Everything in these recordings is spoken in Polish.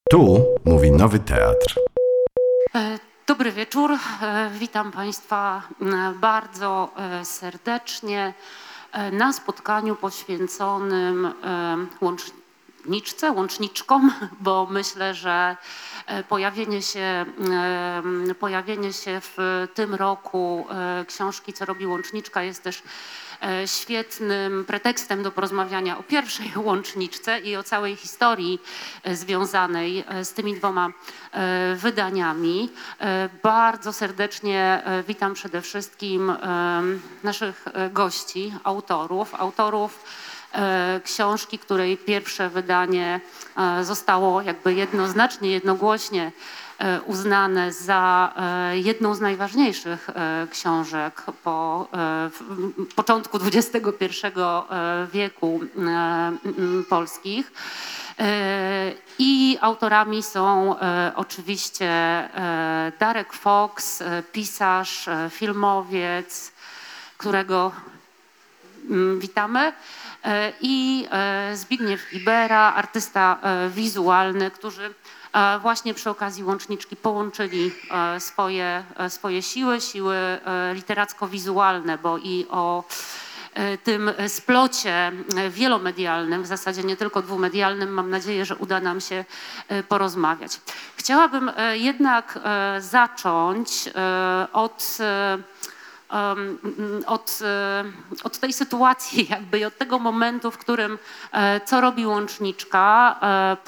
Tu mówi Nowy Teatr. Dobry wieczór. Witam Państwa bardzo serdecznie na spotkaniu poświęconym łączniczkom, bo myślę, że pojawienie się w tym roku książki Co robi łączniczka jest też świetnym pretekstem do porozmawiania o pierwszej łączniczce i o całej historii związanej z tymi dwoma wydaniami. Bardzo serdecznie witam przede wszystkim naszych gości, autorów książki, której pierwsze wydanie zostało jakby jednogłośnie uznane za jedną z najważniejszych książek po początku XXI wieku polskich. I autorami są oczywiście Darek Fox, pisarz, filmowiec, którego witamy, i Zbigniew Libera, artysta wizualny, którzy właśnie przy okazji łączniczki połączyli swoje siły literacko-wizualne, bo i o tym splocie wielomedialnym, w zasadzie nie tylko dwumedialnym, mam nadzieję, że uda nam się porozmawiać. Chciałabym jednak zacząć od tej sytuacji jakby i od tego momentu, w którym Co robi łączniczka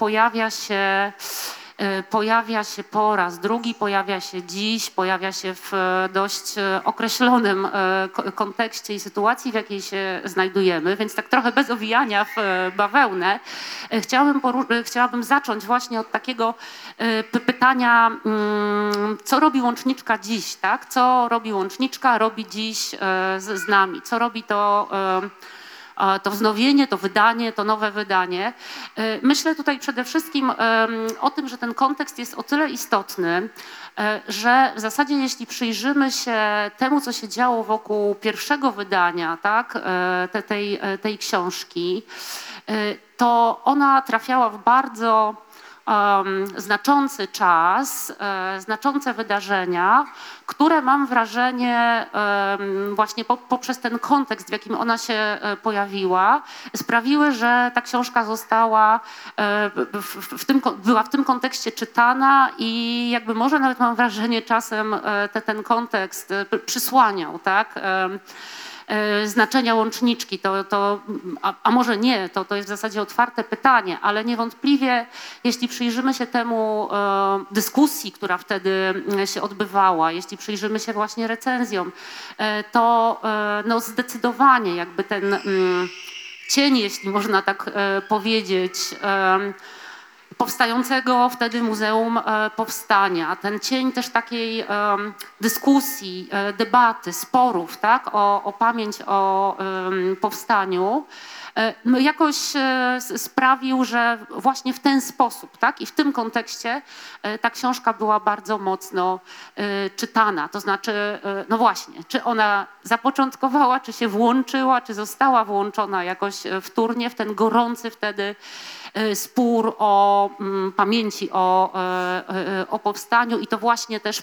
pojawia się po raz drugi, pojawia się dziś, pojawia się w dość określonym kontekście i sytuacji, w jakiej się znajdujemy, więc tak trochę bez owijania w bawełnę chciałabym zacząć właśnie od takiego pytania, co robi łączniczka dziś, tak? Co robi łączniczka, robi dziś z nami, co robi to wznowienie, to wydanie, to nowe wydanie. Myślę tutaj przede wszystkim o tym, że ten kontekst jest o tyle istotny, że w zasadzie jeśli przyjrzymy się temu, co się działo wokół pierwszego wydania, tak, tej książki, to ona trafiała w bardzo znaczący czas, znaczące wydarzenia, które mam wrażenie właśnie poprzez ten kontekst, w jakim ona się pojawiła, sprawiły, że ta książka została była w tym kontekście czytana i jakby może nawet mam wrażenie czasem ten kontekst przysłaniał, tak? Znaczenia łączniczki, a może nie, to jest w zasadzie otwarte pytanie, ale niewątpliwie jeśli przyjrzymy się temu dyskusji, która wtedy się odbywała, jeśli przyjrzymy się właśnie recenzjom, to no zdecydowanie jakby ten cień, jeśli można tak powiedzieć, powstającego wtedy Muzeum Powstania, ten cień też takiej dyskusji, debaty, sporów, tak, o pamięć o powstaniu, no jakoś sprawił, że właśnie w ten sposób, tak, i w tym kontekście ta książka była bardzo mocno czytana. To znaczy, no właśnie, czy ona zapoczątkowała, czy się włączyła, czy została włączona jakoś wtórnie w ten gorący wtedy spór o pamięci o powstaniu i to właśnie też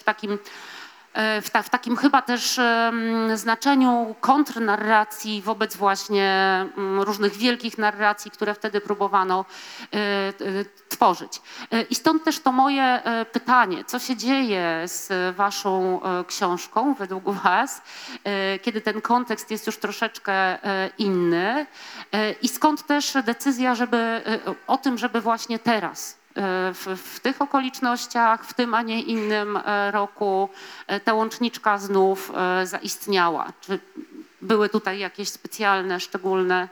w takim chyba też znaczeniu kontrnarracji wobec właśnie różnych wielkich narracji, które wtedy próbowano tworzyć. I stąd też to moje pytanie, co się dzieje z waszą książką według was, kiedy ten kontekst jest już troszeczkę inny i skąd też decyzja, o tym, żeby właśnie teraz w tych okolicznościach, w tym, a nie innym roku ta łączniczka znów zaistniała. Czy były tutaj jakieś specjalne, szczególne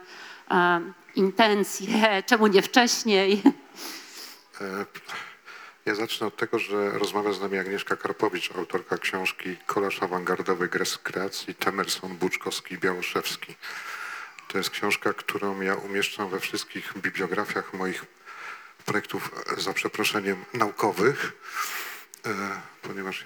intencje? Czemu nie wcześniej? Ja zacznę od tego, że rozmawia z nami Agnieszka Karpowicz, autorka książki Kolaż awangardowy kreacji Temerson, Buczkowski, Białoszewski. To jest książka, którą ja umieszczam we wszystkich bibliografiach moich projektów, za przeproszeniem, naukowych, ponieważ ja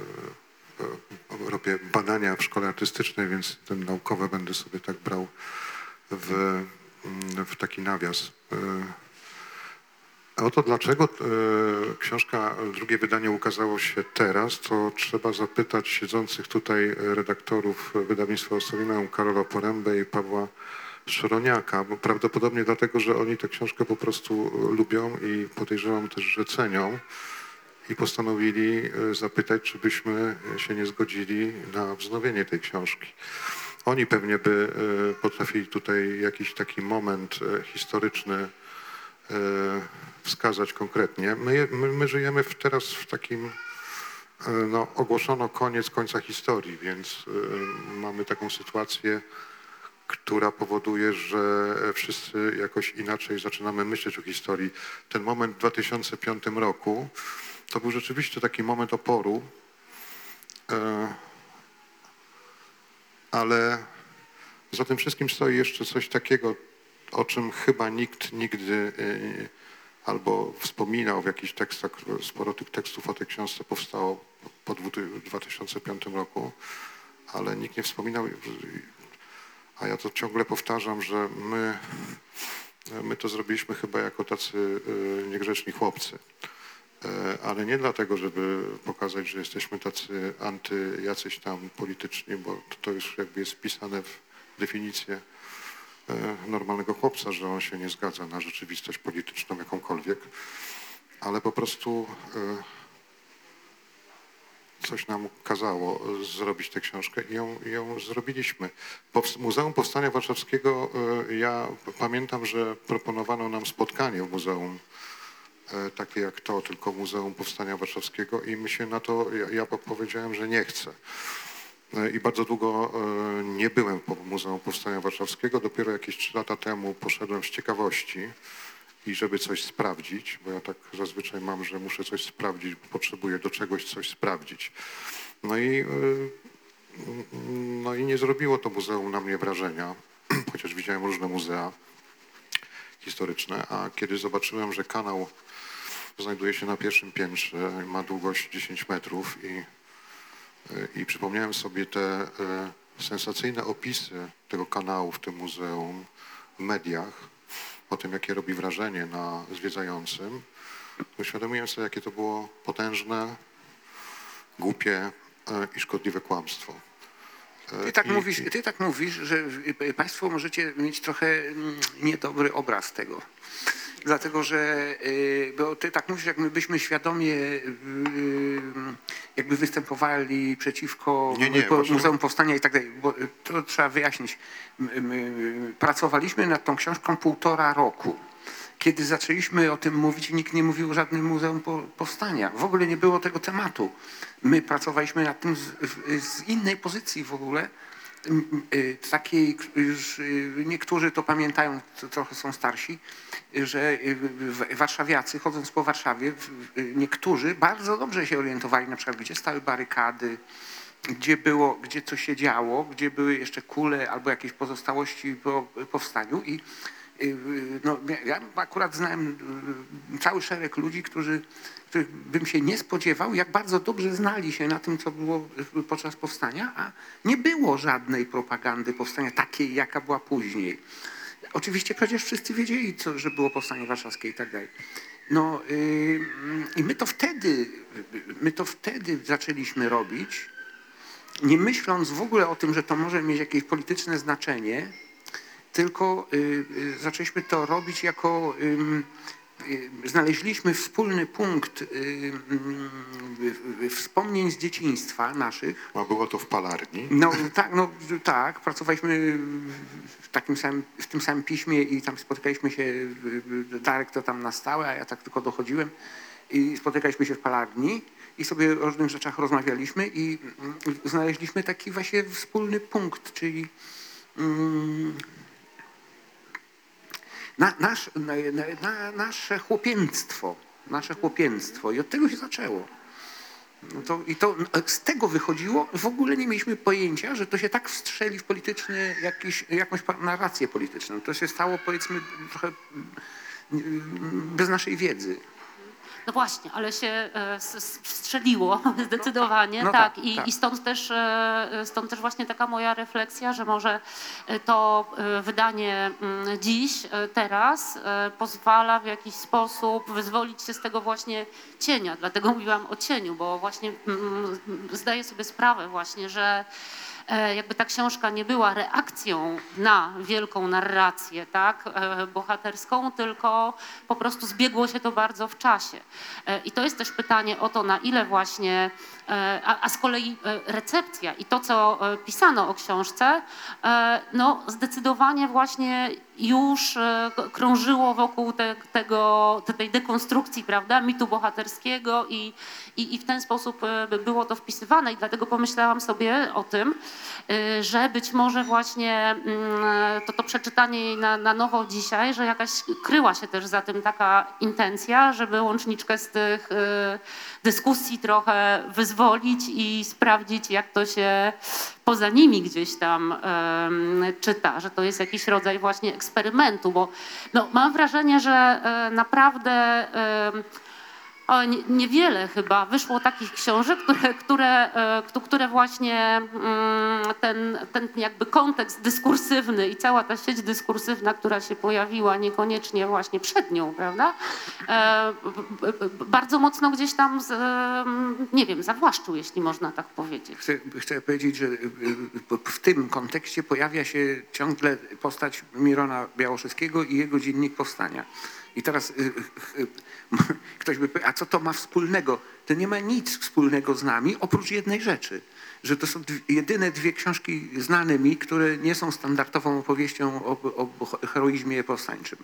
robię badania w szkole artystycznej, więc te naukowe będę sobie tak brał w taki nawias. Oto dlaczego książka, drugie wydanie ukazało się teraz, to trzeba zapytać siedzących tutaj redaktorów wydawnictwa Ossolineum Karola Porębę i Pawła Szroniaka, bo prawdopodobnie dlatego, że oni tę książkę po prostu lubią i podejrzewam też, że cenią i postanowili zapytać, czy byśmy się nie zgodzili na wznowienie tej książki. Oni pewnie by potrafili tutaj jakiś taki moment historyczny wskazać konkretnie. My żyjemy teraz w takim, no, ogłoszono koniec końca historii, więc mamy taką sytuację, która powoduje, że wszyscy jakoś inaczej zaczynamy myśleć o historii. Ten moment w 2005 roku to był rzeczywiście taki moment oporu, ale za tym wszystkim stoi jeszcze coś takiego, o czym chyba nikt nigdy albo wspominał w jakichś tekstach. Sporo tych tekstów o tej książce powstało po 2005 roku, ale nikt nie wspominał, a ja to ciągle powtarzam, że my to zrobiliśmy chyba jako tacy niegrzeczni chłopcy. Ale nie dlatego, żeby pokazać, że jesteśmy tacy jacyś tam polityczni, bo to już jakby jest wpisane w definicję normalnego chłopca, że on się nie zgadza na rzeczywistość polityczną jakąkolwiek, ale po prostu coś nam kazało zrobić tę książkę i ją zrobiliśmy. Muzeum Powstania Warszawskiego, ja pamiętam, że proponowano nam spotkanie w muzeum, takie jak to, tylko Muzeum Powstania Warszawskiego i my się na to, ja powiedziałem, że nie chcę. I bardzo długo nie byłem po Muzeum Powstania Warszawskiego. Dopiero jakieś 3 lata temu poszedłem z ciekawości i żeby coś sprawdzić, bo ja tak zazwyczaj mam, że muszę coś sprawdzić, bo potrzebuję do czegoś coś sprawdzić. No i nie zrobiło to muzeum na mnie wrażenia, chociaż widziałem różne muzea historyczne, a kiedy zobaczyłem, że kanał znajduje się na pierwszym piętrze, ma długość 10 metrów i przypomniałem sobie te sensacyjne opisy tego kanału w tym muzeum w mediach, o tym, jakie robi wrażenie na zwiedzającym, uświadomiłem sobie, jakie to było potężne, głupie i szkodliwe kłamstwo. Ty tak mówisz, że państwo możecie mieć trochę niedobry obraz tego. Dlatego, że bo ty tak mówisz, jak my byśmy świadomie jakby występowali przeciwko Muzeum Powstania i tak dalej, bo to trzeba wyjaśnić. Pracowaliśmy nad tą książką 1,5 roku. Kiedy zaczęliśmy o tym mówić, nikt nie mówił o żadnym Muzeum Powstania. W ogóle nie było tego tematu. My pracowaliśmy nad tym z innej pozycji w ogóle. Takiej, już niektórzy to pamiętają, trochę są starsi, że warszawiacy, chodząc po Warszawie, niektórzy bardzo dobrze się orientowali, na przykład gdzie stały barykady, gdzie co się działo, gdzie były jeszcze kule albo jakieś pozostałości po powstaniu. I no, ja akurat znałem cały szereg ludzi, których bym się nie spodziewał, jak bardzo dobrze znali się na tym, co było podczas powstania, a nie było żadnej propagandy powstania takiej, jaka była później. Oczywiście przecież wszyscy wiedzieli, że było powstanie warszawskie i tak dalej. No i my to wtedy zaczęliśmy robić, nie myśląc w ogóle o tym, że to może mieć jakieś polityczne znaczenie, tylko zaczęliśmy to robić jako, znaleźliśmy wspólny punkt wspomnień z dzieciństwa naszych. A było to w Palarni? No tak, pracowaliśmy w tym samym piśmie i tam spotykaliśmy się, Darek to tam na stałe, a ja tak tylko dochodziłem i spotykaliśmy się w Palarni i sobie o różnych rzeczach rozmawialiśmy i znaleźliśmy taki właśnie wspólny punkt, czyli nasze chłopięctwo i od tego się zaczęło. Z tego wychodziło, w ogóle nie mieliśmy pojęcia, że to się tak wstrzeli w polityczny, jakąś narrację polityczną. To się stało, powiedzmy, trochę bez naszej wiedzy. No właśnie, ale się strzeliło zdecydowanie, No tak. tak, I, tak. i stąd też właśnie taka moja refleksja, że może to wydanie dziś, teraz pozwala w jakiś sposób wyzwolić się z tego właśnie cienia. Dlatego mówiłam o cieniu, bo właśnie zdaję sobie sprawę właśnie, że jakby ta książka nie była reakcją na wielką narrację, tak, bohaterską, tylko po prostu zbiegło się to bardzo w czasie. I to jest też pytanie o to, na ile właśnie, a z kolei recepcja i to, co pisano o książce, no zdecydowanie właśnie już krążyło wokół tej dekonstrukcji, prawda, mitu bohaterskiego i w ten sposób było to wpisywane i dlatego pomyślałam sobie o tym, że być może właśnie to przeczytanie jej na nowo dzisiaj, że jakaś kryła się też za tym taka intencja, żeby łączniczkę z tych dyskusji trochę wyzwolić i sprawdzić, jak to się poza nimi gdzieś tam czyta, że to jest jakiś rodzaj właśnie eksperymentu, bo no, mam wrażenie, że naprawdę niewiele chyba wyszło takich książek, które właśnie ten jakby kontekst dyskursywny i cała ta sieć dyskursywna, która się pojawiła niekoniecznie właśnie przed nią, prawda, bardzo mocno gdzieś tam, nie wiem, zawłaszczył, jeśli można tak powiedzieć. Chcę powiedzieć, że w tym kontekście pojawia się ciągle postać Mirona Białoszewskiego i jego Dziennik Powstania. I teraz ktoś by powiedział, a co to ma wspólnego? To nie ma nic wspólnego z nami, oprócz jednej rzeczy, że to są jedyne dwie książki znane mi, które nie są standardową opowieścią o heroizmie powstańczym.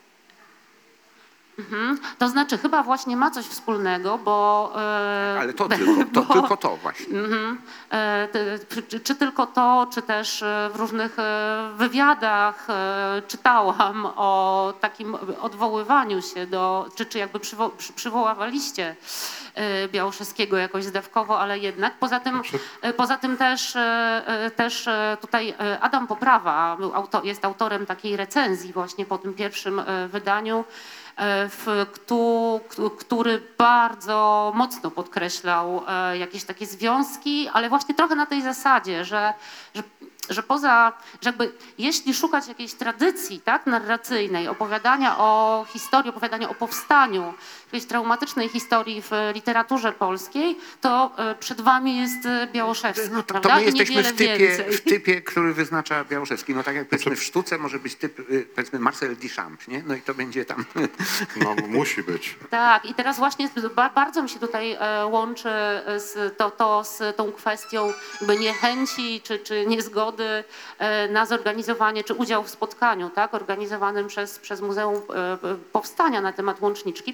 To znaczy chyba właśnie ma coś wspólnego, bo... Ale to tylko to właśnie. Czy tylko to, czy też w różnych wywiadach czytałam o takim odwoływaniu się do, czy jakby przywoływaliście Białoszewskiego jakoś zdawkowo, ale jednak. Poza tym też tutaj Adam Poprawa jest autorem takiej recenzji właśnie po tym pierwszym wydaniu, który bardzo mocno podkreślał jakieś takie związki, ale właśnie trochę na tej zasadzie, że jakby jeśli szukać jakiejś tradycji, tak, narracyjnej, opowiadania o historii, opowiadania o powstaniu, jakiejś traumatycznej historii w literaturze polskiej, to przed wami jest Białoszewski, No prawda? to my jesteśmy w typie, który wyznacza Białoszewski. No tak jak powiedzmy w sztuce może być typ, powiedzmy Marcel Duchamp, nie? No i to będzie tam... No musi być. Tak, i teraz właśnie bardzo mi się tutaj łączy z tą kwestią jakby niechęci czy niezgody na zorganizowanie czy udział w spotkaniu, tak, organizowanym przez Muzeum Powstania na temat łączniczki,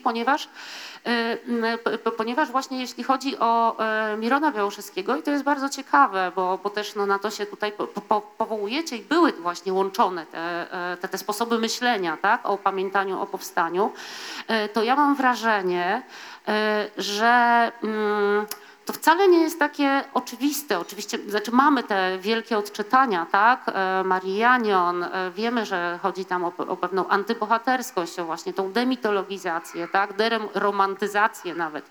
ponieważ właśnie jeśli chodzi o Mirona Białoszewskiego, i to jest bardzo ciekawe, bo też no, na to się tutaj powołujecie i były właśnie łączone te sposoby myślenia, tak, o pamiętaniu, o powstaniu, to ja mam wrażenie, że to wcale nie jest takie oczywiste. Oczywiście, znaczy mamy te wielkie odczytania, tak? Marii Janion, wiemy, że chodzi tam o pewną antybohaterskość, o właśnie tą demitologizację, tak? Deromantyzację nawet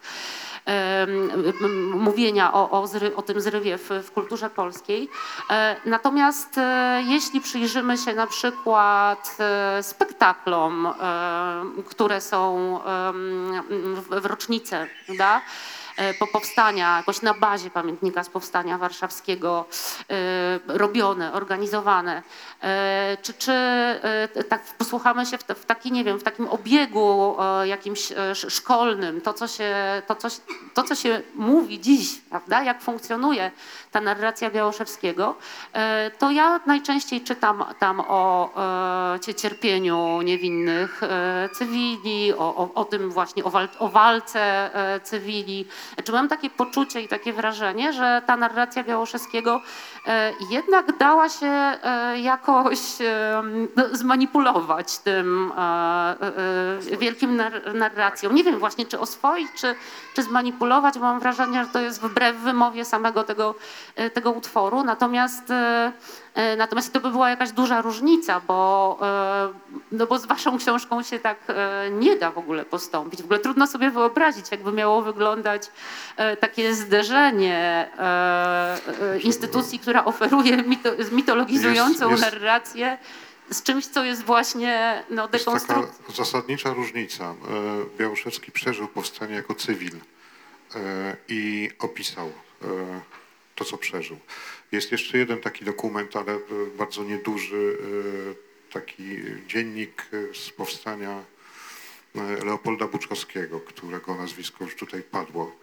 mówienia o tym zrywie w kulturze polskiej. Natomiast jeśli przyjrzymy się na przykład spektaklom, które są w rocznicę, prawda? Powstania, jakoś na bazie pamiętnika z Powstania Warszawskiego robione, organizowane. Czy tak posłuchamy się w taki, nie wiem, w takim obiegu jakimś szkolnym, to co się mówi dziś, prawda, jak funkcjonuje ta narracja Białoszewskiego, to ja najczęściej czytam tam o cierpieniu niewinnych cywili, o tym właśnie, o walce cywili, Czy mam takie poczucie i takie wrażenie, że ta narracja Białoszewskiego jednak dała się jakoś zmanipulować tym wielkim narracją. Nie wiem właśnie, czy oswoić, czy zmanipulować, bo mam wrażenie, że to jest wbrew wymowie samego tego utworu. Natomiast to by była jakaś duża różnica, bo z waszą książką się tak nie da w ogóle postąpić. W ogóle trudno sobie wyobrazić, jakby miało wyglądać takie zderzenie instytucji, która oferuje mitologizującą narrację z czymś, co jest właśnie dekonstrukcją. Jest taka zasadnicza różnica. Białoszewski przeżył powstanie jako cywil i opisał to, co przeżył. Jest jeszcze jeden taki dokument, ale bardzo nieduży, taki dziennik z powstania Leopolda Buczkowskiego, którego nazwisko już tutaj padło.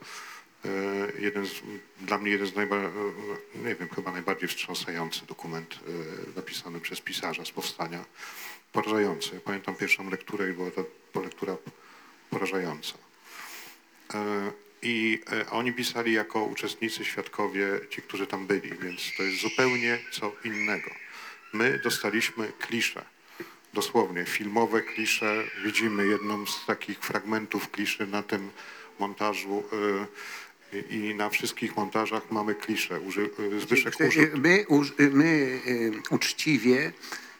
Dla mnie jeden z chyba najbardziej wstrząsający dokument napisany przez pisarza z powstania. Porażający. Pamiętam pierwszą lekturę i była to lektura porażająca. I oni pisali jako uczestnicy, świadkowie, ci, którzy tam byli, więc to jest zupełnie co innego. My dostaliśmy klisze, dosłownie filmowe klisze. Widzimy jedną z takich fragmentów kliszy na tym montażu i na wszystkich montażach mamy klisze. Zbyszek użył. My uczciwie,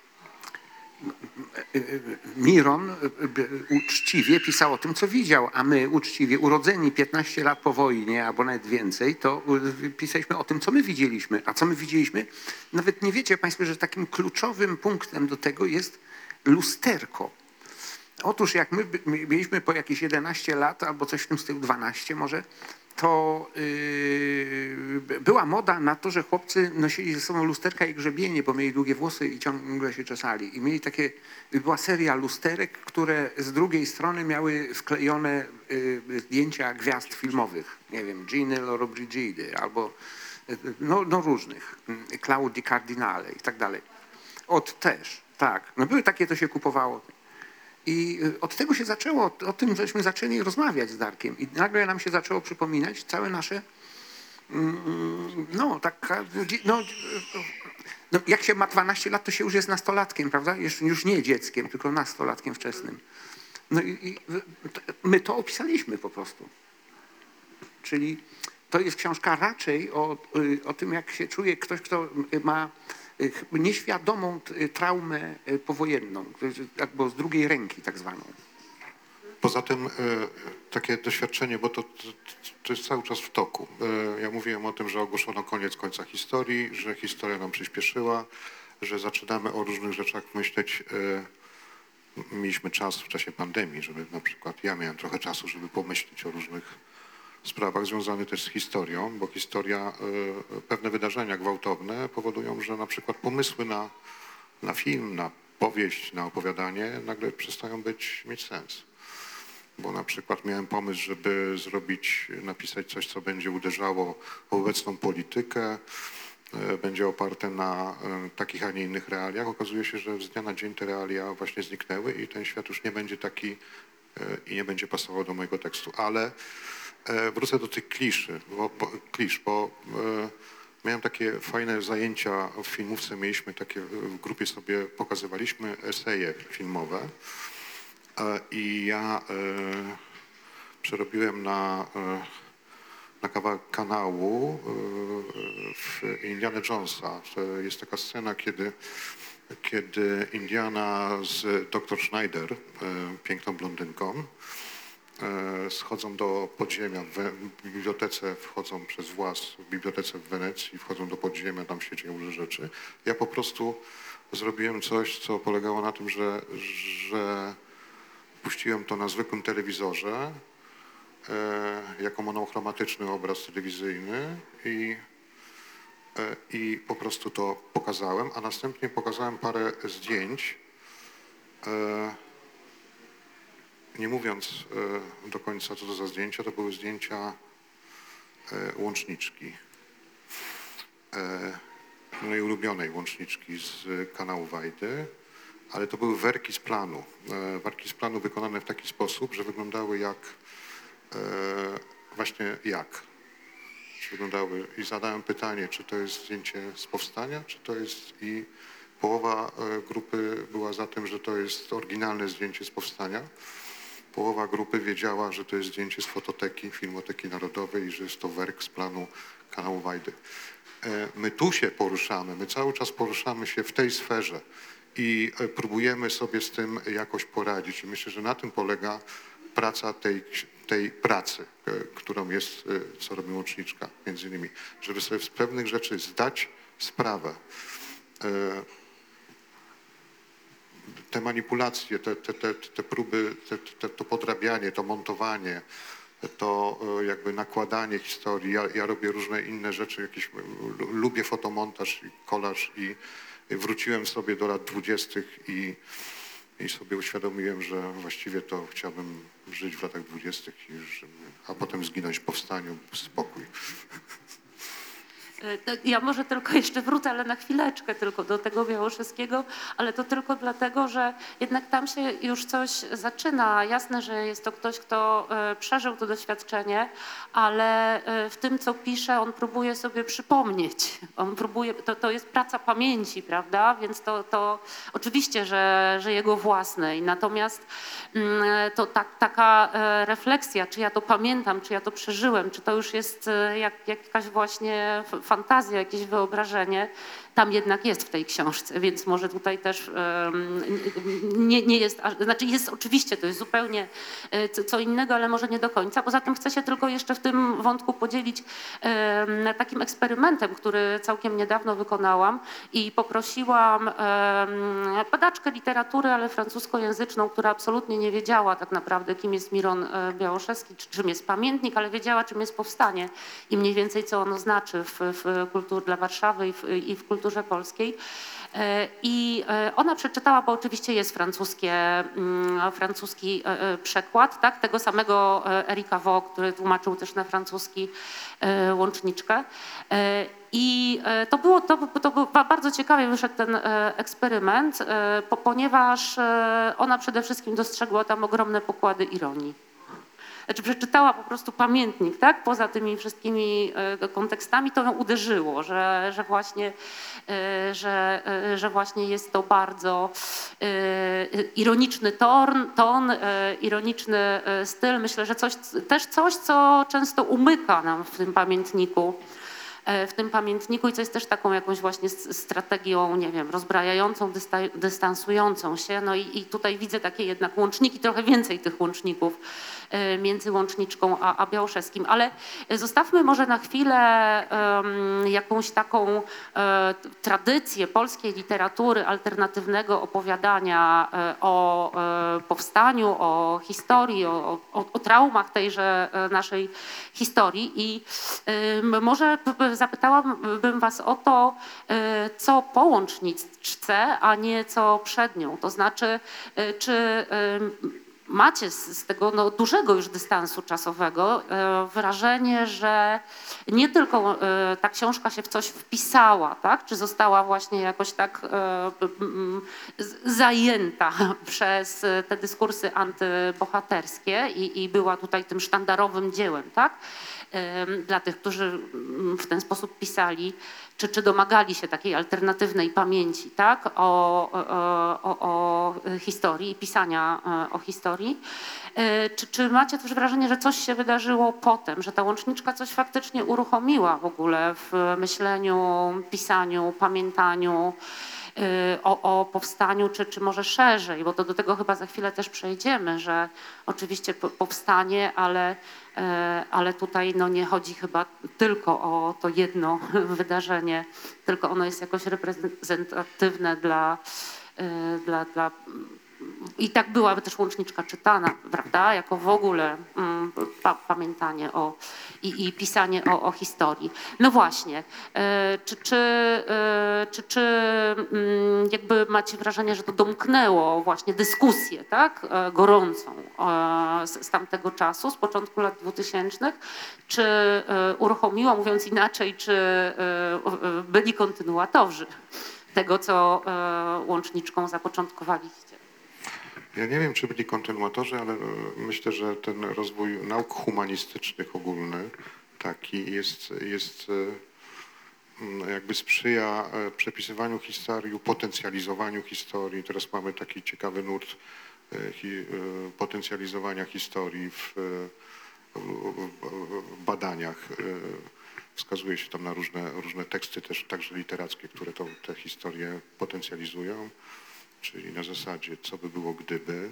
Miron uczciwie pisał o tym, co widział, a my uczciwie, urodzeni 15 lat po wojnie, albo nawet więcej, to pisaliśmy o tym, co my widzieliśmy. A co my widzieliśmy? Nawet nie wiecie państwo, że takim kluczowym punktem do tego jest lusterko. Otóż jak my mieliśmy po jakieś 11 lat, albo coś w tym stylu, 12 może, to była moda na to, że chłopcy nosili ze sobą lusterka i grzebienie, bo mieli długie włosy i ciągle się czesali. I mieli była seria lusterek, które z drugiej strony miały wklejone zdjęcia gwiazd filmowych. Nie wiem, Giny Lollobrigida albo różnych. Claudii Cardinale i tak dalej. Też, tak. Były takie, to się kupowało. I od tego się zaczęło, o tym żeśmy zaczęli rozmawiać z Darkiem i nagle nam się zaczęło przypominać całe nasze, jak się ma 12 lat, to się już jest nastolatkiem, prawda? Już nie dzieckiem, tylko nastolatkiem wczesnym. I my to opisaliśmy po prostu. Czyli to jest książka raczej o tym, jak się czuje ktoś, kto ma nieświadomą traumę powojenną, albo z drugiej ręki tak zwaną. Poza tym takie doświadczenie, bo to jest cały czas w toku. Ja mówiłem o tym, że ogłoszono koniec końca historii, że historia nam przyspieszyła, że zaczynamy o różnych rzeczach myśleć. Mieliśmy czas w czasie pandemii, żeby na przykład ja miałem trochę czasu, żeby pomyśleć o różnych sprawach związanych też z historią, bo historia, pewne wydarzenia gwałtowne powodują, że na przykład pomysły na film, na powieść, na opowiadanie nagle przestają mieć sens. Bo na przykład miałem pomysł, żeby napisać coś, co będzie uderzało w obecną politykę, będzie oparte na takich, a nie innych realiach. Okazuje się, że z dnia na dzień te realia właśnie zniknęły i ten świat już nie będzie taki i nie będzie pasował do mojego tekstu. Ale wrócę do tych bo miałem takie fajne zajęcia w filmówce, mieliśmy takie, w grupie sobie pokazywaliśmy eseje filmowe i ja przerobiłem na kawałek kanału w Indiana Jonesa. To jest taka scena, kiedy Indiana z dr Schneider, piękną blondynką, schodzą do podziemia w bibliotece, wchodzą przez włas w bibliotece w Wenecji, wchodzą do podziemia, tam się dzieją różne rzeczy. Ja po prostu zrobiłem coś, co polegało na tym, że puściłem to na zwykłym telewizorze jako monochromatyczny obraz telewizyjny i po prostu to pokazałem, a następnie pokazałem parę zdjęć, nie mówiąc do końca, co to za zdjęcia, to były zdjęcia łączniczki, mojej ulubionej łączniczki z kanału Wajdy, ale to były werki z planu. Werki z planu wykonane w taki sposób, że wyglądały jak właśnie jak wyglądały i zadałem pytanie, czy to jest zdjęcie z powstania, czy to jest i połowa grupy była za tym, że to jest oryginalne zdjęcie z powstania. Połowa grupy wiedziała, że to jest zdjęcie z fototeki, Filmoteki Narodowej i że jest to werk z planu kanału Wajdy. My tu się poruszamy, my cały czas poruszamy się w tej sferze i próbujemy sobie z tym jakoś poradzić. I myślę, że na tym polega praca tej pracy, którą jest, co robi Łączniczka, między innymi, żeby sobie z pewnych rzeczy zdać sprawę. Te manipulacje, te próby, to podrabianie, to montowanie, to jakby nakładanie historii. Ja robię różne inne rzeczy, lubię fotomontaż i kolaż i wróciłem sobie do lat 20. i sobie uświadomiłem, że właściwie to chciałbym żyć w latach 20. A potem zginąć w powstaniu, spokój. Ja może tylko jeszcze wrócę, ale na chwileczkę tylko do tego Białoszewskiego, ale to tylko dlatego, że jednak tam się już coś zaczyna. Jasne, że jest to ktoś, kto przeżył to doświadczenie, ale w tym, co pisze, on próbuje sobie przypomnieć. On próbuje, to jest praca pamięci, prawda? Więc to oczywiście, że jego własnej. Natomiast to taka refleksja, czy ja to pamiętam, czy ja to przeżyłem, czy to już jest jakaś właśnie fantazja, jakieś wyobrażenie, tam jednak jest w tej książce, więc może tutaj też nie jest, znaczy jest oczywiście, to jest zupełnie co innego, ale może nie do końca. Poza tym chcę się tylko jeszcze w tym wątku podzielić takim eksperymentem, który całkiem niedawno wykonałam i poprosiłam badaczkę literatury, ale francuskojęzyczną, która absolutnie nie wiedziała tak naprawdę, kim jest Miron Białoszewski, czym jest pamiętnik, ale wiedziała, czym jest powstanie i mniej więcej, co ono znaczy w kulturze dla Warszawy i w kulturze polskiej. I ona przeczytała, bo oczywiście jest francuski przekład, tak, tego samego Erika Vaux, który tłumaczył też na francuski Łączniczkę. I to był bardzo ciekawie wyszedł ten eksperyment, ponieważ ona przede wszystkim dostrzegła tam ogromne pokłady ironii. Znaczy przeczytała po prostu pamiętnik, tak? Poza tymi wszystkimi kontekstami to ją uderzyło, że właśnie jest to bardzo ironiczny ton, ironiczny styl. Myślę, że coś, co często umyka nam w tym pamiętniku. I co jest też taką jakąś właśnie strategią, nie wiem, rozbrajającą, dystansującą się. No i tutaj widzę takie jednak łączniki, trochę więcej tych łączników między Łączniczką a Białoszewskim. Ale zostawmy może na chwilę jakąś taką tradycję polskiej literatury, alternatywnego opowiadania o powstaniu, o historii, o traumach tejże naszej historii. I może zapytałabym was o to, co po Łączniczce, a nie co przed nią. To znaczy, czy macie z tego dużego już dystansu czasowego wrażenie, że nie tylko ta książka się w coś wpisała, tak? Czy została właśnie jakoś tak zajęta przez te dyskursy antybohaterskie i była tutaj tym sztandarowym dziełem, tak? Dla tych, którzy w ten sposób pisali, czy domagali się takiej alternatywnej pamięci, tak? o historii i pisania o historii. Czy macie też wrażenie, że coś się wydarzyło potem, że ta Łączniczka coś faktycznie uruchomiła w ogóle w myśleniu, pisaniu, pamiętaniu o powstaniu, czy może szerzej, bo to do tego chyba za chwilę też przejdziemy, że oczywiście powstanie, ale tutaj nie chodzi chyba tylko o to jedno wydarzenie, tylko ono jest jakoś reprezentatywne dla i tak byłaby też Łączniczka czytana, prawda, jako w ogóle pamiętanie i pisanie o historii. No właśnie, czy jakby macie wrażenie, że to domknęło właśnie dyskusję, tak, gorącą z tamtego czasu, z początku lat 2000, czy uruchomiło, mówiąc inaczej, czy byli kontynuatorzy tego, co Łączniczką zapoczątkowaliście? Ja nie wiem, czy byli kontynuatorzy, ale myślę, że ten rozwój nauk humanistycznych ogólny taki jest jakby sprzyja przepisywaniu historii, potencjalizowaniu historii. Teraz mamy taki ciekawy nurt potencjalizowania historii w badaniach. Wskazuje się tam na różne teksty też także literackie, które te historie potencjalizują, czyli na zasadzie co by było gdyby.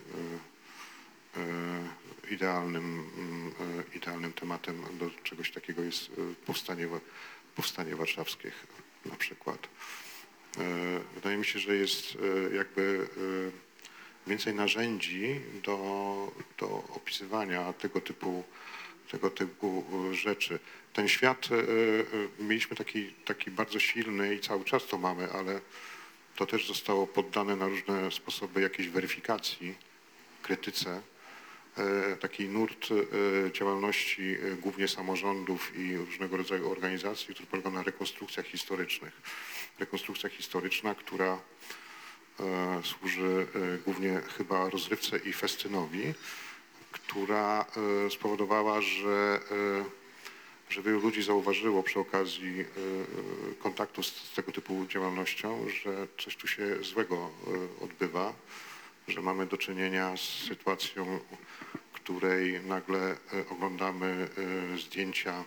Idealnym tematem do czegoś takiego jest powstanie warszawskie na przykład. Wydaje mi się, że jest jakby więcej narzędzi do opisywania tego typu rzeczy. Ten świat mieliśmy taki bardzo silny i cały czas to mamy, ale to też zostało poddane na różne sposoby jakiejś weryfikacji, krytyce. Taki nurt działalności głównie samorządów i różnego rodzaju organizacji, który polega na rekonstrukcjach historycznych. Rekonstrukcja historyczna, która służy głównie chyba rozrywce i festynowi, która spowodowała, że wielu ludzi zauważyło przy okazji kontaktu z tego typu działalnością, że coś tu się złego odbywa, że mamy do czynienia z sytuacją, w której nagle oglądamy zdjęcia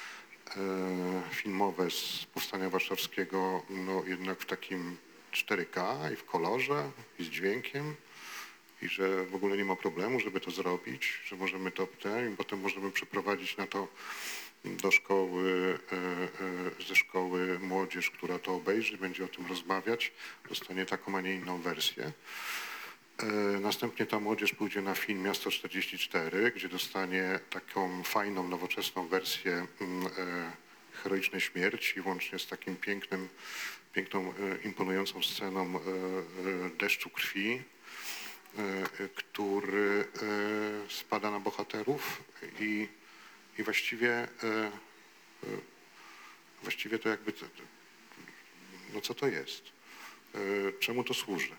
filmowe z Powstania Warszawskiego, no jednak w takim 4K i w kolorze i z dźwiękiem i że w ogóle nie ma problemu, żeby to zrobić, że możemy to i potem możemy przeprowadzić na to do szkoły, ze szkoły młodzież, która to obejrzy, będzie o tym rozmawiać, dostanie taką, a nie inną wersję. Następnie ta młodzież pójdzie na film Miasto 44, gdzie dostanie taką fajną, nowoczesną wersję heroicznej śmierci, łącznie z takim piękną, imponującą sceną deszczu krwi, który spada na bohaterów i właściwie to jakby, no co to jest? Czemu to służy?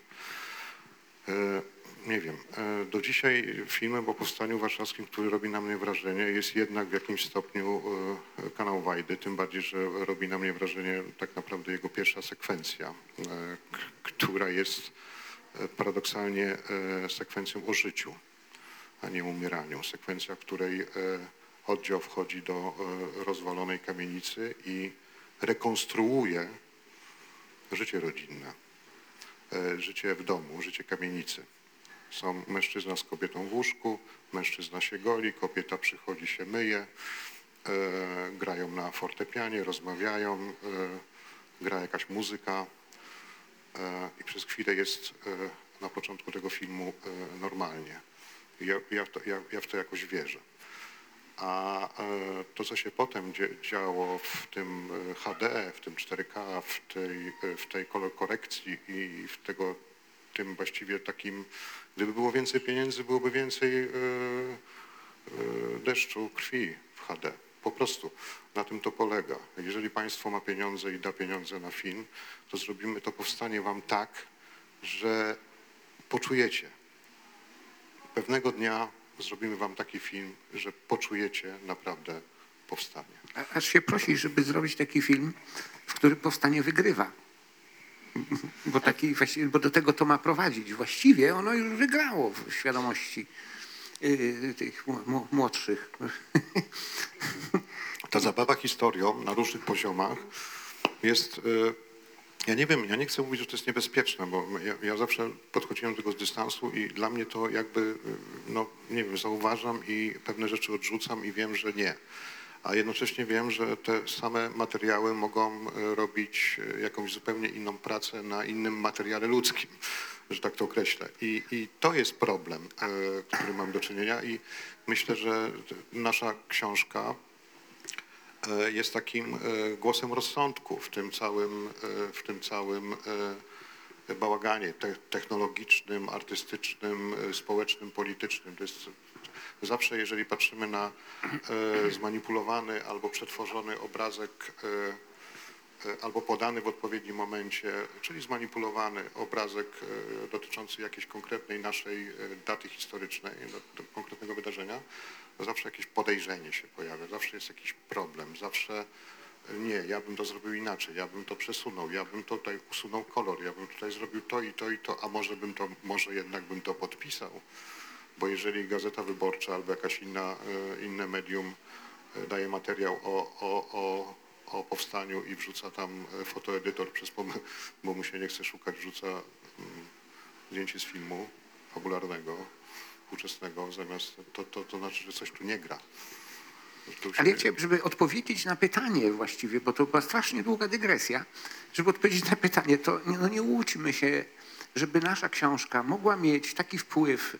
Nie wiem. Do dzisiaj filmem o Powstaniu Warszawskim, który robi na mnie wrażenie, jest jednak w jakimś stopniu Kanał Wajdy, tym bardziej, że robi na mnie wrażenie tak naprawdę jego pierwsza sekwencja, która jest paradoksalnie sekwencją o życiu, a nie umieraniu. Sekwencja, w której oddział wchodzi do rozwalonej kamienicy i rekonstruuje życie rodzinne, życie w domu, życie kamienicy. Są mężczyzna z kobietą w łóżku, mężczyzna się goli, kobieta przychodzi, się myje, grają na fortepianie, rozmawiają, gra jakaś muzyka i przez chwilę jest na początku tego filmu normalnie. Ja w to jakoś wierzę. A to, co się potem działo w tym HD, w tym 4K, w tej kolor korekcji i tym właściwie takim, gdyby było więcej pieniędzy, byłoby więcej deszczu krwi w HD. Po prostu na tym to polega. Jeżeli państwo ma pieniądze i da pieniądze na film, to zrobimy to powstanie wam tak, że poczujecie. Pewnego dnia zrobimy wam taki film, że poczujecie naprawdę powstanie. Aż się prosi, żeby zrobić taki film, w którym powstanie wygrywa. Bo do tego to ma prowadzić. Właściwie ono już wygrało w świadomości tych młodszych. Ta zabawa historią na różnych poziomach jest, ja nie wiem, ja nie chcę mówić, że to jest niebezpieczne, bo ja zawsze podchodziłem do tego z dystansu i dla mnie to jakby, no nie wiem, zauważam i pewne rzeczy odrzucam i wiem, że nie. A jednocześnie wiem, że te same materiały mogą robić jakąś zupełnie inną pracę na innym materiale ludzkim, że tak to określę. I to jest problem, który mam do czynienia i myślę, że nasza książka jest takim głosem rozsądku w tym całym bałaganie technologicznym, artystycznym, społecznym, politycznym. To jest zawsze, jeżeli patrzymy na zmanipulowany albo przetworzony obrazek albo podany w odpowiednim momencie, czyli zmanipulowany obrazek dotyczący jakiejś konkretnej naszej daty historycznej, do konkretnego wydarzenia, zawsze jakieś podejrzenie się pojawia, zawsze jest jakiś problem, zawsze nie, ja bym to zrobił inaczej, ja bym to przesunął, ja bym tutaj usunął kolor, ja bym tutaj zrobił to i to i to, a może jednak bym to podpisał, bo jeżeli Gazeta Wyborcza albo jakaś inne medium daje materiał o powstaniu i wrzuca tam fotoedytor bo mu się nie chce szukać, wrzuca zdjęcie z filmu fabularnego, współczesnego, zamiast to znaczy, że coś tu nie gra. Ale ja chciałem, żeby odpowiedzieć na pytanie właściwie, bo to była strasznie długa dygresja, żeby odpowiedzieć na pytanie, to no nie łudźmy się, żeby nasza książka mogła mieć taki wpływ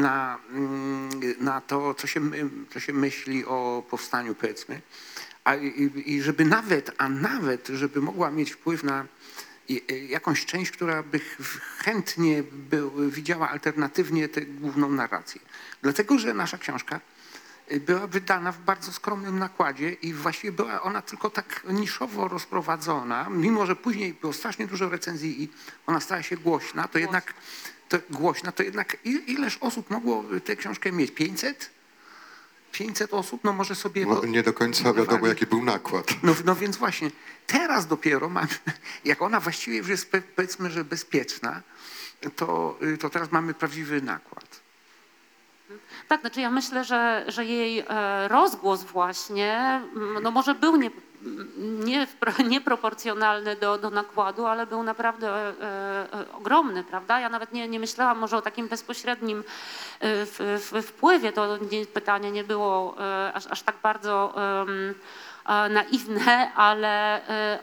na to, co się myśli o powstaniu, powiedzmy, i żeby nawet, żeby mogła mieć wpływ na jakąś część, która by chętnie widziała alternatywnie tę główną narrację. Dlatego, że nasza książka była wydana w bardzo skromnym nakładzie i właściwie była ona tylko tak niszowo rozprowadzona, mimo że później było strasznie dużo recenzji i ona stała się głośna, to jednak ileż osób mogło tę książkę mieć? 500? 500 osób? No może sobie... No, nie do końca wiadomo, jaki był nakład. No więc właśnie, teraz dopiero mamy, jak ona właściwie już jest, powiedzmy, że bezpieczna, to teraz mamy prawdziwy nakład. Tak, znaczy ja myślę, że jej rozgłos właśnie, no może był nieproporcjonalny do nakładu, ale był naprawdę ogromny, prawda? Ja nawet nie myślałam może o takim bezpośrednim wpływie. To pytanie nie było aż tak bardzo naiwne, ale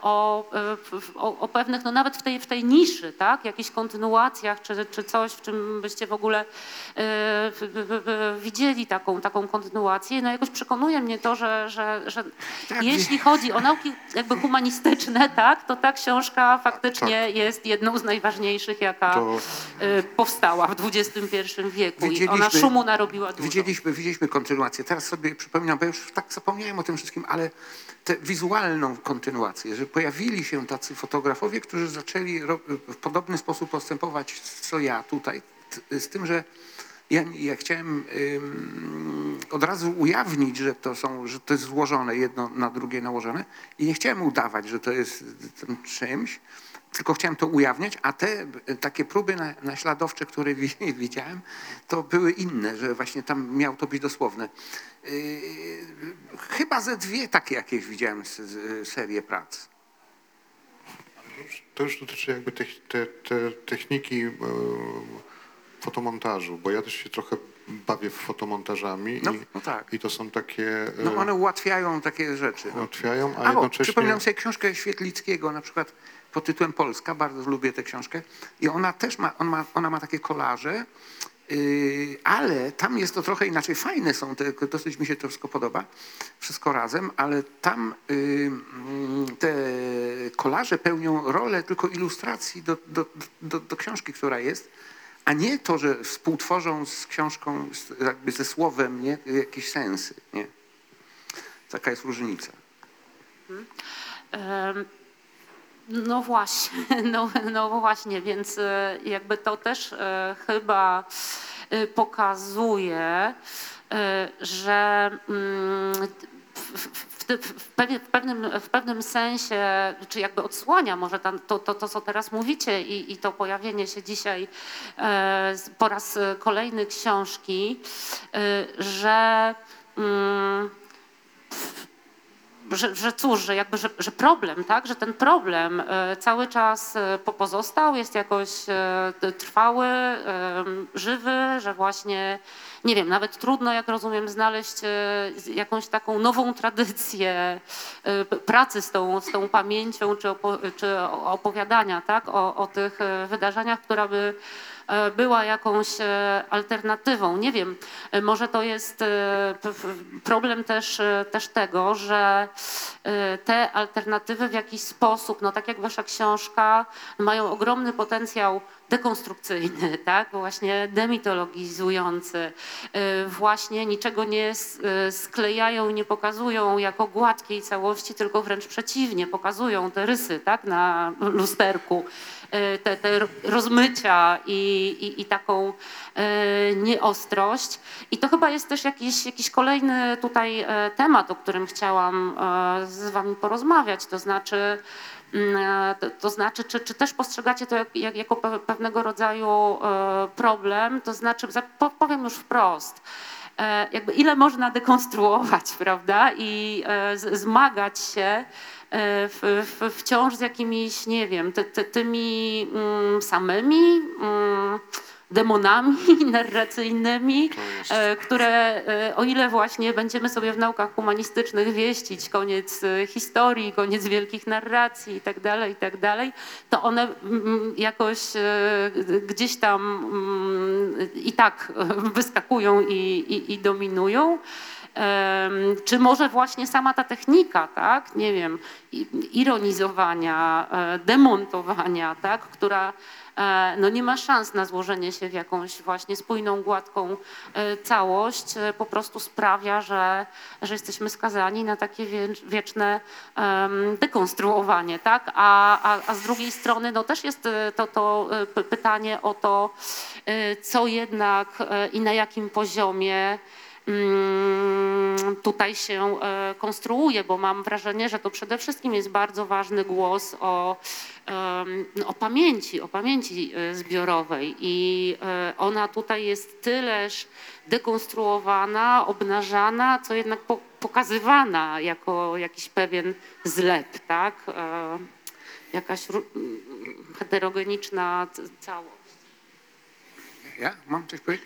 o pewnych, no nawet w tej niszy, tak, jakichś kontynuacjach, czy coś, w czym byście w ogóle widzieli taką kontynuację. No jakoś przekonuje mnie to, że Tak, jeśli chodzi o nauki jakby humanistyczne, tak, to ta książka faktycznie jest jedną z najważniejszych, jaka powstała w XXI wieku i ona szumu narobiła dużo. Widzieliśmy kontynuację. Teraz sobie przypominam, bo już tak zapomniałem o tym wszystkim, ale tę wizualną kontynuację, że pojawili się tacy fotografowie, którzy zaczęli w podobny sposób postępować, co ja tutaj, z tym, że ja chciałem od razu ujawnić, że to jest złożone, jedno na drugie nałożone i nie chciałem udawać, że to jest tym czymś, tylko chciałem to ujawniać, a te takie próby naśladowcze, które widziałem, to były inne, że właśnie tam miało to być dosłowne. Chyba ze 2 takie jakieś widziałem serię prac. To już dotyczy jakby techniki fotomontażu, bo ja też się trochę bawię fotomontażami tak. i to są takie... No one ułatwiają takie rzeczy. Ułatwiają, a jednocześnie... Przypominam sobie książkę Świetlickiego na przykład pod tytułem Polska, bardzo lubię tę książkę i ona też ona ma takie kolaże, ale tam jest to trochę inaczej. Fajne są dosyć mi się to wszystko podoba, wszystko razem, ale tam te kolaże pełnią rolę tylko ilustracji do książki, która jest, a nie to, że współtworzą z książką, jakby ze słowem, nie, jakieś sensy. Nie? Taka jest różnica. No właśnie, no właśnie, więc jakby to też chyba pokazuje, że w pewnym sensie, czy jakby odsłania może to, co teraz mówicie i to pojawienie się dzisiaj po raz kolejny książki, że cóż, że problem, tak, że ten problem cały czas pozostał, jest jakoś trwały, żywy, że właśnie, nie wiem, nawet trudno, jak rozumiem, znaleźć jakąś taką nową tradycję pracy z tą pamięcią, czy opowiadania, tak, o tych wydarzeniach, która by była jakąś alternatywą. Nie wiem, może to jest problem też tego, że te alternatywy w jakiś sposób, no tak jak wasza książka, mają ogromny potencjał dekonstrukcyjny, tak? Właśnie demitologizujący, właśnie niczego nie sklejają i nie pokazują jako gładkiej całości, tylko wręcz przeciwnie, pokazują te rysy, tak? Na lusterku, te rozmycia i taką nieostrość. I to chyba jest też jakiś kolejny tutaj temat, o którym chciałam z wami porozmawiać, to znaczy, czy też postrzegacie to jako pewnego rodzaju problem, to znaczy, powiem już wprost, jakby ile można dekonstruować, prawda, i zmagać się wciąż z jakimiś, nie wiem, tymi samymi demonami narracyjnymi, które o ile właśnie będziemy sobie w naukach humanistycznych wieścić koniec historii, koniec wielkich narracji i tak dalej, to one jakoś gdzieś tam i tak wyskakują i dominują. Czy może właśnie sama ta technika, tak, nie wiem, ironizowania, demontowania, tak, która no nie ma szans na złożenie się w jakąś właśnie spójną, gładką całość, po prostu sprawia, że jesteśmy skazani na takie wieczne dekonstruowanie, tak? A z drugiej strony no też jest to pytanie o to, co jednak i na jakim poziomie tutaj się konstruuje, bo mam wrażenie, że to przede wszystkim jest bardzo ważny głos o pamięci zbiorowej i ona tutaj jest tyleż dekonstruowana, obnażana, co jednak pokazywana jako jakiś pewien zlep, tak? Jakaś heterogeniczna całość. Ja mam coś powiedzieć?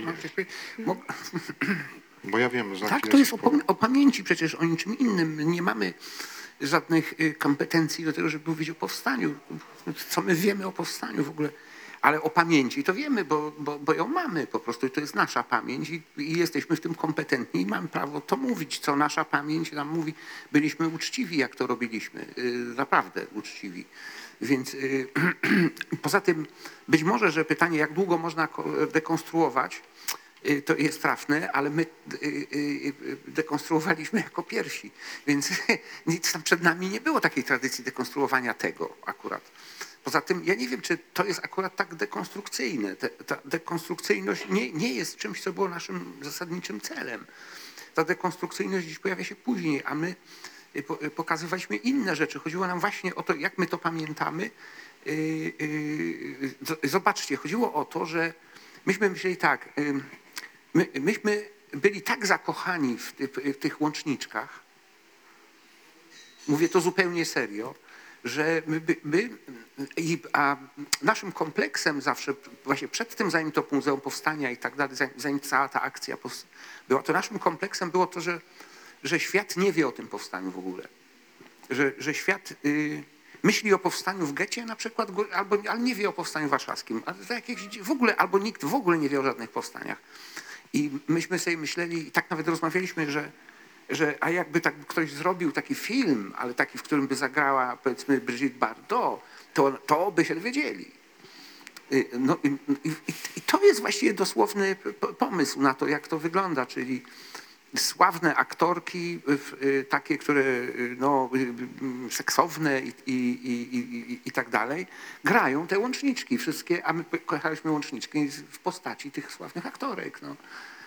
Bo ja wiem, za Tak, chwilę to jest sporo. o pamięci przecież, o niczym innym. Nie mamy żadnych kompetencji do tego, żeby mówić o powstaniu. Co my wiemy o powstaniu w ogóle? Ale o pamięci to wiemy, bo ją mamy po prostu. To jest nasza pamięć i jesteśmy w tym kompetentni i mamy prawo to mówić, co nasza pamięć nam mówi. Byliśmy uczciwi, jak to robiliśmy. Naprawdę uczciwi. Więc poza tym być może, że pytanie, jak długo można dekonstruować, to jest trafne, ale my dekonstruowaliśmy jako pierwsi, więc nic tam przed nami nie było takiej tradycji dekonstruowania tego akurat. Poza tym ja nie wiem, czy to jest akurat tak dekonstrukcyjne. Ta dekonstrukcyjność nie jest czymś, co było naszym zasadniczym celem. Ta dekonstrukcyjność gdzieś pojawia się później, a my pokazywaliśmy inne rzeczy. Chodziło nam właśnie o to, jak my to pamiętamy. Zobaczcie, chodziło o to, że myśmy myśleli tak, myśmy byli tak zakochani w tych mówię to zupełnie serio, że a naszym kompleksem zawsze, właśnie przed tym, zanim to Muzeum Powstania i tak dalej, zanim cała ta akcja była, to naszym kompleksem było to, że świat nie wie o tym powstaniu w ogóle. Że świat myśli o powstaniu w getcie na przykład, ale nie wie o powstaniu warszawskim. W ogóle, albo nikt w ogóle nie wie o żadnych powstaniach. I myśmy sobie myśleli, i tak nawet rozmawialiśmy, a jakby tak ktoś zrobił taki film, ale taki, w którym by zagrała, powiedzmy, Brigitte Bardot, to by się dowiedzieli. No, i to jest właściwie dosłowny pomysł na to, jak to wygląda, czyli sławne aktorki, takie, które no, seksowne i tak dalej, grają te łączniczki wszystkie, a my kochaliśmy łączniczki w postaci tych sławnych aktorek. No.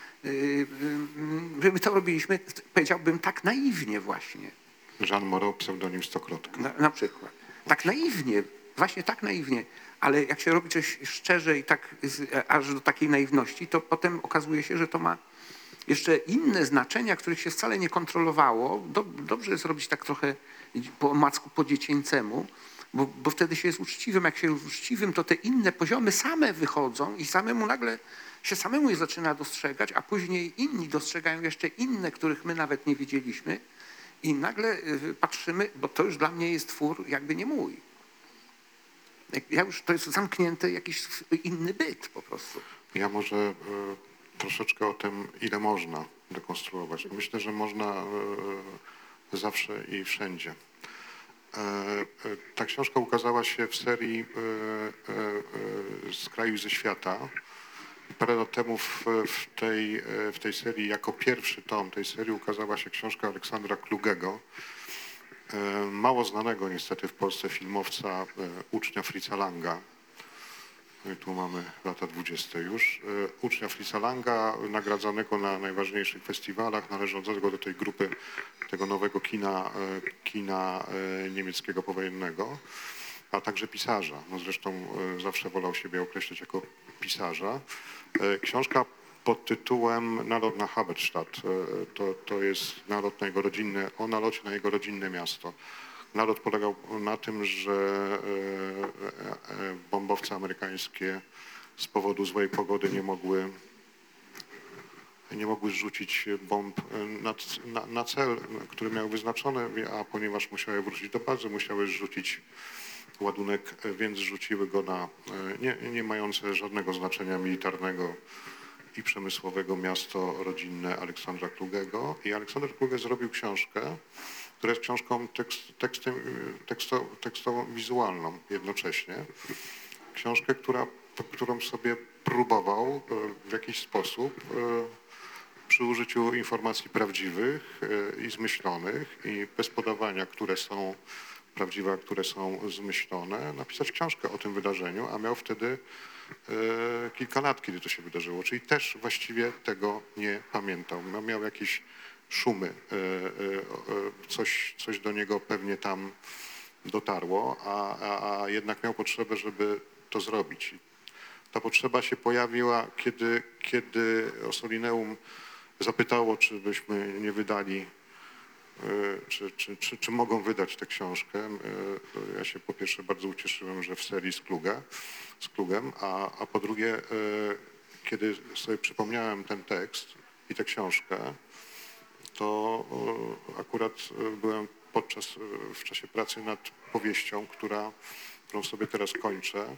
My to robiliśmy, powiedziałbym, tak naiwnie właśnie. Jean Moreau, pseudonim Stokrotka. Na przykład. Tak naiwnie, właśnie tak naiwnie. Ale jak się robi coś szczerze i tak aż do takiej naiwności, to potem okazuje się, że to ma jeszcze inne znaczenia, których się wcale nie kontrolowało. Dobrze jest robić tak trochę po omacku, po dziecięcemu, bo wtedy się jest uczciwym. Jak się jest uczciwym, to te inne poziomy same wychodzą i samemu je zaczyna dostrzegać, a później inni dostrzegają jeszcze inne, których my nawet nie widzieliśmy i nagle patrzymy, bo to już dla mnie jest twór jakby nie mój. To jest zamknięty jakiś inny byt po prostu. Ja może troszeczkę o tym, ile można dekonstruować. Myślę, że można zawsze i wszędzie. Ta książka ukazała się w serii Z kraju i ze świata. Parę lat temu w tej serii, jako pierwszy tom tej serii, ukazała się książka Aleksandra Klugego, mało znanego niestety w Polsce filmowca, ucznia Fritza Langa. Tu mamy lata 20 już. Ucznia Fritza Langa, nagradzanego na najważniejszych festiwalach, należącego do tej grupy tego nowego kina niemieckiego powojennego, a także pisarza. No zresztą zawsze wolał siebie określać jako pisarza. Książka pod tytułem Nalot na Haberstadt. To jest nalot na jego rodzinne, o nalocie na jego rodzinne miasto. Nalot polegał na tym, że bombowce amerykańskie z powodu złej pogody nie mogły zrzucić bomb na cel, który miał wyznaczony, a ponieważ musiały wrócić do bazy, musiały zrzucić ładunek, więc rzuciły go na nie mające żadnego znaczenia militarnego i przemysłowego miasto rodzinne Aleksandra Klugego. I Aleksander Kluge zrobił książkę, która jest książką tekstową, wizualną jednocześnie. Książkę, którą sobie próbował w jakiś sposób przy użyciu informacji prawdziwych i zmyślonych i bez podawania, które są prawdziwe, a które są zmyślone, napisać książkę o tym wydarzeniu, a miał wtedy kilka lat, kiedy to się wydarzyło, czyli też właściwie tego nie pamiętał. Miał jakieś szumy, coś do niego pewnie tam dotarło, a jednak miał potrzebę, żeby to zrobić. Ta potrzeba się pojawiła, kiedy Ossolineum zapytało, czy byśmy nie wydali, czy mogą wydać tę książkę. Ja się po pierwsze bardzo ucieszyłem, że w serii z Klugem, a po drugie, kiedy sobie przypomniałem ten tekst i tę książkę, to akurat byłem w czasie pracy nad powieścią, którą sobie teraz kończę,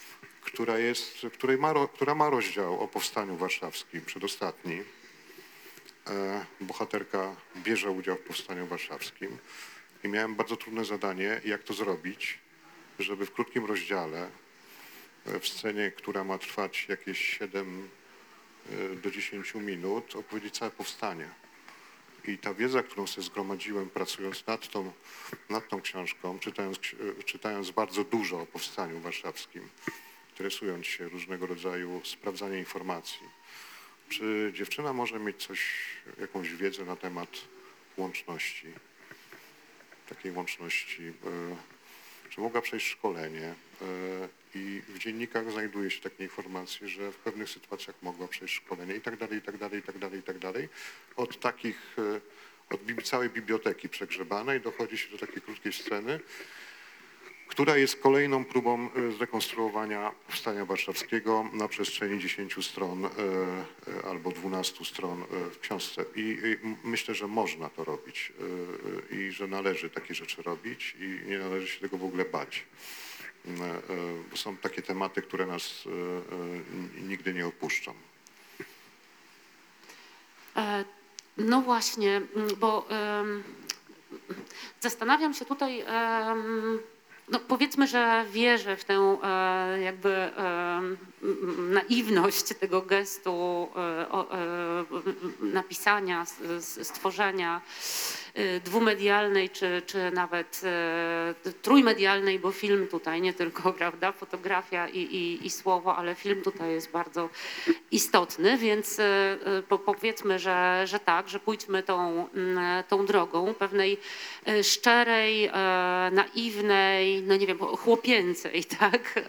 która ma rozdział o Powstaniu Warszawskim, przedostatni. Bohaterka bierze udział w Powstaniu Warszawskim i miałem bardzo trudne zadanie, jak to zrobić, żeby w krótkim rozdziale, w scenie, która ma trwać jakieś 7 do 10 minut, opowiedzieć całe powstanie. I ta wiedza, którą sobie zgromadziłem, pracując nad tą książką, czytając bardzo dużo o Powstaniu Warszawskim, interesując się różnego rodzaju sprawdzaniem informacji, czy dziewczyna może mieć jakąś wiedzę na temat łączności, takiej łączności, czy mogła przejść szkolenie i w dziennikach znajduje się takie informacje, że w pewnych sytuacjach mogła przejść szkolenie i tak dalej, i tak dalej, i tak dalej, i tak dalej. Od całej biblioteki przegrzebanej dochodzi się do takiej krótkiej sceny, która jest kolejną próbą zrekonstruowania Powstania Warszawskiego na przestrzeni 10 stron albo 12 stron w książce. I myślę, że można to robić i że należy takie rzeczy robić i nie należy się tego w ogóle bać. Bo są takie tematy, które nas nigdy nie opuszczą. No właśnie, bo zastanawiam się tutaj, no powiedzmy, że wierzę w tę jakby naiwność tego gestu napisania, stworzenia dwumedialnej czy nawet trójmedialnej, bo film tutaj nie tylko, prawda, fotografia i słowo, ale film tutaj jest bardzo istotny, więc powiedzmy, że tak, że pójdźmy tą drogą pewnej szczerej, naiwnej, no nie wiem, chłopięcej, tak,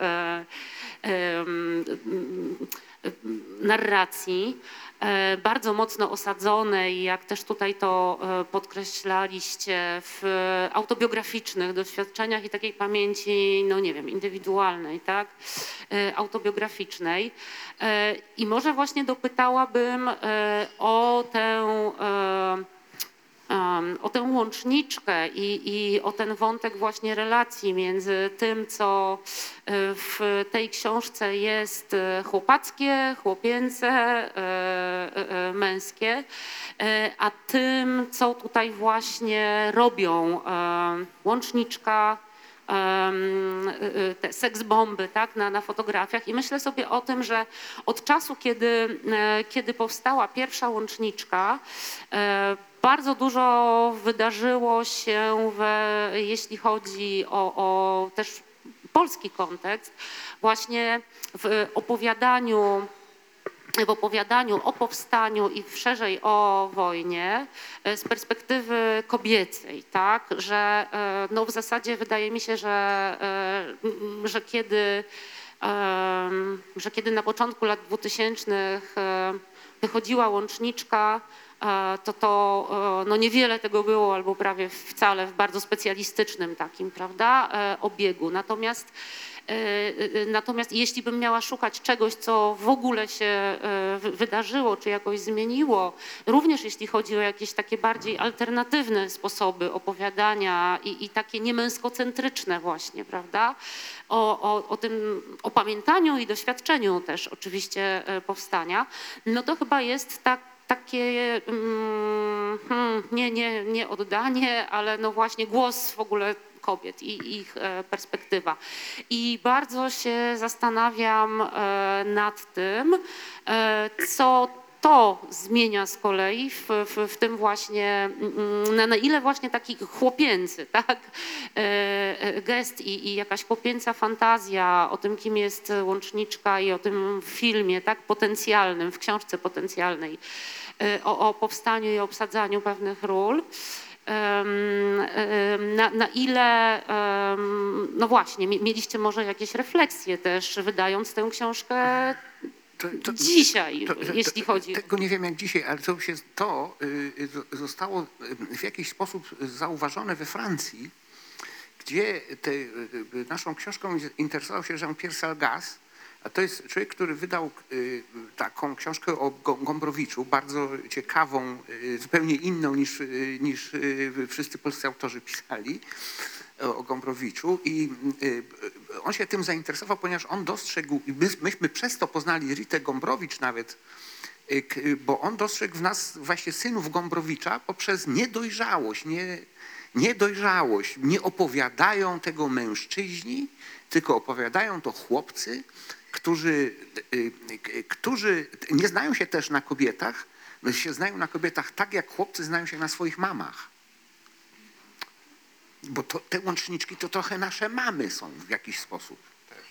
narracji, bardzo mocno osadzonej, jak też tutaj to podkreślaliście, w autobiograficznych doświadczeniach i takiej pamięci, no nie wiem, indywidualnej, tak, autobiograficznej. I może właśnie dopytałabym o tę o tę łączniczkę i o ten wątek właśnie relacji między tym, co w tej książce jest chłopackie, chłopięce, męskie, a tym, co tutaj właśnie robią łączniczka, te seksbomby, tak, na fotografiach. I myślę sobie o tym, że od czasu, kiedy powstała pierwsza łączniczka, bardzo dużo wydarzyło się, jeśli chodzi o też polski kontekst, właśnie w opowiadaniu o powstaniu i szerzej o wojnie z perspektywy kobiecej, tak, że no w zasadzie wydaje mi się, że kiedy na początku lat 2000 wychodziła łączniczka, to no niewiele tego było albo prawie wcale w bardzo specjalistycznym takim, prawda, obiegu. Natomiast jeśli bym miała szukać czegoś, co w ogóle się wydarzyło, czy jakoś zmieniło, również jeśli chodzi o jakieś takie bardziej alternatywne sposoby opowiadania i takie niemęskocentryczne właśnie, prawda, o tym opamiętaniu i doświadczeniu też oczywiście powstania, no to chyba jest takie nie oddanie, ale no właśnie głos w ogóle kobiet i ich perspektywa. I bardzo się zastanawiam nad tym, co to zmienia z kolei w tym właśnie, na ile właśnie taki chłopięcy, tak, gest i jakaś chłopięca fantazja o tym, kim jest łączniczka i o tym filmie, tak, potencjalnym, w książce potencjalnej, o powstaniu i obsadzaniu pewnych ról, na ile, no właśnie, mieliście może jakieś refleksje też, wydając tę książkę dzisiaj, jeśli chodzi... Tego nie wiem jak dzisiaj, ale to zostało w jakiś sposób zauważone we Francji, gdzie naszą książką interesował się Jean-Pierre Salgas, a to jest człowiek, który wydał taką książkę o Gombrowiczu, bardzo ciekawą, zupełnie inną niż wszyscy polscy autorzy pisali o Gombrowiczu. I on się tym zainteresował, ponieważ on dostrzegł, i myśmy przez to poznali Ritę Gombrowicz nawet, bo on dostrzegł w nas właśnie synów Gombrowicza poprzez niedojrzałość. Nie opowiadają tego mężczyźni, tylko opowiadają to chłopcy, którzy nie znają się też na kobietach, no się znają na kobietach tak, jak chłopcy znają się na swoich mamach. Bo te łączniczki to trochę nasze mamy są w jakiś sposób.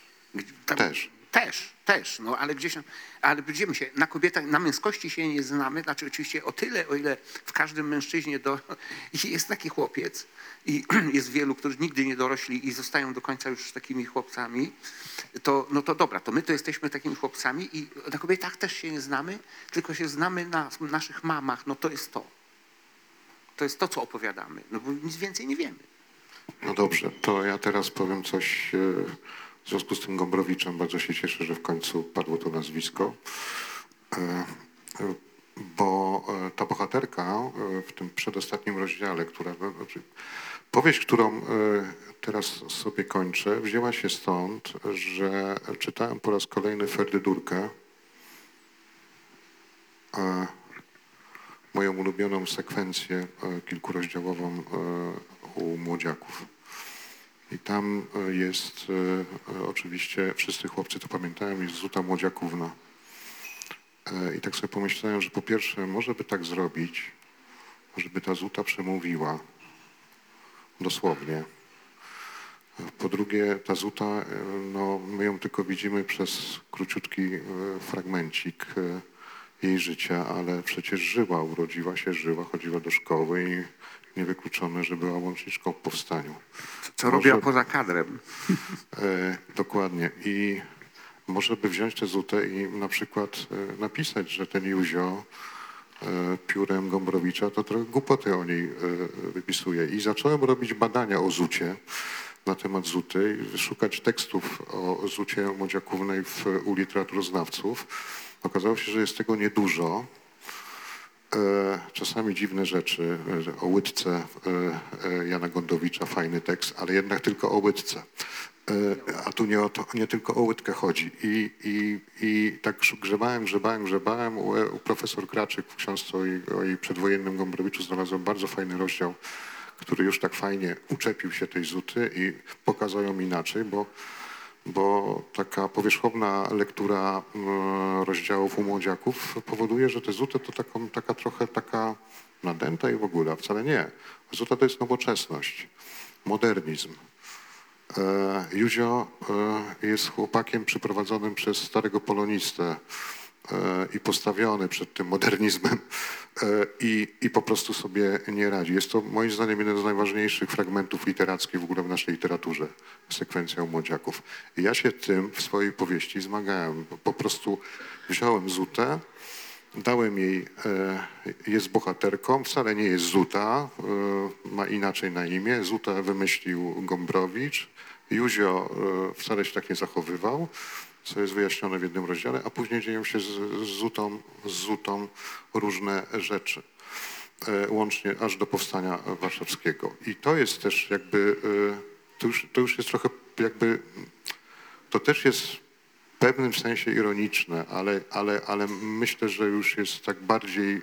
Też, no ale ale będziemy się, na kobietach, na męskości się nie znamy, znaczy oczywiście o tyle, o ile w każdym mężczyźnie jest taki chłopiec i jest wielu, którzy nigdy nie dorośli i zostają do końca już takimi chłopcami, no to dobra, to my to jesteśmy takimi chłopcami i na kobietach też się nie znamy, tylko się znamy na naszych mamach, no to jest to. To jest to, co opowiadamy, no bo nic więcej nie wiemy. No dobrze, to ja teraz powiem coś w związku z tym Gombrowiczem. Bardzo się cieszę, że w końcu padło to nazwisko, bo ta bohaterka w tym przedostatnim rozdziale, powieść, którą teraz sobie kończę, wzięła się stąd, że czytałem po raz kolejny Ferdydurkę, moją ulubioną sekwencję kilkurozdziałową u młodziaków. I tam jest oczywiście, wszyscy chłopcy to pamiętają, jest Zuta Młodziakówna. I tak sobie pomyślałem, że po pierwsze może by tak zrobić, żeby ta Zuta przemówiła dosłownie. Po drugie ta Zuta, no my ją tylko widzimy przez króciutki fragmencik jej życia, ale przecież żyła, urodziła się, żyła, chodziła do szkoły i niewykluczone, że była łączniczką w powstaniu. Co robiła poza kadrem. Dokładnie. I może by wziąć tę Zutę i na przykład napisać, że ten Józio piórem Gombrowicza to trochę głupoty o niej wypisuje. I zacząłem robić badania o Zucie, na temat Zuty, szukać tekstów o Zucie Młodziakównej u literaturoznawców. Okazało się, że jest tego niedużo. Czasami dziwne rzeczy, o łydce Jana Gondowicza, fajny tekst, ale jednak tylko o łydce. A tu nie tylko o łydkę chodzi. I tak grzebałem. U profesor Kraczyk w książce o jej przedwojennym Gombrowiczu znalazłem bardzo fajny rozdział, który już tak fajnie uczepił się tej Zuty i pokazał ją inaczej, bo taka powierzchowna lektura rozdziałów u młodziaków powoduje, że te Zuty to taka trochę nadęta i w ogóle, a wcale nie. Zuta to jest nowoczesność, modernizm. Józio jest chłopakiem przyprowadzonym przez starego polonistę i postawiony przed tym modernizmem i po prostu sobie nie radzi. Jest to moim zdaniem jeden z najważniejszych fragmentów literackich w ogóle w naszej literaturze, sekwencja u młodziaków. I ja się tym w swojej powieści zmagałem. Po prostu wziąłem Zutę, dałem jej, jest bohaterką, wcale nie jest Zuta, ma inaczej na imię. Zutę wymyślił Gombrowicz. Józio wcale się tak nie zachowywał, co jest wyjaśnione w jednym rozdziale, a później dzieją się z Zutą różne rzeczy, łącznie aż do powstania warszawskiego. I to jest też jakby, to już jest trochę jakby, to też jest w pewnym sensie ironiczne, ale myślę, że już jest tak bardziej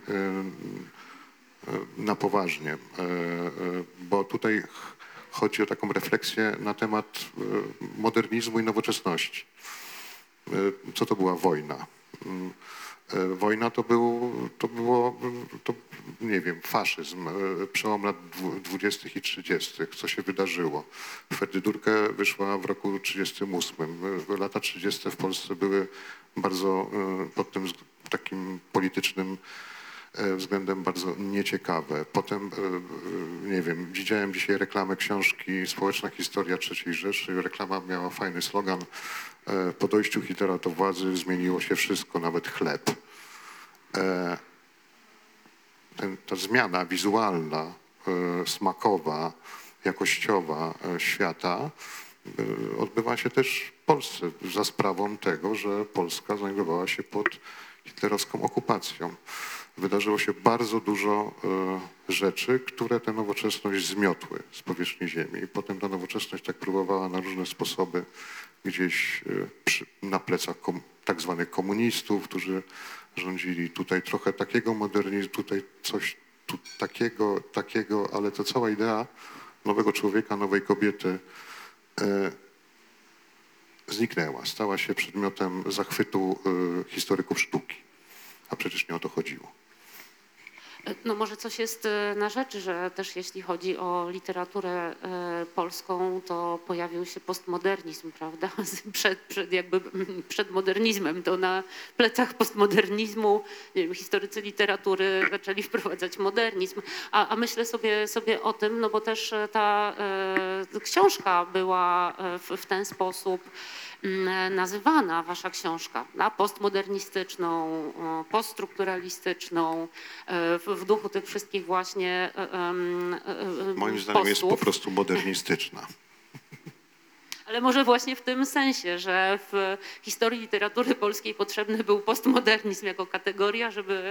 na poważnie, bo tutaj chodzi o taką refleksję na temat modernizmu i nowoczesności. Co to była wojna? Wojna to nie wiem, faszyzm, przełom lat 20. i 30. Co się wydarzyło? Ferdydurkę wyszła w roku 38. Lata 30. w Polsce były bardzo pod tym takim politycznym względem bardzo nieciekawe. Potem, nie wiem, widziałem dzisiaj reklamę książki Społeczna historia III Rzeszy. Reklama miała fajny slogan: po dojściu Hitlera do władzy zmieniło się wszystko, nawet chleb. Ta zmiana wizualna, smakowa, jakościowa świata odbywa się też w Polsce za sprawą tego, że Polska znajdowała się pod hitlerowską okupacją. Wydarzyło się bardzo dużo rzeczy, które tę nowoczesność zmiotły z powierzchni ziemi. I potem ta nowoczesność tak próbowała na różne sposoby gdzieś na plecach tak zwanych komunistów, którzy rządzili. Tutaj trochę takiego modernizmu, tutaj coś takiego, ale to cała idea nowego człowieka, nowej kobiety zniknęła. Stała się przedmiotem zachwytu historyków sztuki. A przecież nie o to chodziło. No może coś jest na rzeczy, że też jeśli chodzi o literaturę polską, to pojawił się postmodernizm, prawda? Przed modernizmem. To na plecach postmodernizmu, nie wiem, historycy literatury zaczęli wprowadzać modernizm. A myślę sobie o tym, no bo też ta książka była w ten sposób nazywana, wasza książka, na postmodernistyczną, poststrukturalistyczną, w duchu tych wszystkich właśnie Moim zdaniem jest po prostu modernistyczna. Ale może właśnie w tym sensie, że w historii literatury polskiej potrzebny był postmodernizm jako kategoria, żeby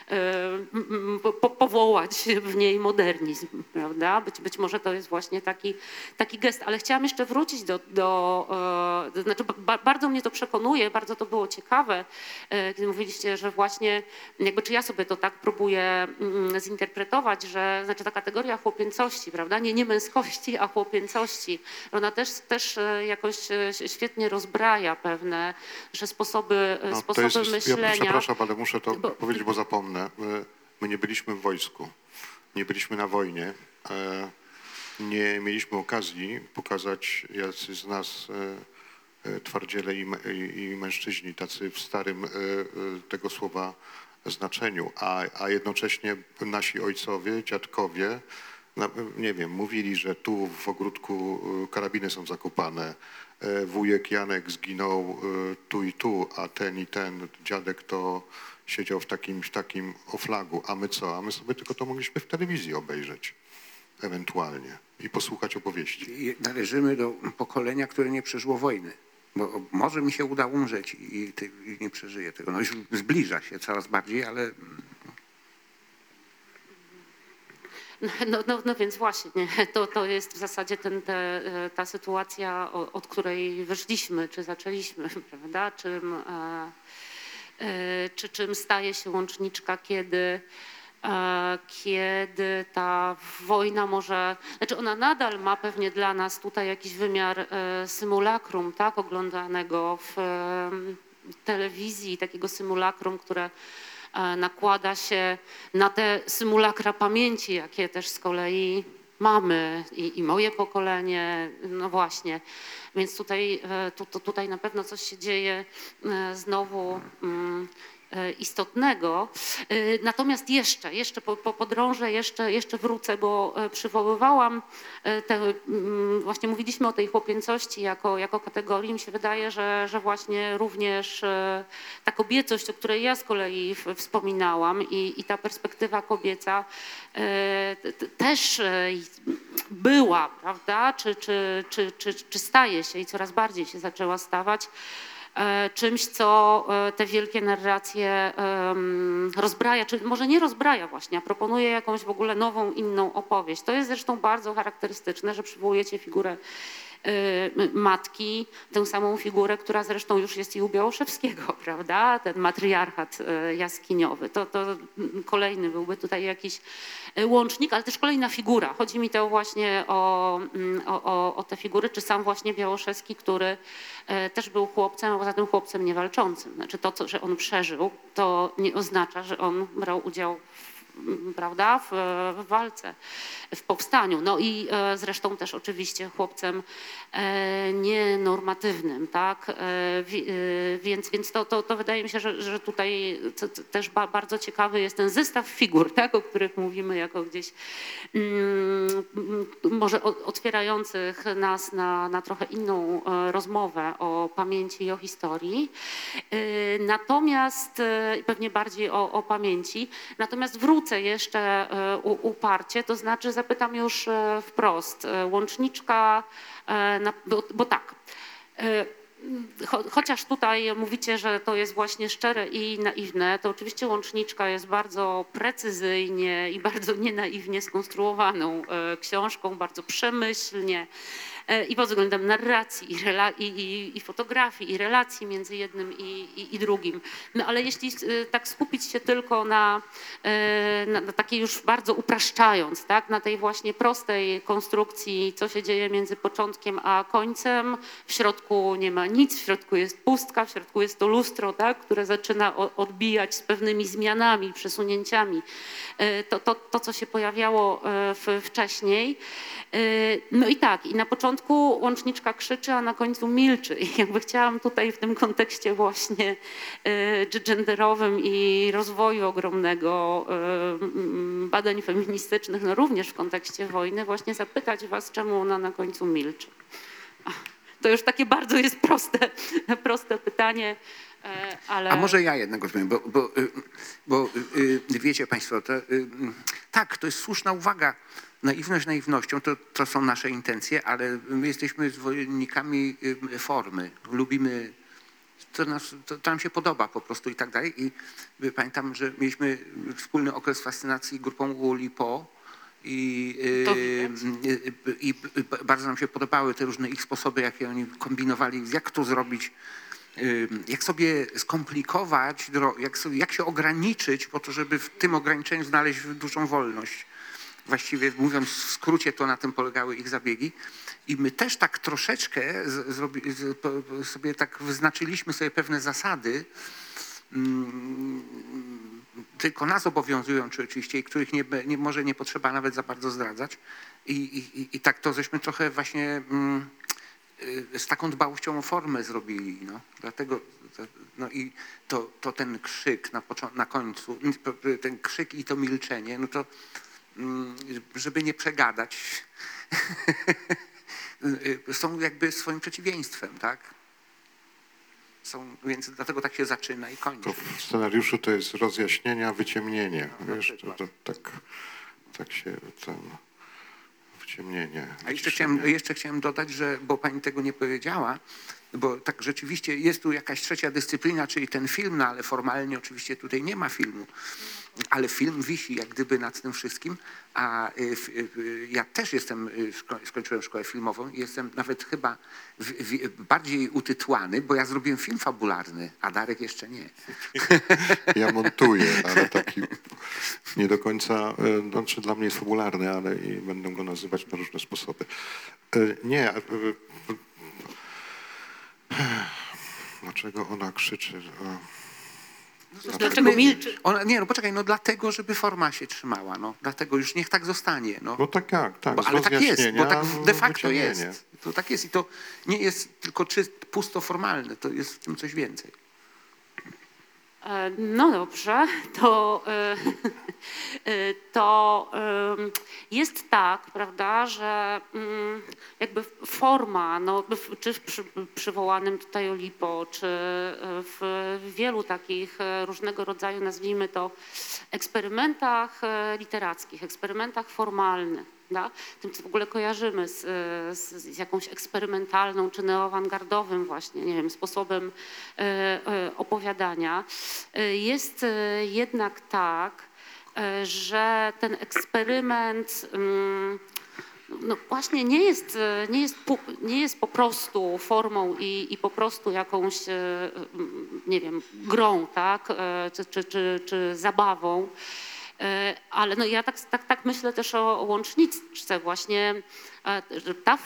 powołać w niej modernizm, prawda? Być może to jest właśnie taki gest. Ale chciałam jeszcze wrócić znaczy bardzo mnie to przekonuje, bardzo to było ciekawe, kiedy mówiliście, że właśnie jakby czy ja sobie to tak próbuję zinterpretować, że znaczy ta kategoria chłopięcości, prawda? Nie męskości, a chłopięcości. Ona też jakoś świetnie rozbraja pewne, że sposoby myślenia. Ja przepraszam, ale muszę to powiedzieć, bo zapomnę. My nie byliśmy w wojsku, nie byliśmy na wojnie, nie mieliśmy okazji pokazać, jacy z nas twardziele i mężczyźni, tacy w starym tego słowa znaczeniu, a jednocześnie nasi ojcowie, dziadkowie, nie wiem, mówili, że tu w ogródku karabiny są zakopane, wujek Janek zginął tu i tu, a ten i ten dziadek to siedział w takim oflagu, a my co? A my sobie tylko to mogliśmy w telewizji obejrzeć ewentualnie i posłuchać opowieści. Należymy do pokolenia, które nie przeżyło wojny. Bo może mi się uda umrzeć i nie przeżyję tego. No już zbliża się coraz bardziej, ale No więc właśnie, to jest w zasadzie ta sytuacja, od której wyszliśmy, czy zaczęliśmy, prawda? Czym staje się łączniczka, kiedy ta wojna może, znaczy ona nadal ma pewnie dla nas tutaj jakiś wymiar symulakrum, tak, oglądanego w telewizji, takiego symulakrum, które nakłada się na te symulakra pamięci, jakie też z kolei mamy i moje pokolenie, no właśnie. Więc tutaj na pewno coś się dzieje znowu istotnego. Natomiast jeszcze podrążę, jeszcze wrócę, bo przywoływałam właśnie mówiliśmy o tej chłopięcości jako kategorii. Mi się wydaje, że właśnie również ta kobiecość, o której ja z kolei wspominałam i ta perspektywa kobieca też była, prawda, czy staje się i coraz bardziej się zaczęła stawać czymś, co te wielkie narracje rozbraja, czy może nie rozbraja właśnie, a proponuje jakąś w ogóle nową, inną opowieść. To jest zresztą bardzo charakterystyczne, że przywołujecie figurę matki, tę samą figurę, która zresztą już jest i u Białoszewskiego, prawda? Ten matriarchat jaskiniowy. To kolejny byłby tutaj jakiś łącznik, ale też kolejna figura. Chodzi mi to właśnie o te figury, czy sam właśnie Białoszewski, który też był chłopcem, a poza tym chłopcem niewalczącym. Znaczy to, że on przeżył, to nie oznacza, że on brał udział prawda, w walce, w powstaniu. No i zresztą też oczywiście chłopcem nienormatywnym, tak? Więc to wydaje mi się, że tutaj też bardzo ciekawy jest ten zestaw figur, tak? O których mówimy jako gdzieś może otwierających nas na trochę inną rozmowę o pamięci i o historii. Natomiast pewnie bardziej o pamięci. Natomiast wrócę jeszcze uparcie, to znaczy zapytam już wprost. Łączniczka, bo tak, chociaż tutaj mówicie, że to jest właśnie szczere i naiwne, to oczywiście Łączniczka jest bardzo precyzyjnie i bardzo nienaiwnie skonstruowaną książką, bardzo przemyślnie i pod względem narracji i fotografii i relacji między jednym i drugim. No ale jeśli tak skupić się tylko na takiej już bardzo upraszczając, tak, na tej właśnie prostej konstrukcji, co się dzieje między początkiem a końcem, w środku nie ma nic, w środku jest pustka, w środku jest to lustro, tak, które zaczyna odbijać z pewnymi zmianami, przesunięciami to co się pojawiało wcześniej. No i tak, i na początku Łączniczka krzyczy, a na końcu milczy. I jakby chciałam tutaj w tym kontekście właśnie genderowym i rozwoju ogromnego badań feministycznych, no również w kontekście wojny, właśnie zapytać was, czemu ona na końcu milczy. To już takie bardzo jest proste pytanie, ale... A może ja jednego powiem, bo wiecie państwo, tak, to jest słuszna uwaga. Naiwność naiwnością, to są nasze intencje, ale my jesteśmy zwolennikami formy. Lubimy, to nam się podoba po prostu i tak dalej. I pamiętam, że mieliśmy wspólny okres fascynacji grupą Oulipo i bardzo nam się podobały te różne ich sposoby, jakie oni kombinowali, jak to zrobić, jak sobie skomplikować, jak się ograniczyć po to, żeby w tym ograniczeniu znaleźć dużą wolność. Właściwie mówiąc w skrócie, to na tym polegały ich zabiegi. I my też tak troszeczkę sobie tak wyznaczyliśmy sobie pewne zasady, tylko nas obowiązują oczywiście i których może nie potrzeba nawet za bardzo zdradzać. I tak to żeśmy trochę właśnie z taką dbałością o formę zrobili. No. Dlatego no i to ten krzyk na końcu, ten krzyk i to milczenie, no to żeby nie przegadać, są jakby swoim przeciwieństwem, tak? Więc dlatego tak się zaczyna i kończy. To w scenariuszu to jest rozjaśnienie, wyciemnienie. Wiesz, tak się tam wyciemnienie. A jeszcze chciałem dodać, że, bo pani tego nie powiedziała, bo tak rzeczywiście jest tu jakaś trzecia dyscyplina, czyli ten film, no ale formalnie oczywiście tutaj nie ma filmu, ale film wisi jak gdyby nad tym wszystkim, a ja też skończyłem szkołę filmową i jestem nawet chyba bardziej utytłany, bo ja zrobiłem film fabularny, a Darek jeszcze nie. Ja montuję, ale taki nie do końca, znaczy dla mnie jest fabularny, ale i będę go nazywać na różne sposoby. Nie. Dlaczego ona krzyczy? Dlaczego milczy? Nie, no poczekaj, no dlatego, żeby forma się trzymała, no. Dlatego już niech tak zostanie, no. No tak, tak. Ale tak jest, bo tak de facto wyciągnięcie. jest. To tak jest i to nie jest tylko pusto formalne, to jest w tym coś więcej. No dobrze, to jest tak, prawda, że jakby forma, no, czy w przywołanym tutaj Oulipo, czy w wielu takich różnego rodzaju, nazwijmy to, eksperymentach literackich, eksperymentach formalnych, da? Tym, co w ogóle kojarzymy z jakąś eksperymentalną czy neoawangardowym właśnie, nie wiem, sposobem opowiadania, jest jednak tak, że ten eksperyment no właśnie nie jest po prostu formą i po prostu jakąś, nie wiem, grą, tak, czy zabawą. Ale no ja tak myślę też o łączniczce właśnie, że ta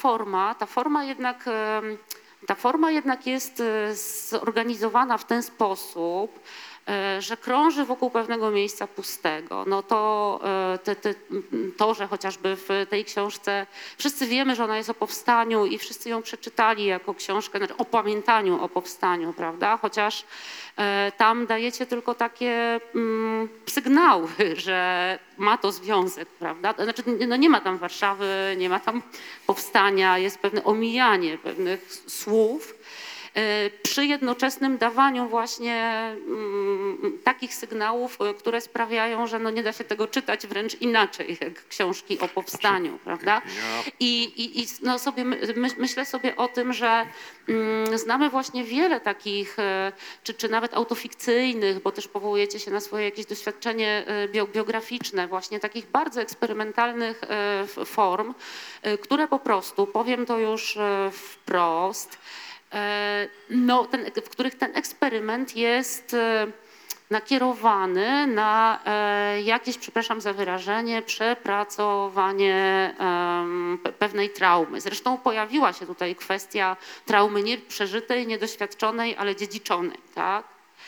forma jednak jest zorganizowana w ten sposób, że krąży wokół pewnego miejsca pustego. No to, że chociażby w tej książce wszyscy wiemy, że ona jest o powstaniu i wszyscy ją przeczytali jako książkę, znaczy o pamiętaniu o powstaniu, prawda? Chociaż tam dajecie tylko takie sygnały, że ma to związek, prawda? Znaczy no nie ma tam Warszawy, nie ma tam powstania, jest pewne omijanie pewnych słów, przy jednoczesnym dawaniu właśnie takich sygnałów, które sprawiają, że no nie da się tego czytać wręcz inaczej, jak książki o powstaniu, prawda? I no sobie myślę sobie o tym, że znamy właśnie wiele takich, czy nawet autofikcyjnych, bo też powołujecie się na swoje jakieś doświadczenie biograficzne, właśnie takich bardzo eksperymentalnych form, które po prostu, powiem to już wprost, no, w których ten eksperyment jest nakierowany na jakieś, przepraszam za wyrażenie, przepracowanie pewnej traumy. Zresztą pojawiła się tutaj kwestia traumy nie przeżytej, niedoświadczonej, ale dziedziczonej, tak?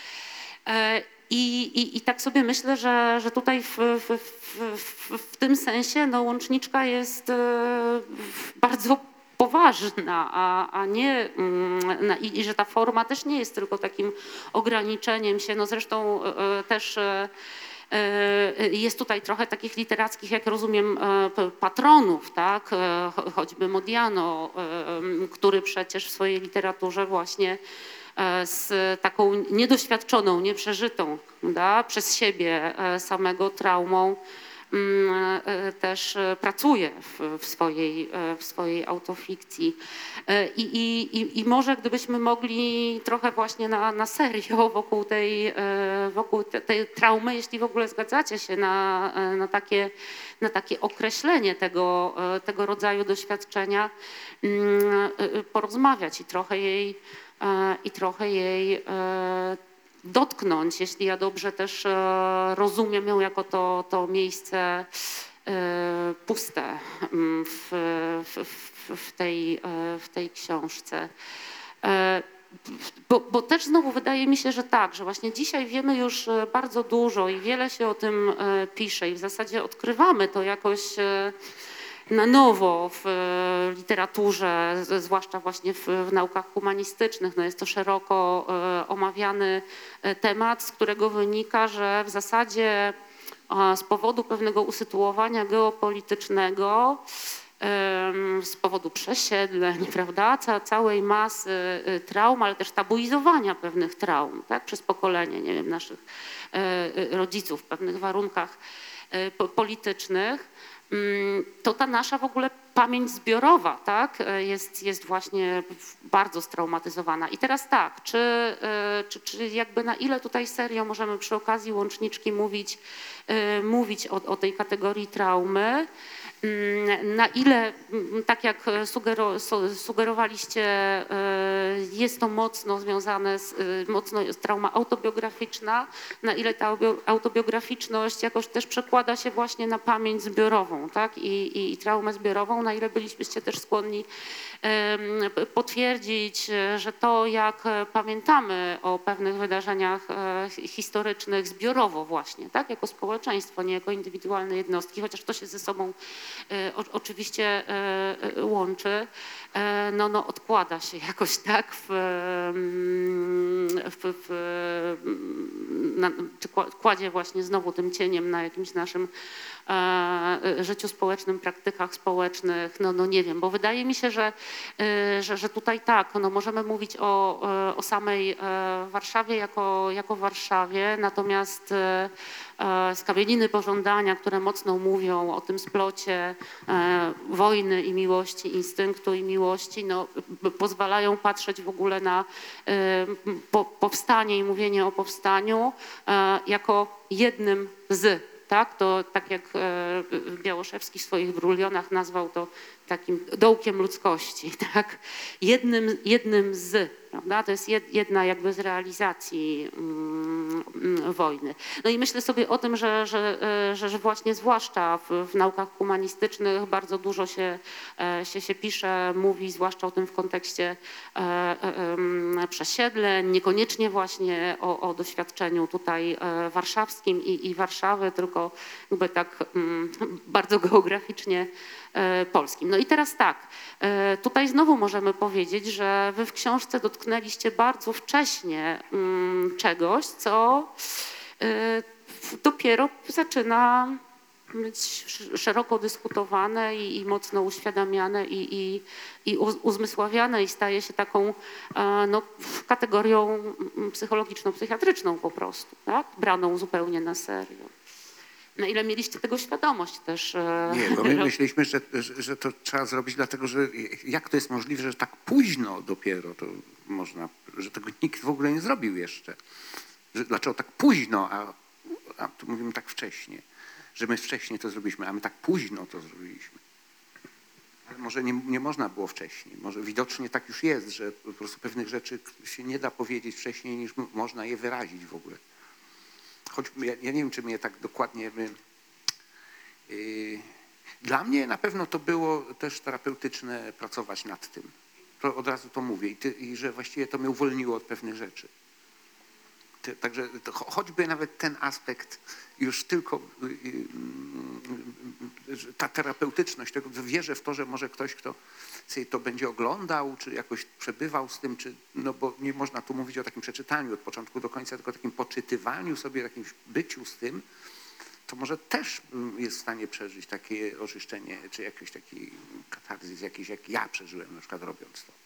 I tak sobie myślę, że tutaj w tym sensie no, łączniczka jest bardzo poważna, a nie i że ta forma też nie jest tylko takim ograniczeniem się. No zresztą też jest tutaj trochę takich literackich, jak rozumiem, patronów, tak? Choćby Modiano, który przecież w swojej literaturze właśnie z taką niedoświadczoną, nieprzeżytą, da, przez siebie samego traumą też pracuje w swojej autofikcji. I może gdybyśmy mogli trochę właśnie na serio wokół tej traumy, jeśli w ogóle zgadzacie się na takie określenie tego rodzaju doświadczenia, porozmawiać i trochę jej dotknąć, jeśli ja dobrze też rozumiem ją jako to miejsce puste w tej książce. Bo też znowu wydaje mi się, że tak, że właśnie dzisiaj wiemy już bardzo dużo i wiele się o tym pisze i w zasadzie odkrywamy to jakoś na nowo w literaturze, zwłaszcza właśnie w naukach humanistycznych. No jest to szeroko omawiany temat, z którego wynika, że w zasadzie z powodu pewnego usytuowania geopolitycznego, z powodu przesiedleń, prawda, całej masy traum, ale też tabuizowania pewnych traum, tak, przez pokolenie, nie wiem, naszych rodziców w pewnych warunkach politycznych, to ta nasza w ogóle pamięć zbiorowa, tak, jest właśnie bardzo straumatyzowana. I teraz tak, czy jakby na ile tutaj serio możemy przy okazji łączniczki mówić o tej kategorii traumy, na ile, tak jak sugerowaliście, jest to mocno związane mocno jest trauma autobiograficzna, na ile ta autobiograficzność jakoś też przekłada się właśnie na pamięć zbiorową, tak? I traumę zbiorową, na ile bylibyście też skłonni potwierdzić, że to, jak pamiętamy o pewnych wydarzeniach historycznych zbiorowo właśnie, tak? Jako społeczeństwo, nie jako indywidualne jednostki, chociaż to się ze sobą oczywiście łączy, no odkłada się jakoś tak czy kładzie właśnie znowu tym cieniem na jakimś naszym życiu społecznym, praktykach społecznych, no nie wiem, bo wydaje mi się, że tutaj tak, no możemy mówić o samej Warszawie jako Warszawie, natomiast skamieliny pożądania, które mocno mówią o tym splocie wojny i miłości, instynktu i miłości, no, pozwalają patrzeć w ogóle na powstanie i mówienie o powstaniu jako jednym z. Tak, to tak jak Białoszewski w swoich brulionach nazwał to takim dołkiem ludzkości, tak? Jednym z, prawda? To jest jedna jakby z realizacji wojny. No i myślę sobie o tym, że właśnie zwłaszcza w naukach humanistycznych bardzo dużo się pisze, mówi, zwłaszcza o tym w kontekście przesiedleń, niekoniecznie właśnie o doświadczeniu tutaj warszawskim i Warszawy, tylko jakby tak bardzo geograficznie polskim. No i teraz tak, tutaj znowu możemy powiedzieć, że wy w książce dotknęliście bardzo wcześnie czegoś, co dopiero zaczyna być szeroko dyskutowane i mocno uświadamiane i uzmysławiane i staje się taką no, kategorią psychologiczno-psychiatryczną po prostu, tak? Braną zupełnie na serio. Na ile mieliście tego świadomość też? Nie, bo my myśleliśmy, że to trzeba zrobić, dlatego że jak to jest możliwe, że tak późno dopiero to można, że tego nikt w ogóle nie zrobił jeszcze. Że, dlaczego tak późno, a tu mówimy tak wcześnie, że my wcześniej to zrobiliśmy, a my tak późno to zrobiliśmy. Ale może nie można było wcześniej. Może widocznie tak już jest, że po prostu pewnych rzeczy się nie da powiedzieć wcześniej, niż można je wyrazić w ogóle. Choć ja nie wiem, czy mnie tak dokładnie... Dla mnie na pewno to było też terapeutyczne pracować nad tym. To od razu to mówię i że właściwie to mnie uwolniło od pewnych rzeczy. Także choćby nawet ten aspekt już tylko ta terapeutyczność, tego wierzę w to, że może ktoś, kto sobie to będzie oglądał, czy jakoś przebywał z tym, czy, no bo nie można tu mówić o takim przeczytaniu od początku do końca, tylko o takim poczytywaniu sobie, jakimś byciu z tym, to może też jest w stanie przeżyć takie oczyszczenie, czy jakiś taki katarzis, jakiś jak ja przeżyłem na przykład robiąc to.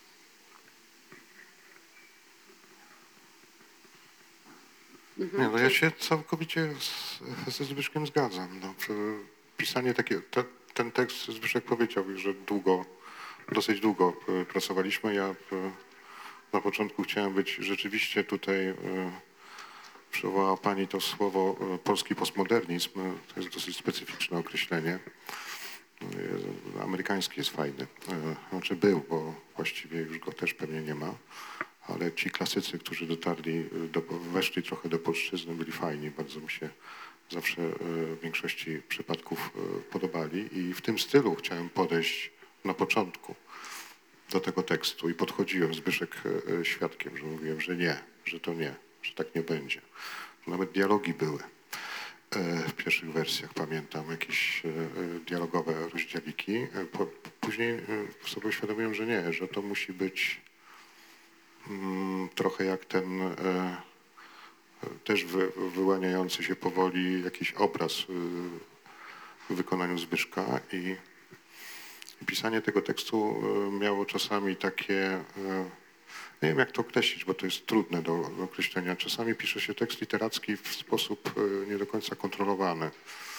Nie, no ja się całkowicie ze Zbyszkiem zgadzam. No, pisanie takie, ten tekst Zbyszek powiedział, że dosyć długo pracowaliśmy. Ja na początku chciałem być rzeczywiście tutaj, przywołała Pani to słowo polski postmodernizm. To jest dosyć specyficzne określenie. Amerykański jest fajny. Znaczy był, bo właściwie już go też pewnie nie ma. Ale ci klasycy, którzy weszli trochę do polszczyzny, byli fajni. Bardzo mi się zawsze w większości przypadków podobali. I w tym stylu chciałem podejść na początku do tego tekstu i podchodziłem, Zbyszek świadkiem, że mówiłem, że nie, że to nie, że tak nie będzie. Nawet dialogi były w pierwszych wersjach, pamiętam, jakieś dialogowe rozdziałiki. Później sobie uświadomiłem, że nie, że to musi być trochę jak ten też wyłaniający się powoli jakiś obraz w wykonaniu Zbyszka i pisanie tego tekstu miało czasami takie Nie wiem, jak to określić, bo to jest trudne do określenia. Czasami pisze się tekst literacki w sposób nie do końca kontrolowany.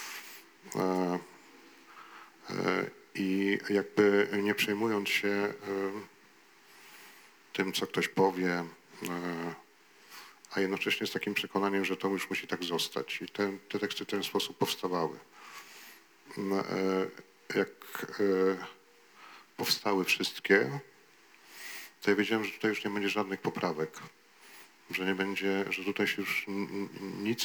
I jakby nie przejmując się tym, co ktoś powie, a jednocześnie z takim przekonaniem, że to już musi tak zostać. I te teksty w ten sposób powstawały. Jak powstały wszystkie, to ja wiedziałem, że tutaj już nie będzie żadnych poprawek, że nie będzie, że tutaj się już nic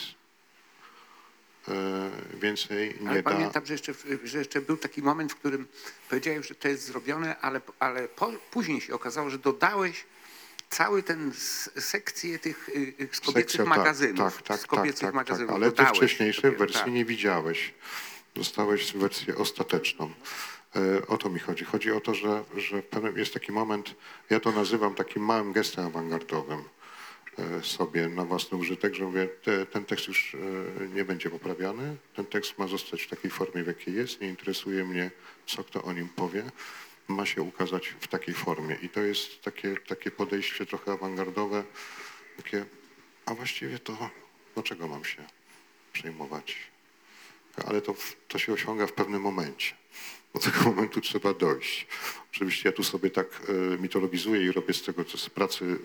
więcej nie Ale da. pamiętam, że jeszcze był taki moment, w którym powiedziałeś, że to jest zrobione, ale później się okazało, że dodałeś cały ten sekcję tych z kobiecych Sekcja, magazynów. Tak, z kobiecych magazynów ale te dodałeś wcześniejsze dopiero, wersji tak. nie widziałeś. Dostałeś wersję ostateczną. O to mi chodzi. Chodzi o to, że jest taki moment, ja to nazywam takim małym gestem awangardowym sobie na własny użytek, że mówię, ten tekst już nie będzie poprawiany, ten tekst ma zostać w takiej formie, w jakiej jest, nie interesuje mnie, co kto o nim powie, ma się ukazać w takiej formie. I to jest takie podejście trochę awangardowe, takie, a właściwie to dlaczego mam się przejmować? Ale to się osiąga w pewnym momencie. Do tego momentu trzeba dojść. Oczywiście ja tu sobie tak mitologizuję i robię z tego z pracy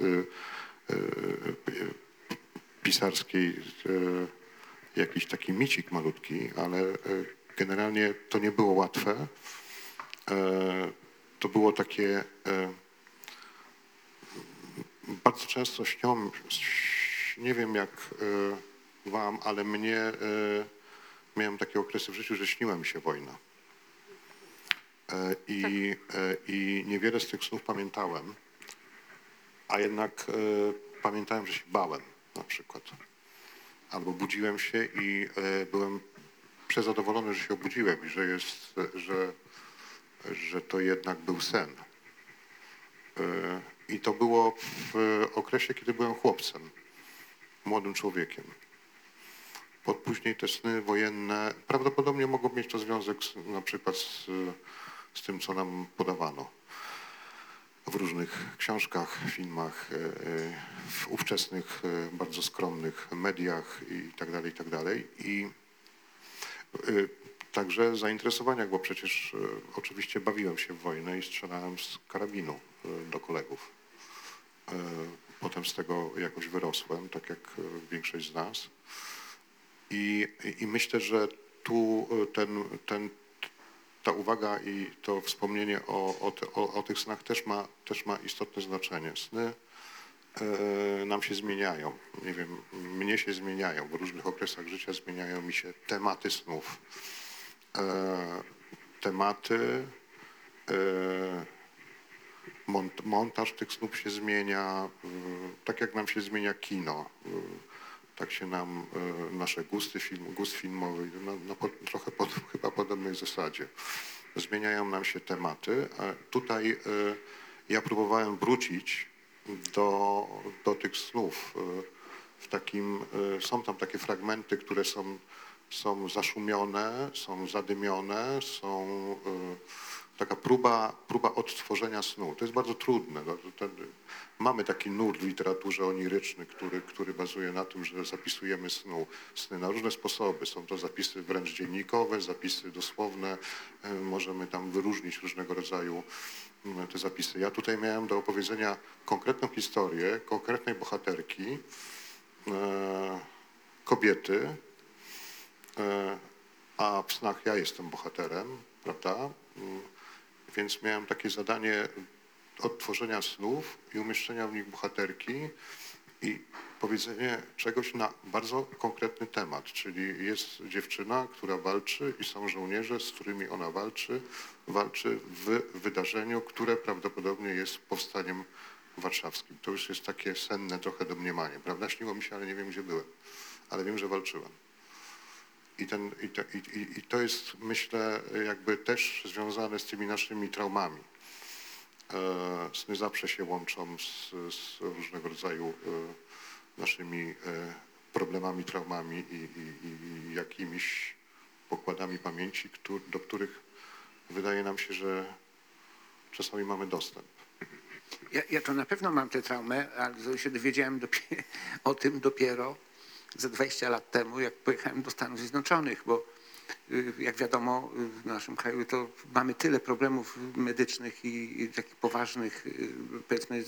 pisarskiej jakiś taki micik malutki, ale generalnie to nie było łatwe. To było takie bardzo często śnią, nie wiem jak wam, ale miałem takie okresy w życiu, że śniła mi się wojna. I niewiele z tych snów pamiętałem, a jednak pamiętałem, że się bałem na przykład. Albo budziłem się i byłem przezadowolony, że się obudziłem i że to jednak był sen. I to było w okresie, kiedy byłem chłopcem, młodym człowiekiem. Później te sny wojenne prawdopodobnie mogą mieć to związek na przykład z tym, co nam podawano w różnych książkach, filmach, w ówczesnych, bardzo skromnych mediach i tak dalej. I także zainteresowaniach, bo przecież oczywiście bawiłem się w wojnę i strzelałem z karabinu do kolegów. Potem z tego jakoś wyrosłem, tak jak większość z nas. I myślę, że tu ta uwaga i to wspomnienie o tych snach też ma istotne znaczenie. Sny nam się zmieniają. Nie wiem, mnie się zmieniają. W różnych okresach życia zmieniają mi się tematy snów. Tematy, montaż tych snów się zmienia, tak jak nam się zmienia kino. Tak się nam nasze gust filmowy trochę chyba podobnej zasadzie. Zmieniają nam się tematy. Tutaj ja próbowałem wrócić do tych snów. Są tam takie fragmenty, które są zaszumione, są zadymione, są taka próba odtworzenia snu. To jest bardzo trudne. Mamy taki nurt w literaturze oniryczny, który bazuje na tym, że zapisujemy sny na różne sposoby. Są to zapisy wręcz dziennikowe, zapisy dosłowne. Możemy tam wyróżnić różnego rodzaju te zapisy. Ja tutaj miałem do opowiedzenia konkretną historię, konkretnej bohaterki, kobiety, a w snach ja jestem bohaterem, prawda? Więc miałem takie zadanie odtworzenia snów i umieszczenia w nich bohaterki i powiedzenie czegoś na bardzo konkretny temat, czyli jest dziewczyna, która walczy i są żołnierze, z którymi ona walczy w wydarzeniu, które prawdopodobnie jest powstaniem warszawskim. To już jest takie senne trochę domniemanie, prawda? Śniło mi się, ale nie wiem, gdzie byłem, ale wiem, że walczyłem. I to jest, myślę, jakby też związane z tymi naszymi traumami. Sny zawsze się łączą z różnego rodzaju naszymi problemami, traumami i jakimiś pokładami pamięci, do których wydaje nam się, że czasami mamy dostęp. Ja to na pewno mam tę traumę, ale się dowiedziałem o tym dopiero ze 20 lat temu, jak pojechałem do Stanów Zjednoczonych, bo jak wiadomo w naszym kraju to mamy tyle problemów medycznych i takich poważnych, powiedzmy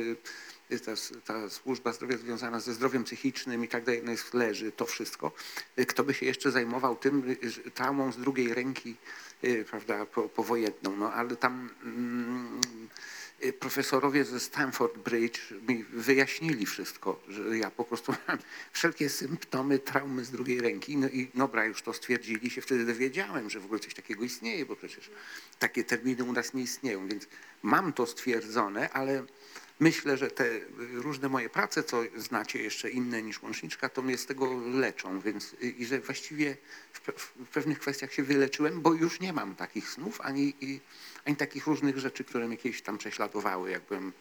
ta służba zdrowia związana ze zdrowiem psychicznym i tak dalej, no leży to wszystko. Kto by się jeszcze zajmował tym traumą z drugiej ręki, prawda, powojenną, no ale tam profesorowie ze Stamford Bridge mi wyjaśnili wszystko, że ja po prostu mam wszelkie symptomy traumy z drugiej ręki. No i dobra, już to stwierdzili, się wtedy dowiedziałem, że w ogóle coś takiego istnieje, bo przecież takie terminy u nas nie istnieją, więc mam to stwierdzone, ale myślę, że te różne moje prace, co znacie jeszcze inne niż Łączniczka, to mnie z tego leczą, więc i że właściwie w pewnych kwestiach się wyleczyłem, bo już nie mam takich snów, ani takich różnych rzeczy, które mnie kiedyś tam prześladowały, jak byłem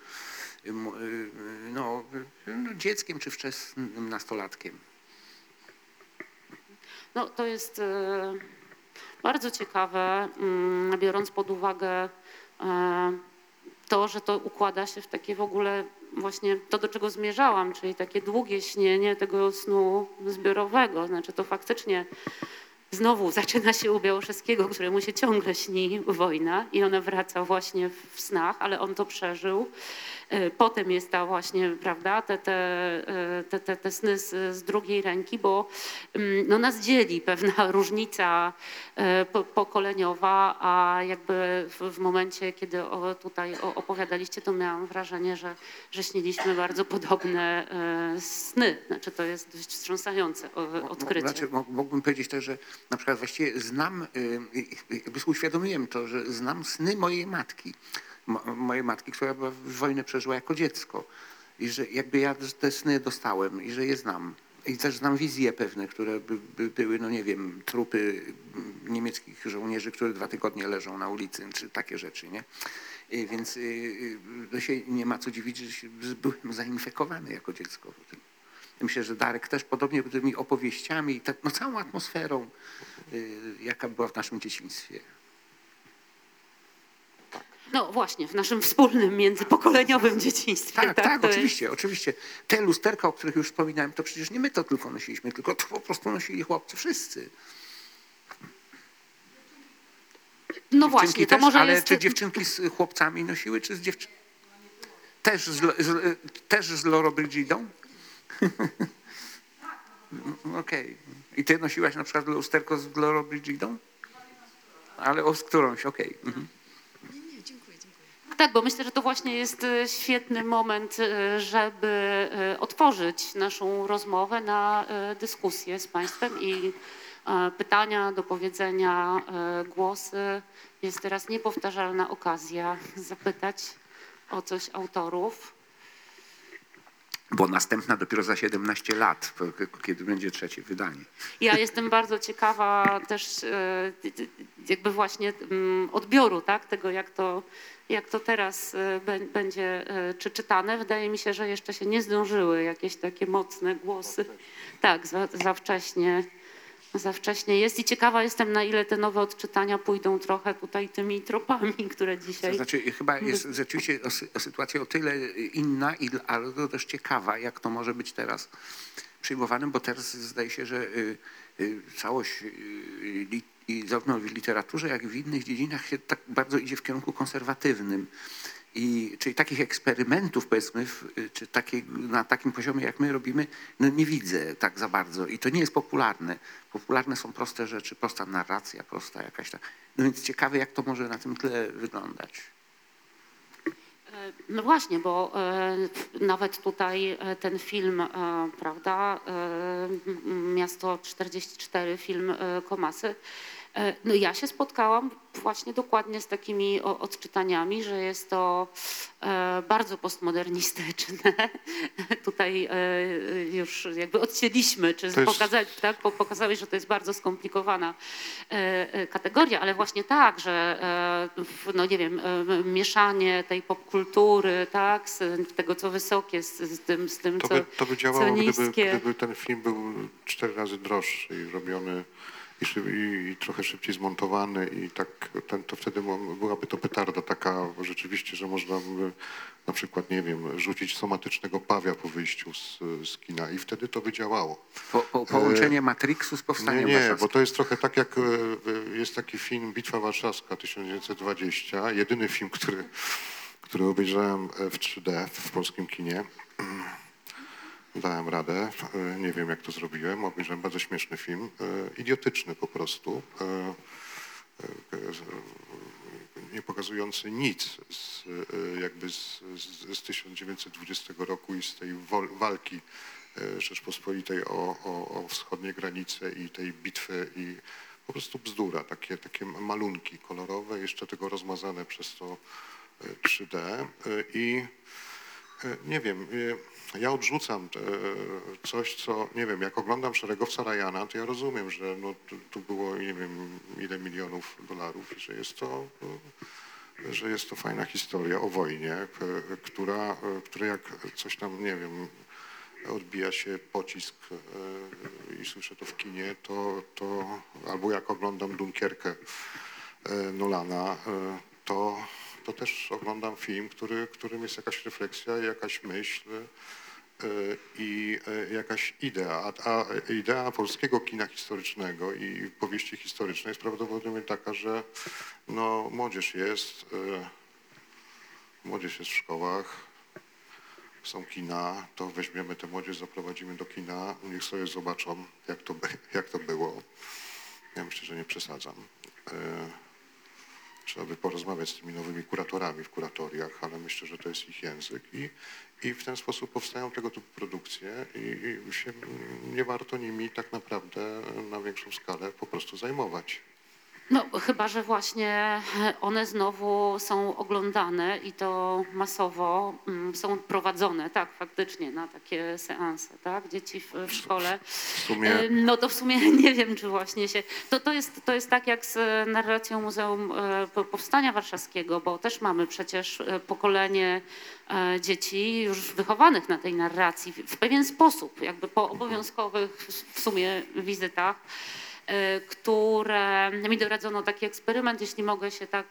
dzieckiem czy wczesnym nastolatkiem. No to jest bardzo ciekawe, biorąc pod uwagę to, że to układa się w takie w ogóle właśnie to, do czego zmierzałam, czyli takie długie śnienie tego snu zbiorowego. Znaczy to faktycznie znowu zaczyna się u Białoszewskiego, któremu się ciągle śni wojna i ona wraca właśnie w snach, ale on to przeżył. Potem jest ta właśnie, prawda, te sny z drugiej ręki, bo no, nas dzieli pewna różnica pokoleniowa, a jakby w momencie, kiedy tutaj opowiadaliście, to miałam wrażenie, że śniliśmy bardzo podobne sny. Znaczy to jest dość wstrząsające odkrycie. Znaczy, mógłbym powiedzieć też, że na przykład właściwie znam, jakby uświadomiłem to, że znam sny mojej matki. Mojej matki, która wojnę przeżyła jako dziecko. I że jakby ja te sny dostałem i że je znam. I też znam wizje pewne, które były, no nie wiem, trupy niemieckich żołnierzy, które 2 tygodnie leżą na ulicy, czy takie rzeczy, nie? I więc to się nie ma co dziwić, że byłem zainfekowany jako dziecko. Myślę, że Darek też podobnie tymi opowieściami, no całą atmosferą, jaka była w naszym dzieciństwie. No właśnie, w naszym wspólnym, międzypokoleniowym dzieciństwie. Tak, oczywiście. Te lusterka, o których już wspominałem, to przecież nie my to tylko nosiliśmy, tylko to po prostu nosili chłopcy wszyscy. No właśnie, to też, może ale jest... czy dziewczynki z chłopcami nosiły, czy z dziewczynami? Też z Loro Brygidą? Okej. I ty nosiłaś na przykład lusterko z Loro Brygidą? Ale z którąś, okej. Nie, dziękuję. Tak, bo myślę, że to właśnie jest świetny moment, żeby otworzyć naszą rozmowę na dyskusję z Państwem i pytania, do powiedzenia, głosy. Jest teraz niepowtarzalna okazja zapytać o coś autorów. Bo następna dopiero za 17 lat, kiedy będzie 3. wydanie. Ja jestem bardzo ciekawa też jakby właśnie odbioru, tak, tego jak to teraz będzie czytane. Wydaje mi się, że jeszcze się nie zdążyły jakieś takie mocne głosy. Tak, za wcześnie jest i ciekawa jestem, na ile te nowe odczytania pójdą trochę tutaj tymi tropami, które dzisiaj... To znaczy chyba jest rzeczywiście sytuacja o tyle inna, ale to też ciekawa, jak to może być teraz przyjmowane, bo teraz zdaje się, że całość i zarówno w literaturze, jak i w innych dziedzinach się tak bardzo idzie w kierunku konserwatywnym. Czyli takich eksperymentów, powiedzmy, czy na takim poziomie, jak my robimy, no nie widzę tak za bardzo. I to nie jest popularne. Popularne są proste rzeczy, prosta narracja, prosta jakaś tak. No więc ciekawe, jak to może na tym tle wyglądać. No właśnie, bo nawet tutaj ten film, prawda, Miasto 44, film Komasy, no ja się spotkałam właśnie dokładnie z takimi odczytaniami, że jest to bardzo postmodernistyczne. Tutaj już jakby odcięliśmy, czy pokazałeś, że to jest bardzo skomplikowana kategoria, ale właśnie tak, że no nie wiem, mieszanie tej popkultury, tak, z tego co wysokie, z tym to by działało, co niskie. gdyby ten film był 4 razy droższy i robiony i trochę szybciej zmontowany i tak to wtedy byłaby to petarda taka rzeczywiście, że można by na przykład, nie wiem, rzucić somatycznego pawia po wyjściu z kina i wtedy to by działało. Połączenie Matrixu z powstaniem Nie, warszawskim. bo to jest trochę tak jak jest taki film Bitwa Warszawska 1920, jedyny film, który obejrzałem w 3D w polskim kinie. Dałem radę, nie wiem jak to zrobiłem, obejrzałem bardzo śmieszny film, idiotyczny po prostu, nie pokazujący nic z 1920 roku i z tej walki Rzeczpospolitej o wschodnie granice i tej bitwy i po prostu bzdura, takie malunki kolorowe, jeszcze tego rozmazane przez to 3D i nie wiem, ja odrzucam coś, co, nie wiem, jak oglądam Szeregowca Ryana, to ja rozumiem, że no, tu było, nie wiem, ile milionów dolarów i że jest to fajna historia o wojnie, która jak coś tam, nie wiem, odbija się pocisk i słyszę to w kinie, to albo jak oglądam Dunkierkę Nolana, to też oglądam film, którym jest jakaś refleksja, jakaś myśl i jakaś idea. A idea polskiego kina historycznego i powieści historycznej jest prawdopodobnie taka, że no, młodzież jest w szkołach, są kina, to weźmiemy tę młodzież, zaprowadzimy do kina, niech sobie zobaczą, jak to było. Ja myślę, że nie przesadzam. Trzeba by porozmawiać z tymi nowymi kuratorami w kuratoriach, ale myślę, że to jest ich język i w ten sposób powstają tego typu produkcje i się nie warto nimi tak naprawdę na większą skalę po prostu zajmować. No chyba, że właśnie one znowu są oglądane i to masowo są prowadzone, tak, faktycznie na takie seanse, tak, dzieci w szkole. W sumie No to w sumie nie wiem, czy właśnie się... To jest tak jak z narracją Muzeum Powstania Warszawskiego, bo też mamy przecież pokolenie dzieci już wychowanych na tej narracji w pewien sposób, jakby po obowiązkowych w sumie wizytach, które mi doradzono taki eksperyment, jeśli mogę się tak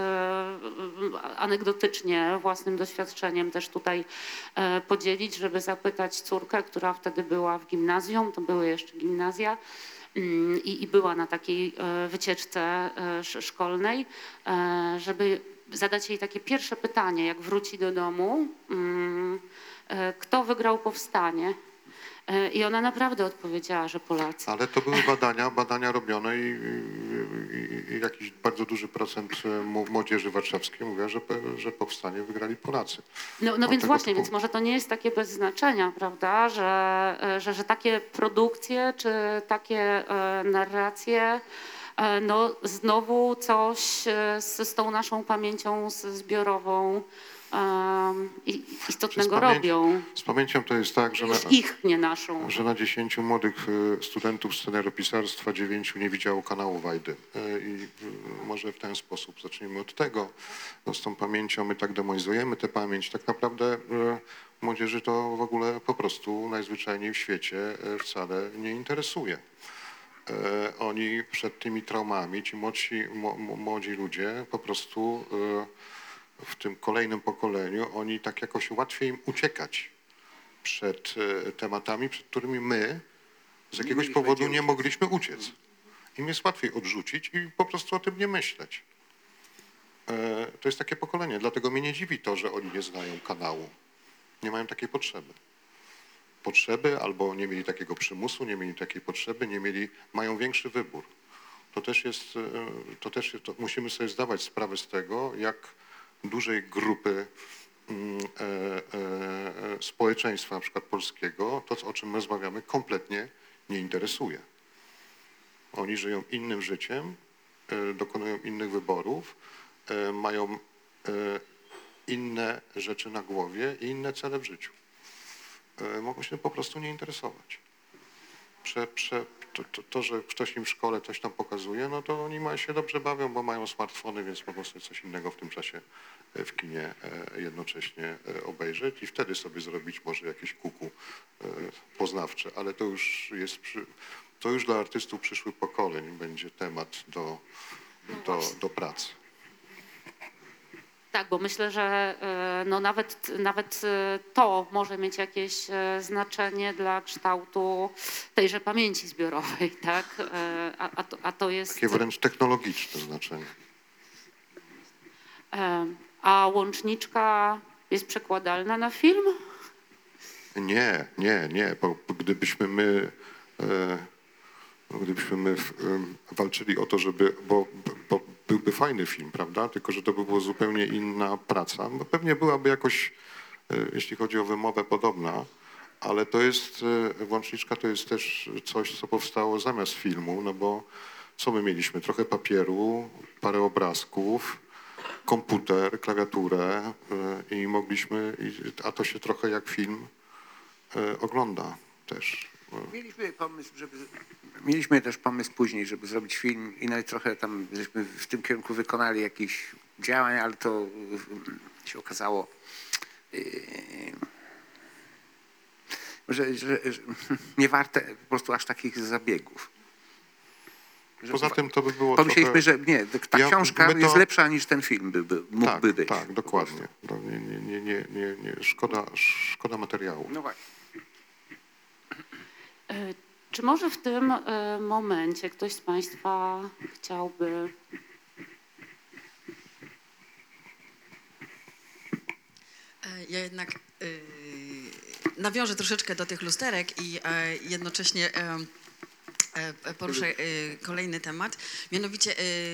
anegdotycznie własnym doświadczeniem też tutaj podzielić, żeby zapytać córkę, która wtedy była w gimnazjum, to były jeszcze gimnazja i była na takiej wycieczce szkolnej, żeby zadać jej takie pierwsze pytanie, jak wróci do domu, kto wygrał powstanie? I ona naprawdę odpowiedziała, że Polacy. ale to były badania robione i jakiś bardzo duży procent młodzieży warszawskiej mówiła, że powstanie wygrali Polacy. No więc właśnie, typu... więc może to nie jest takie bez znaczenia, prawda, że takie produkcje czy takie narracje no znowu coś z tą naszą pamięcią zbiorową istotnego robią. Z pamięcią to jest tak, że Już ich, nie naszą. że na 10 młodych studentów scenariopisarstwa 9 nie widziało kanału Wajdy. I może w ten sposób zacznijmy od tego. No, z tą pamięcią my tak demonizujemy tę pamięć. Tak naprawdę młodzieży to w ogóle po prostu najzwyczajniej w świecie wcale nie interesuje. Oni przed tymi traumami, ci młodzi ludzie po prostu w tym kolejnym pokoleniu, oni tak jakoś łatwiej im uciekać przed tematami, przed którymi my z jakiegoś powodu nie mogliśmy uciec. Im jest łatwiej odrzucić i po prostu o tym nie myśleć. To jest takie pokolenie, dlatego mnie nie dziwi to, że oni nie znają kanału. Nie mają takiej potrzeby albo nie mieli takiego przymusu, nie mieli takiej potrzeby, mają większy wybór. Musimy sobie zdawać sprawę z tego, jak dużej grupy społeczeństwa, na przykład polskiego, to o czym my rozmawiamy, kompletnie nie interesuje. Oni żyją innym życiem, dokonują innych wyborów, mają inne rzeczy na głowie i inne cele w życiu. Mogą się po prostu nie interesować. To, że ktoś im w szkole coś tam pokazuje, no to oni się dobrze bawią, bo mają smartfony, więc mogą sobie coś innego w tym czasie w kinie jednocześnie obejrzeć i wtedy sobie zrobić może jakieś kuku poznawcze, ale to już jest To już dla artystów przyszłych pokoleń będzie temat do pracy. Tak, bo myślę, że no nawet to może mieć jakieś znaczenie dla kształtu tejże pamięci zbiorowej, tak? A to jest... Takie wręcz technologiczne znaczenie. A Łączniczka jest przekładalna na film? Nie, bo gdybyśmy my walczyli o to, bo byłby fajny film, prawda? Tylko że to by była zupełnie inna praca. No pewnie byłaby jakoś, jeśli chodzi o wymowę, podobna, ale to jest, Łączniczka to jest też coś, co powstało zamiast filmu, no bo co my mieliśmy? Trochę papieru, parę obrazków, komputer, klawiaturę i mogliśmy, a to się trochę jak film ogląda też. Mieliśmy też pomysł później, żeby zrobić film i nawet trochę tam żeśmy w tym kierunku wykonali jakieś działań, ale to się okazało, że nie warte po prostu aż takich zabiegów. Poza tym to by było pomyśleliśmy, trochę... że nie, ta książka jest lepsza niż ten film mógłby być. Tak, dokładnie. No, nie, szkoda materiału. No właśnie. Czy może w tym momencie ktoś z Państwa chciałby... Ja jednak nawiążę troszeczkę do tych lusterek i jednocześnie poruszę kolejny temat. Mianowicie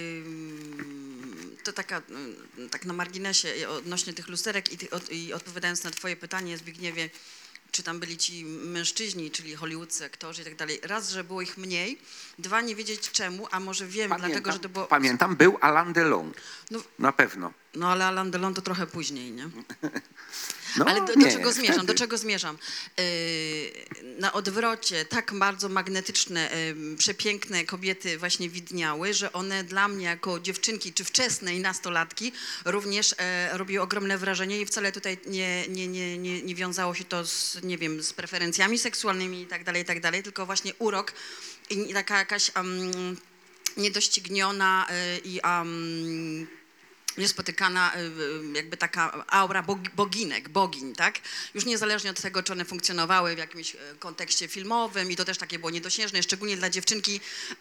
to tak na marginesie odnośnie tych lusterek i odpowiadając na Twoje pytanie, Zbigniewie, czy tam byli ci mężczyźni, czyli hollywoodzcy aktorzy i tak dalej. Raz, że było ich mniej, dwa, nie wiedzieć czemu, a może wiem, dlatego, że to było... Pamiętam, był Alain Delon, no, na pewno. No ale Alain Delon to trochę później, nie? No, ale nie, do czego zmierzam? Na odwrocie tak bardzo magnetyczne, przepiękne kobiety właśnie widniały, że one dla mnie jako dziewczynki czy wczesnej nastolatki również robiły ogromne wrażenie i wcale tutaj nie wiązało się to z, nie wiem, z preferencjami seksualnymi i tak dalej, tylko właśnie urok i taka jakaś niedościgniona i niespotykana jakby taka aura bogiń, tak? Już niezależnie od tego, czy one funkcjonowały w jakimś kontekście filmowym i to też takie było niedosiężne, szczególnie dla dziewczynki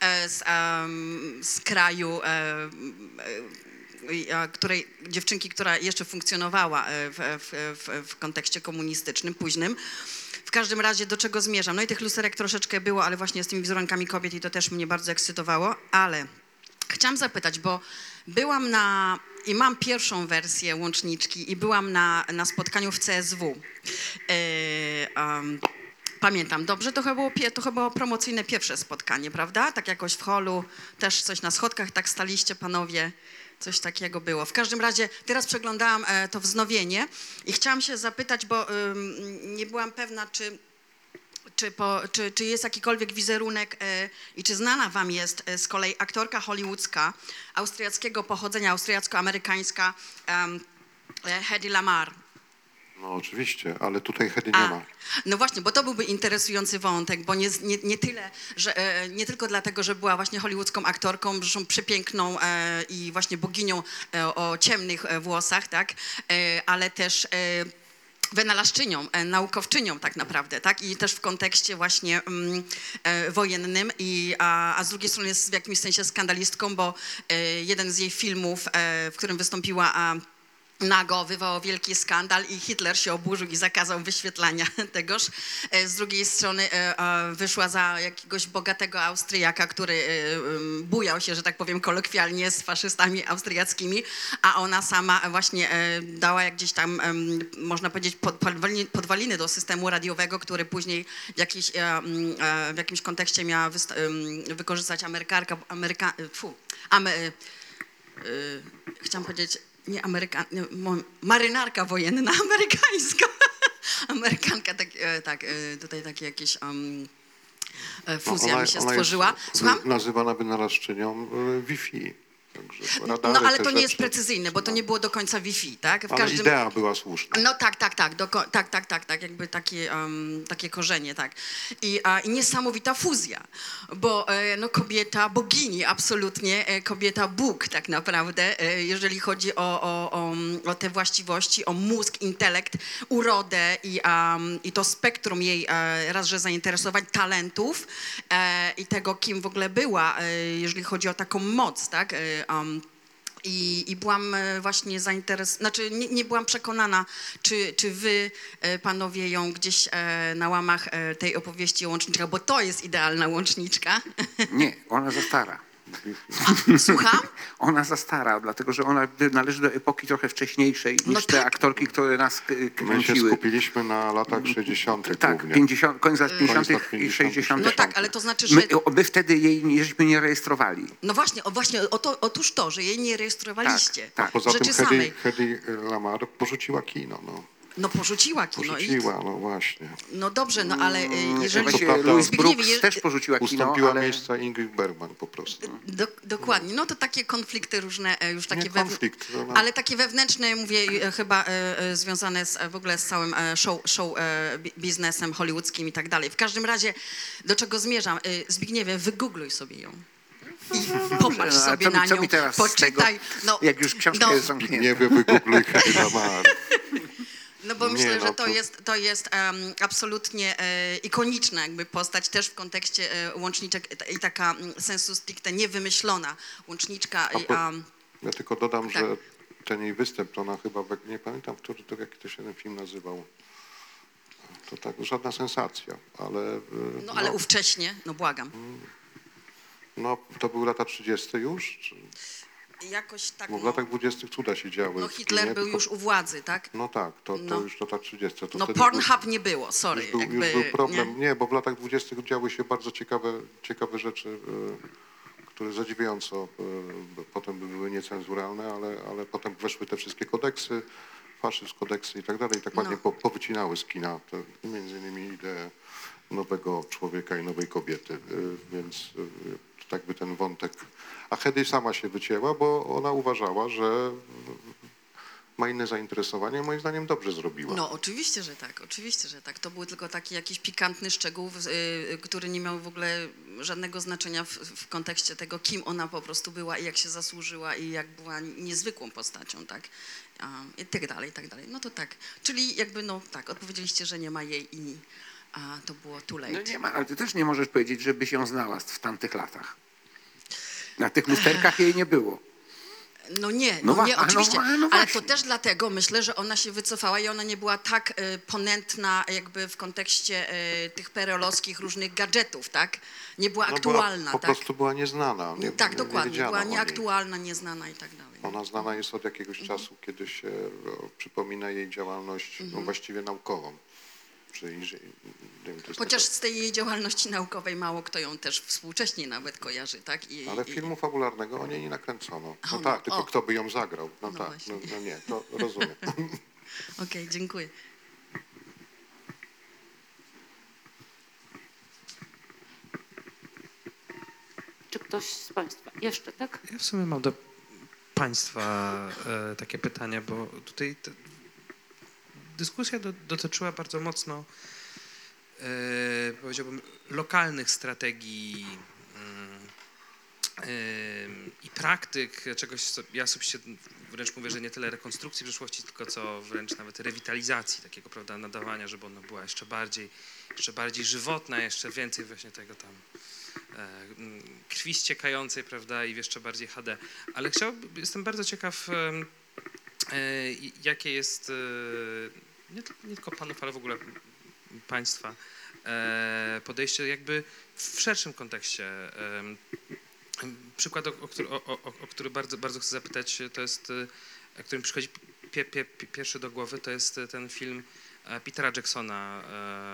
z kraju, dziewczynki, która jeszcze funkcjonowała w kontekście komunistycznym, późnym. W każdym razie do czego zmierzam? No i tych lusterek troszeczkę było, ale właśnie z tymi wizerunkami kobiet i to też mnie bardzo ekscytowało, ale chciałam zapytać, bo byłam i mam pierwszą wersję Łączniczki i byłam na spotkaniu w CSW. Pamiętam dobrze, to chyba było promocyjne pierwsze spotkanie, prawda? Tak jakoś w holu, też coś na schodkach, tak staliście panowie, coś takiego było. W każdym razie teraz przeglądałam to wznowienie i chciałam się zapytać, bo nie byłam pewna, czy jest jakikolwiek wizerunek i czy znana wam jest z kolei aktorka hollywoodzka austriackiego pochodzenia, austriacko-amerykańska Hedy Lamarr. No oczywiście, ale tutaj Hedy nie ma. No właśnie, bo to byłby interesujący wątek, bo nie tyle, że nie tylko dlatego, że była właśnie hollywoodzką aktorką, zresztą przepiękną i właśnie boginią o ciemnych włosach, tak, ale też wynalazczynią, naukowczynią tak naprawdę, tak? I też w kontekście właśnie wojennym, a z drugiej strony jest w jakimś sensie skandalistką, bo jeden z jej filmów, w którym wystąpiła nago, wywołał wielki skandal i Hitler się oburzył i zakazał wyświetlania tegoż. Z drugiej strony wyszła za jakiegoś bogatego Austriaka, który bujał się, że tak powiem kolokwialnie, z faszystami austriackimi, a ona sama właśnie dała jak gdzieś tam, można powiedzieć, podwaliny do systemu radiowego, który później w jakimś kontekście miała wykorzystać chciałam powiedzieć, marynarka wojenna amerykańska. Amerykanka, tak, tutaj takie jakieś fuzja mi się stworzyła. Słucham? Nazywana wynalazczynią Wi-Fi. Także No radary, ale te to nie jest rzeczy, precyzyjne, bo to nie było do końca Wi-Fi, tak? Ale idea była słuszna. No tak, jakby takie korzenie, tak. I niesamowita fuzja, bo no, kobieta bogini, absolutnie, kobieta Bóg tak naprawdę, jeżeli chodzi o te właściwości, o mózg, intelekt, urodę i to spektrum jej raz, że zainteresowań, talentów i tego, kim w ogóle była, jeżeli chodzi o taką moc, tak? I byłam właśnie zainteresowana, znaczy nie byłam przekonana, czy wy, panowie, ją gdzieś na łamach tej opowieści o łączniczkach, bo to jest idealna łączniczka. Nie, ona za stara. Słucham? Ona za stara, dlatego że ona należy do epoki trochę wcześniejszej niż No te tak. aktorki, które nas My się kręciły. skupiliśmy na latach 60. Tak, głównie. 50, koniec lat 50. Koniec lat i 50. 60. No tak, ale to znaczy, że... My wtedy jej żeśmy nie rejestrowali. No właśnie, otóż to, że jej nie rejestrowaliście. Tak, tak. Poza Rzeczy tym samej. Hedy Lamar porzuciła kino. No. No porzuciła kino. Porzuciła, no właśnie. No dobrze, no ale jeżeli... Właściwie prawda, Louis Zbigniewie, Brooks też porzuciła kino, Ustąpiła ale... miejsca Ingrid Bergman po prostu. Dokładnie, no to takie konflikty różne, już takie Nie konflikt, no. ale takie wewnętrzne, mówię, chyba związane w ogóle z całym show biznesem hollywoodzkim i tak dalej. W każdym razie, do czego zmierzam? Zbigniewie, wygoogluj sobie ją. I popatrz No, a sobie na co nią, mi teraz z poczytaj. tego, jak już książka jest zamknięta? Nie wie, wygoogluj Hedy Lamar. No bo Nie, myślę, no że to- to jest absolutnie ikoniczna jakby postać też w kontekście łączniczek i taka sensu stricte niewymyślona łączniczka. Ja tylko dodam, Tak. że ten jej występ, to ona chyba, nie pamiętam, jaki to się ten film nazywał. To tak, żadna sensacja, ale... No ale ówcześnie, no błagam. No, to były lata 30. już? Jakoś tak, Bo w no, latach 20. cuda się działy. no w Hitler kinie, był tylko- już u władzy, tak? No tak, to No. już lata 30. To No wtedy Pornhub nie było, sorry. już był jakby, problem. nie? Nie, bo w latach 20. działy się bardzo ciekawe rzeczy, które zadziwiająco potem były niecenzuralne, ale potem weszły te wszystkie kodeksy, faszyzm, kodeksy i tak dalej, i tak ładnie No. powycinały z kina te, między innymi ideę nowego człowieka i nowej kobiety, więc tak by ten wątek... A Hedy sama się wycięła, bo ona uważała, że ma inne zainteresowanie, moim zdaniem dobrze zrobiła. No oczywiście, że tak, oczywiście, że tak. To był tylko taki jakiś pikantny szczegół, który nie miał w ogóle żadnego znaczenia w kontekście tego, kim ona po prostu była i jak się zasłużyła i jak była niezwykłą postacią, tak? I tak dalej, i tak dalej. No to tak. Czyli jakby, no tak, odpowiedzieliście, że nie ma jej i to było too late. No nie ma, ale ty też nie możesz powiedzieć, żebyś ją znalazł w tamtych latach. Na tych lusterkach jej nie było. No nie, No no nie, wa- a no oczywiście, wa- no ale to właśnie. też dlatego myślę, że ona się wycofała i ona nie była tak ponętna jakby w kontekście tych perelowskich różnych gadżetów, tak? Nie była No, aktualna, po tak? prostu była nieznana. Tak, dokładnie, wiedziano była o niej. nieaktualna, nieznana i tak dalej. Ona znana jest od jakiegoś czasu, kiedy się przypomina jej działalność no, właściwie naukową. Czyli, nie wiem, to jest Chociaż z tej jej działalności naukowej mało kto ją też współcześnie nawet kojarzy, tak? ale filmu fabularnego o niej nie nakręcono. No O, no, tak, tylko o. kto by ją zagrał? No, No tak, właśnie. no nie, to rozumiem. Okej, dziękuję. Czy ktoś z Państwa jeszcze, tak? Ja w sumie mam do Państwa takie pytanie, bo tutaj dyskusja dotyczyła bardzo mocno, powiedziałbym, lokalnych strategii i praktyk, czegoś, co ja osobiście wręcz mówię, że nie tyle rekonstrukcji przeszłości, tylko co wręcz nawet rewitalizacji takiego, prawda, nadawania, żeby ona była jeszcze bardziej żywotna, jeszcze więcej właśnie tego tam krwi ściekającej, prawda, i jeszcze bardziej HD. Ale jestem bardzo ciekaw, jakie jest, nie tylko panów, ale w ogóle państwa podejście jakby w szerszym kontekście. Przykład, o który bardzo chcę zapytać, to jest, który mi przychodzi pierwszy do głowy, to jest ten film Petera Jacksona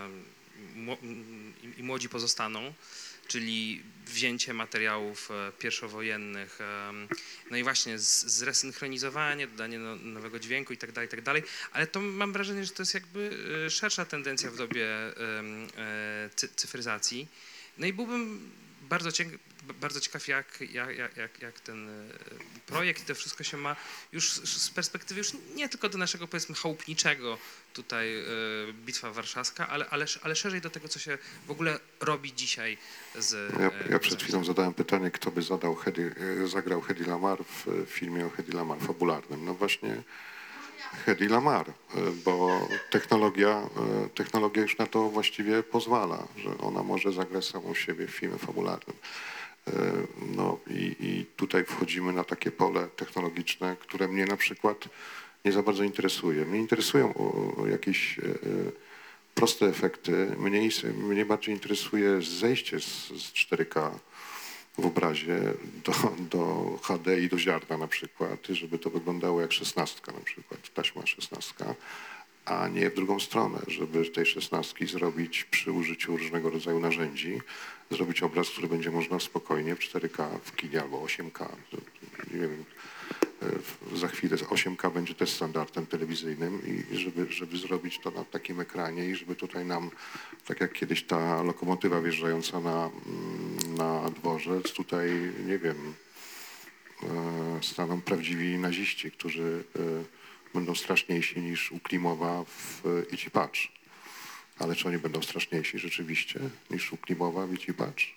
i Młodzi pozostaną, czyli wzięcie materiałów pierwszowojennych, no i właśnie zresynchronizowanie, dodanie nowego dźwięku i tak dalej, ale to mam wrażenie, że to jest jakby szersza tendencja w dobie cyfryzacji. No i byłbym bardzo ciekaw, jak ten projekt i to wszystko się ma już z perspektywy już nie tylko do naszego, powiedzmy, chałupniczego tutaj Bitwa Warszawska, ale szerzej do tego, co się w ogóle robi dzisiaj z... Ja przed chwilą zadałem pytanie, kto by zagrał Hedy Lamarr w filmie o Hedy Lamarr fabularnym. No właśnie Hedy Lamarr, bo technologia już na to właściwie pozwala, że ona może zagrać samą siebie w filmie fabularnym. No i tutaj wchodzimy na takie pole technologiczne, które mnie na przykład nie za bardzo interesuje. Mnie interesują jakieś proste efekty. Mnie bardziej interesuje zejście z 4K w obrazie do HD i do ziarna na przykład, żeby to wyglądało jak 16 na przykład, taśma 16, a nie w drugą stronę, żeby tej 16 zrobić przy użyciu różnego rodzaju narzędzi, zrobić obraz, który będzie można spokojnie w 4K w kinie albo 8K. Nie wiem, za chwilę 8K będzie też standardem telewizyjnym i żeby zrobić to na takim ekranie i żeby tutaj nam, tak jak kiedyś ta lokomotywa wjeżdżająca na dworzec, tutaj, nie wiem, staną prawdziwi naziści, którzy będą straszniejsi niż u Klimowa w Idź i patrz. Ale czy oni będą straszniejsi rzeczywiście niż u Klimowa w Idź i patrz?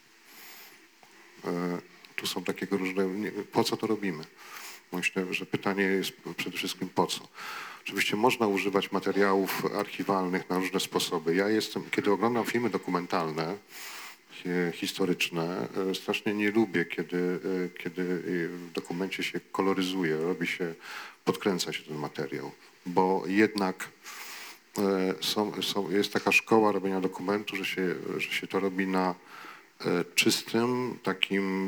Tu są takiego różne... Po co to robimy? Myślę, że pytanie jest przede wszystkim po co. Oczywiście można używać materiałów archiwalnych na różne sposoby. Kiedy oglądam filmy dokumentalne, historyczne, strasznie nie lubię, kiedy w dokumencie się koloryzuje, podkręca się ten materiał, bo jednak jest taka szkoła robienia dokumentu, że się to robi na czystym, takim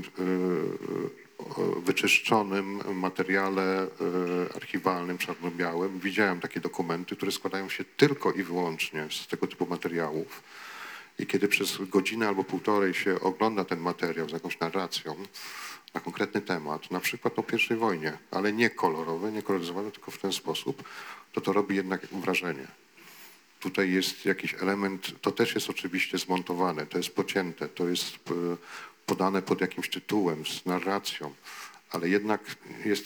wyczyszczonym materiale archiwalnym, czarno-białym. Widziałem takie dokumenty, które składają się tylko i wyłącznie z tego typu materiałów. I kiedy przez godzinę albo półtorej się ogląda ten materiał z jakąś narracją na konkretny temat, na przykład o I wojnie, ale nie kolorowe, nie koloryzowane, tylko w ten sposób, to robi jednak wrażenie. Tutaj jest jakiś element, to też jest oczywiście zmontowane, to jest pocięte, to jest podane pod jakimś tytułem, z narracją, ale jednak jest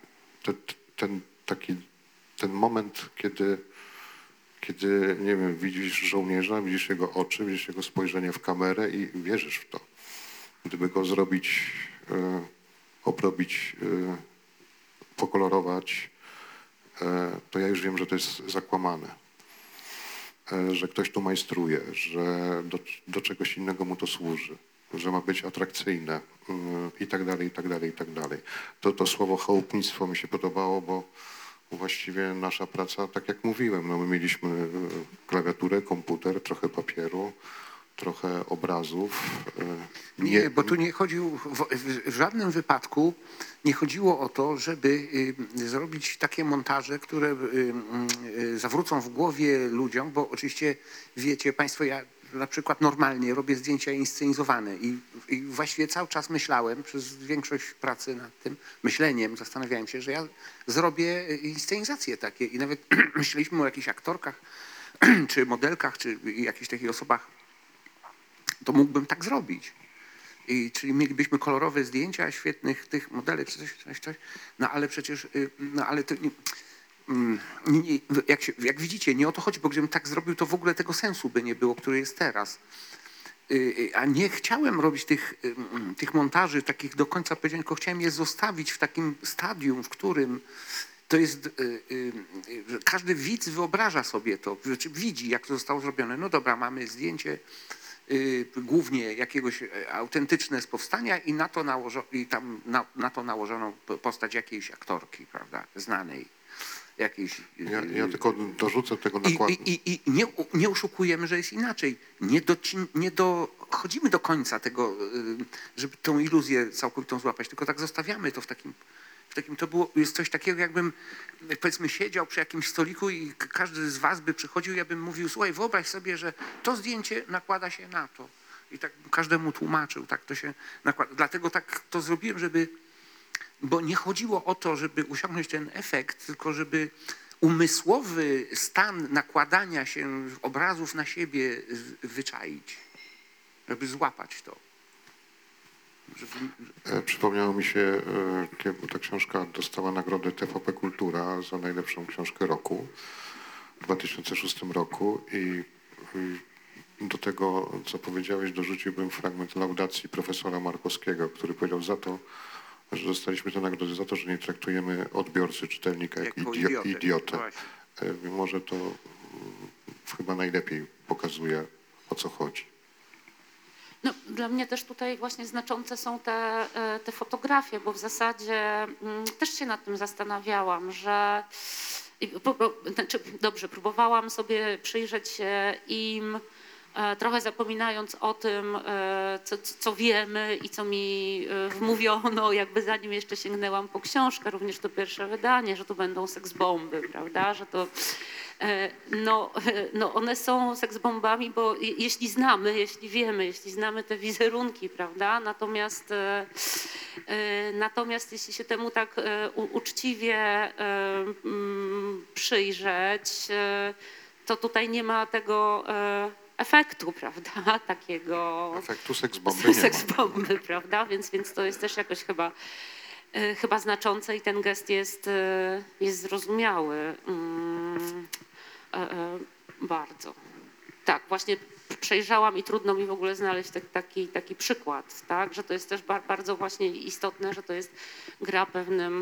ten moment, kiedy, nie wiem, widzisz żołnierza, widzisz jego oczy, widzisz jego spojrzenie w kamerę i wierzysz w to. Gdyby go zrobić, obrobić, pokolorować, to ja już wiem, że to jest zakłamane. Że ktoś tu majstruje, że do czegoś innego mu to służy, że ma być atrakcyjne i tak dalej, i tak dalej, i tak dalej. To słowo chałupnictwo mi się podobało, bo właściwie nasza praca, tak jak mówiłem, no my mieliśmy klawiaturę, komputer, trochę papieru, trochę obrazów. Nie, bo tu nie chodziło, w żadnym wypadku nie chodziło o to, żeby zrobić takie montaże, które zawrócą w głowie ludziom, bo oczywiście wiecie Państwo, ja na przykład normalnie robię zdjęcia inscenizowane i właściwie cały czas myślałem, przez większość pracy nad tym myśleniem, zastanawiałem się, że ja zrobię inscenizacje takie i nawet myśleliśmy o jakichś aktorkach, czy modelkach, czy jakichś takich osobach, to mógłbym tak zrobić. Czyli mielibyśmy kolorowe zdjęcia świetnych tych modelek, czy coś. No ale przecież, to jak widzicie, nie o to chodzi, bo gdybym tak zrobił, to w ogóle tego sensu by nie było, który jest teraz. A nie chciałem robić tych montaży takich do końca powiedzianych, tylko chciałem je zostawić w takim stadium, w którym to jest, każdy widz wyobraża sobie to, widzi, jak to zostało zrobione. No dobra, mamy zdjęcie, głównie jakiegoś autentyczne z powstania i na to nałożoną postać jakiejś aktorki, prawda, znanej. Jakiejś, ja tylko dorzucę tego nakładu. I nie oszukujemy, że jest inaczej. Nie dochodzimy do końca tego, żeby tą iluzję całkowitą złapać, tylko tak zostawiamy to w takim jest coś takiego, jakbym, powiedzmy, siedział przy jakimś stoliku i każdy z was by przychodził, ja bym mówił, słuchaj, wyobraź sobie, że to zdjęcie nakłada się na to. I tak każdemu tłumaczył, tak to się nakłada. Dlatego tak to zrobiłem, bo nie chodziło o to, żeby osiągnąć ten efekt, tylko żeby umysłowy stan nakładania się obrazów na siebie wyczaić, żeby złapać to. Przypomniało mi się, kiedy ta książka dostała nagrodę TVP Kultura za najlepszą książkę roku w 2006 roku i do tego, co powiedziałeś, dorzuciłbym fragment laudacji profesora Markowskiego, który powiedział za to, że dostaliśmy tę nagrodę za to, że nie traktujemy odbiorcy, czytelnika jako idiotę. Może to chyba najlepiej pokazuje, o co chodzi. No, dla mnie też tutaj właśnie znaczące są te fotografie, bo w zasadzie też się nad tym zastanawiałam, że dobrze, próbowałam sobie przyjrzeć się im, trochę zapominając o tym, co wiemy i co mi wmówiono, jakby zanim jeszcze sięgnęłam po książkę, również to pierwsze wydanie, że tu będą seksbomby, prawda, że to no one są seksbombami, bo jeśli wiemy, jeśli znamy te wizerunki, prawda, natomiast jeśli się temu tak uczciwie przyjrzeć, to tutaj nie ma tego efektu, prawda, takiego... Efektu seksbomby seksbomby, prawda, więc to jest też jakoś chyba znaczące i ten gest jest zrozumiały bardzo. Tak, właśnie przejrzałam i trudno mi w ogóle znaleźć taki przykład, tak, że to jest też bardzo właśnie istotne, że to jest gra pewnym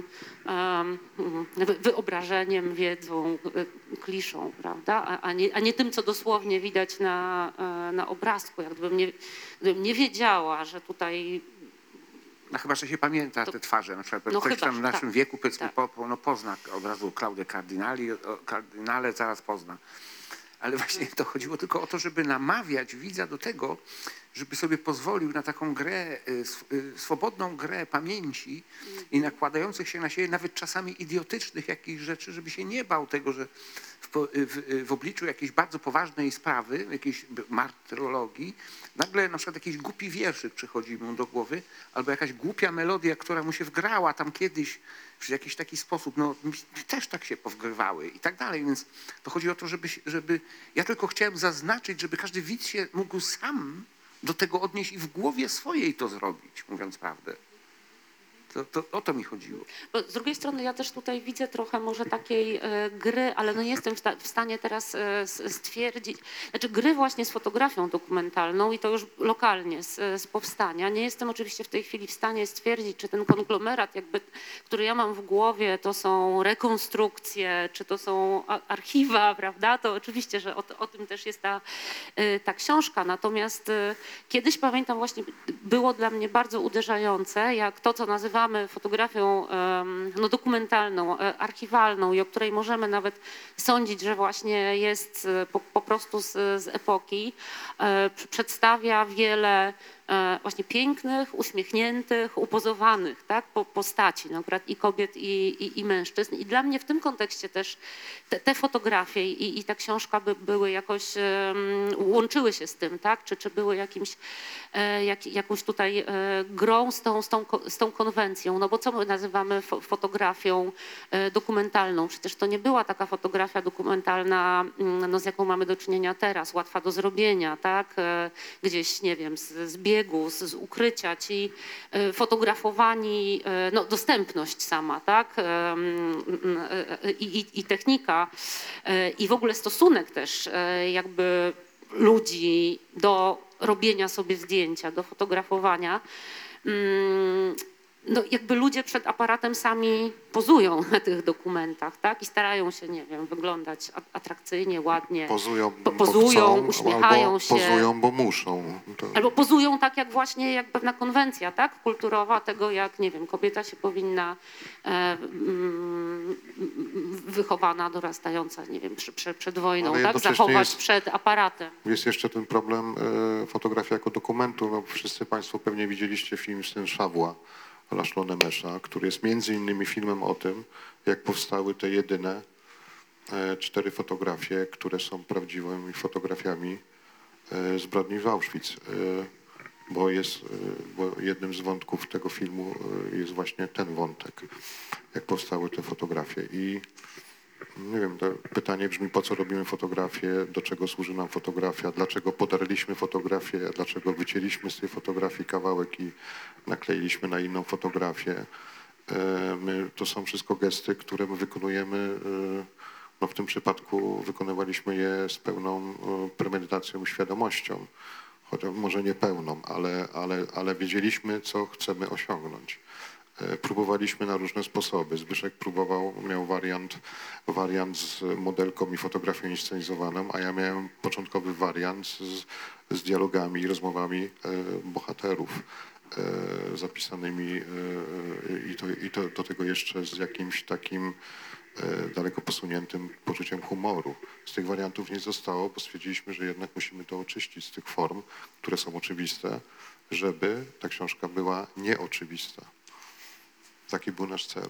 wyobrażeniem, wiedzą, kliszą, prawda, a nie tym, co dosłownie widać na obrazku. Jak gdybym nie wiedziała, że tutaj... No chyba, że się pamięta te twarze, na przykład ktoś chyba, tam w naszym wieku powiedzmy tak. pozna od razu Klaudię Kardynale zaraz pozna. Ale właśnie to chodziło tylko o to, żeby namawiać widza do tego, żeby sobie pozwolił na taką grę, swobodną grę pamięci i nakładających się na siebie nawet czasami idiotycznych jakichś rzeczy, żeby się nie bał tego, że w obliczu jakiejś bardzo poważnej sprawy, jakiejś martyrologii, nagle na przykład jakiś głupi wierszyk przychodzi mu do głowy, albo jakaś głupia melodia, która mu się wgrała tam kiedyś w jakiś taki sposób, no też tak się powgrywały i tak dalej, więc to chodzi o to, żeby ja tylko chciałem zaznaczyć, żeby każdy widz się mógł sam do tego odnieść i w głowie swojej to zrobić, mówiąc prawdę. To o to mi chodziło. Bo z drugiej strony ja też tutaj widzę trochę może takiej gry, ale no nie jestem w stanie teraz stwierdzić, znaczy gry właśnie z fotografią dokumentalną i to już lokalnie z powstania. Nie jestem oczywiście w tej chwili w stanie stwierdzić, czy ten konglomerat jakby, który ja mam w głowie, to są rekonstrukcje, czy to są archiwa, prawda? To oczywiście, że o tym też jest ta książka. Natomiast kiedyś pamiętam właśnie, było dla mnie bardzo uderzające, jak to, co nazywamy fotografią dokumentalną, archiwalną i o której możemy nawet sądzić, że właśnie jest po prostu z epoki, przedstawia wiele właśnie pięknych, uśmiechniętych, upozowanych, tak, postaci, na przykład i kobiet, i mężczyzn. I dla mnie w tym kontekście też te fotografie i ta książka były jakoś, łączyły się z tym, tak, czy były jakąś tutaj grą z tą konwencją. No bo co my nazywamy fotografią dokumentalną? Przecież to nie była taka fotografia dokumentalna, no, z jaką mamy do czynienia teraz, łatwa do zrobienia, tak, gdzieś, nie wiem, z biegu, z ukrycia, ci fotografowani, no, dostępność sama, tak, i technika i w ogóle stosunek też jakby ludzi do robienia sobie zdjęcia, do fotografowania. No jakby ludzie przed aparatem sami pozują na tych dokumentach, tak? I starają się, nie wiem, wyglądać atrakcyjnie, ładnie. Pozują, pozują, chcą, uśmiechają albo się. Pozują, bo muszą. Albo pozują tak jak właśnie jak pewna konwencja, tak? Kulturowa tego, jak, nie wiem, kobieta się powinna wychowana, dorastająca, nie wiem, przed wojną, Ale tak? Zachować przed aparatem. Jest jeszcze ten problem fotografii jako dokumentu. No, wszyscy Państwo pewnie widzieliście film Syn Szawła Laszlo Nemesza, który jest między innymi filmem o tym, jak powstały te jedyne 4 fotografie, które są prawdziwymi fotografiami zbrodni w Auschwitz. Bo jednym z wątków tego filmu jest właśnie ten wątek, jak powstały te fotografie. I Nie wiem, to pytanie brzmi, po co robimy fotografię, do czego służy nam fotografia, dlaczego podarliśmy fotografię, dlaczego wycięliśmy z tej fotografii kawałek i nakleiliśmy na inną fotografię. To są wszystko gesty, które my wykonujemy, no w tym przypadku wykonywaliśmy je z pełną premedytacją i świadomością. Chociaż może nie pełną, ale wiedzieliśmy, co chcemy osiągnąć. Próbowaliśmy na różne sposoby. Zbyszek miał wariant z modelką i fotografią inscenizowaną, a ja miałem początkowy wariant z dialogami i rozmowami bohaterów zapisanymi i to do tego jeszcze z jakimś takim daleko posuniętym poczuciem humoru. Z tych wariantów nie zostało, bo stwierdziliśmy, że jednak musimy to oczyścić z tych form, które są oczywiste, żeby ta książka była nieoczywista. Taki był nasz cel.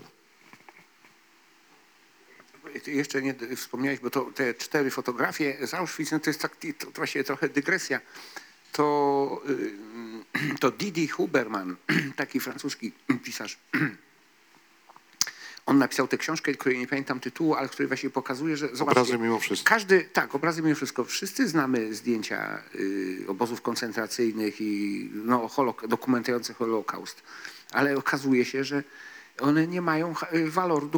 Jeszcze nie wspomniałeś, bo te 4 fotografie z Auschwitz, no to jest to właściwie trochę dygresja. To Didi Huberman, taki francuski pisarz, on napisał tę książkę, której nie pamiętam tytułu, ale który właśnie pokazuje, że zobaczcie, Obrazy mimo wszystko. Obrazy mimo wszystko. Wszyscy znamy zdjęcia obozów koncentracyjnych i dokumentujące Holokaust, ale okazuje się, że one nie mają waloru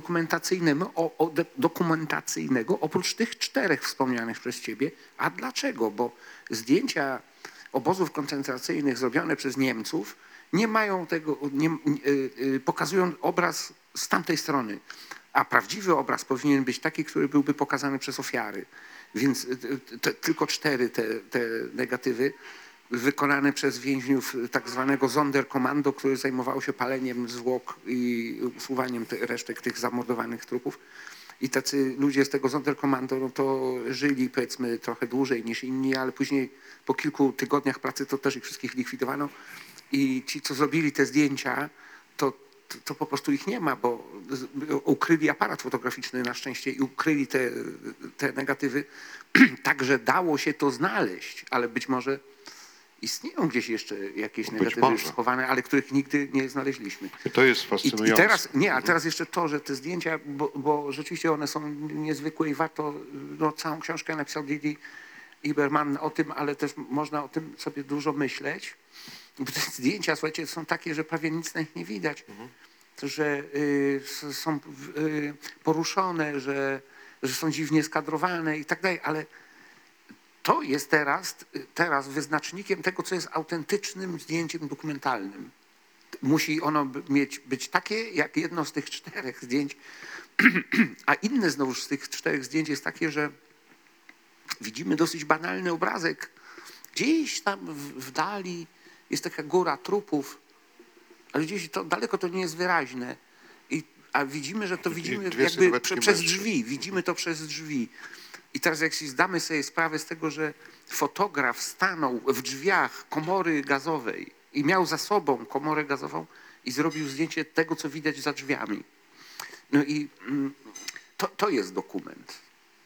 dokumentacyjnego oprócz tych 4 wspomnianych przez ciebie. A dlaczego? Bo zdjęcia obozów koncentracyjnych zrobione przez Niemców nie mają tego, pokazują obraz z tamtej strony. A prawdziwy obraz powinien być taki, który byłby pokazany przez ofiary. Więc tylko 4 te negatywy wykonane przez więźniów tak zwanego Sonderkommando, które zajmowało się paleniem zwłok i usuwaniem resztek tych zamordowanych trupów. I tacy ludzie z tego Sonderkommando no to żyli powiedzmy trochę dłużej niż inni, ale później po kilku tygodniach pracy to też ich wszystkich likwidowano. I ci, co zrobili te zdjęcia, to po prostu ich nie ma, bo ukryli aparat fotograficzny na szczęście i ukryli te negatywy. Także dało się to znaleźć, ale być może istnieją gdzieś jeszcze jakieś negatywy schowane, ale których nigdy nie znaleźliśmy. I to jest fascynujące. A teraz jeszcze to, że te zdjęcia, bo rzeczywiście one są niezwykłe i warto, no całą książkę napisał Didi Huberman o tym, ale też można o tym sobie dużo myśleć. Bo te zdjęcia, słuchajcie, są takie, że prawie nic na nich nie widać. Że są poruszone, że są dziwnie skadrowane i tak dalej, ale to jest teraz wyznacznikiem tego, co jest autentycznym zdjęciem dokumentalnym. Musi ono być takie, jak jedno z tych 4 zdjęć, a inne znowuż z tych 4 zdjęć jest takie, że widzimy dosyć banalny obrazek. Gdzieś tam w dali jest taka góra trupów, ale gdzieś daleko to nie jest wyraźne. A widzimy, że to widzimy jakby przez drzwi. Widzimy to przez drzwi. I teraz jak zdamy sobie sprawę z tego, że fotograf stanął w drzwiach komory gazowej i miał za sobą komorę gazową i zrobił zdjęcie tego, co widać za drzwiami. No i to jest dokument.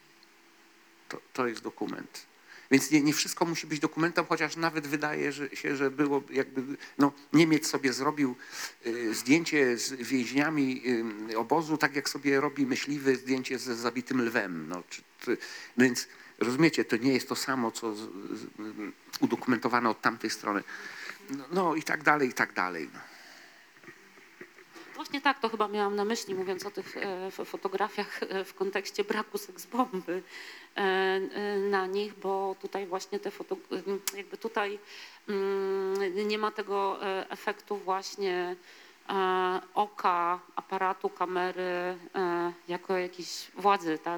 To jest dokument. Więc nie wszystko musi być dokumentem, chociaż nawet wydaje się, że było jakby, no Niemiec sobie zrobił zdjęcie z więźniami obozu, tak jak sobie robi myśliwy zdjęcie z zabitym lwem. No, więc rozumiecie, to nie jest to samo, co udokumentowano od tamtej strony. No i tak dalej, i tak dalej. Właśnie tak, to chyba miałam na myśli, mówiąc o tych fotografiach w kontekście braku seksbomby na nich, bo tutaj właśnie jakby tutaj nie ma tego efektu właśnie oka, aparatu, kamery jako jakiejś władzy, tak,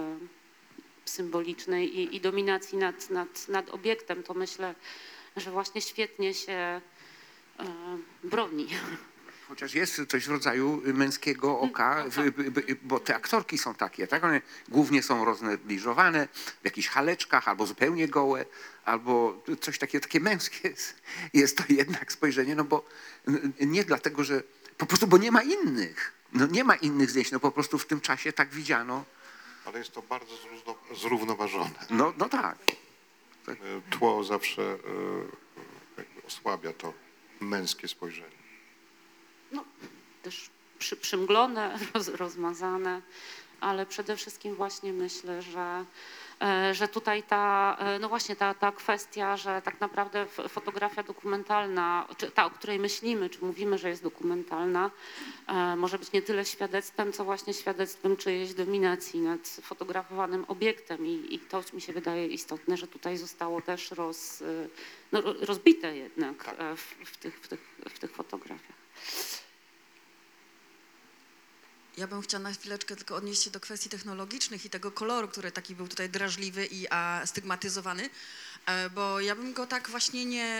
symbolicznej i dominacji nad obiektem. To myślę, że właśnie świetnie się broni. Chociaż jest coś w rodzaju męskiego oka, bo te aktorki są takie, tak? One głównie są roznegliżowane w jakichś haleczkach, albo zupełnie gołe, albo coś takie męskie jest to jednak spojrzenie, no bo nie dlatego, że po prostu, bo nie ma innych. No nie ma innych zdjęć, no po prostu w tym czasie tak widziano. Ale jest to bardzo zrównoważone. No tak. Tło zawsze jakby osłabia to męskie spojrzenie. No, też przymglone, rozmazane. ale przede wszystkim właśnie myślę, że tutaj no właśnie ta kwestia, że tak naprawdę fotografia dokumentalna, czy ta, o której myślimy, czy mówimy, że jest dokumentalna, może być nie tyle świadectwem, co właśnie świadectwem czyjejś dominacji nad fotografowanym obiektem i to mi się wydaje istotne, że tutaj zostało też rozbite jednak w tych fotografiach. Ja bym chciała na chwileczkę tylko odnieść się do kwestii technologicznych i tego koloru, który taki był tutaj drażliwy i stygmatyzowany, bo ja bym go tak właśnie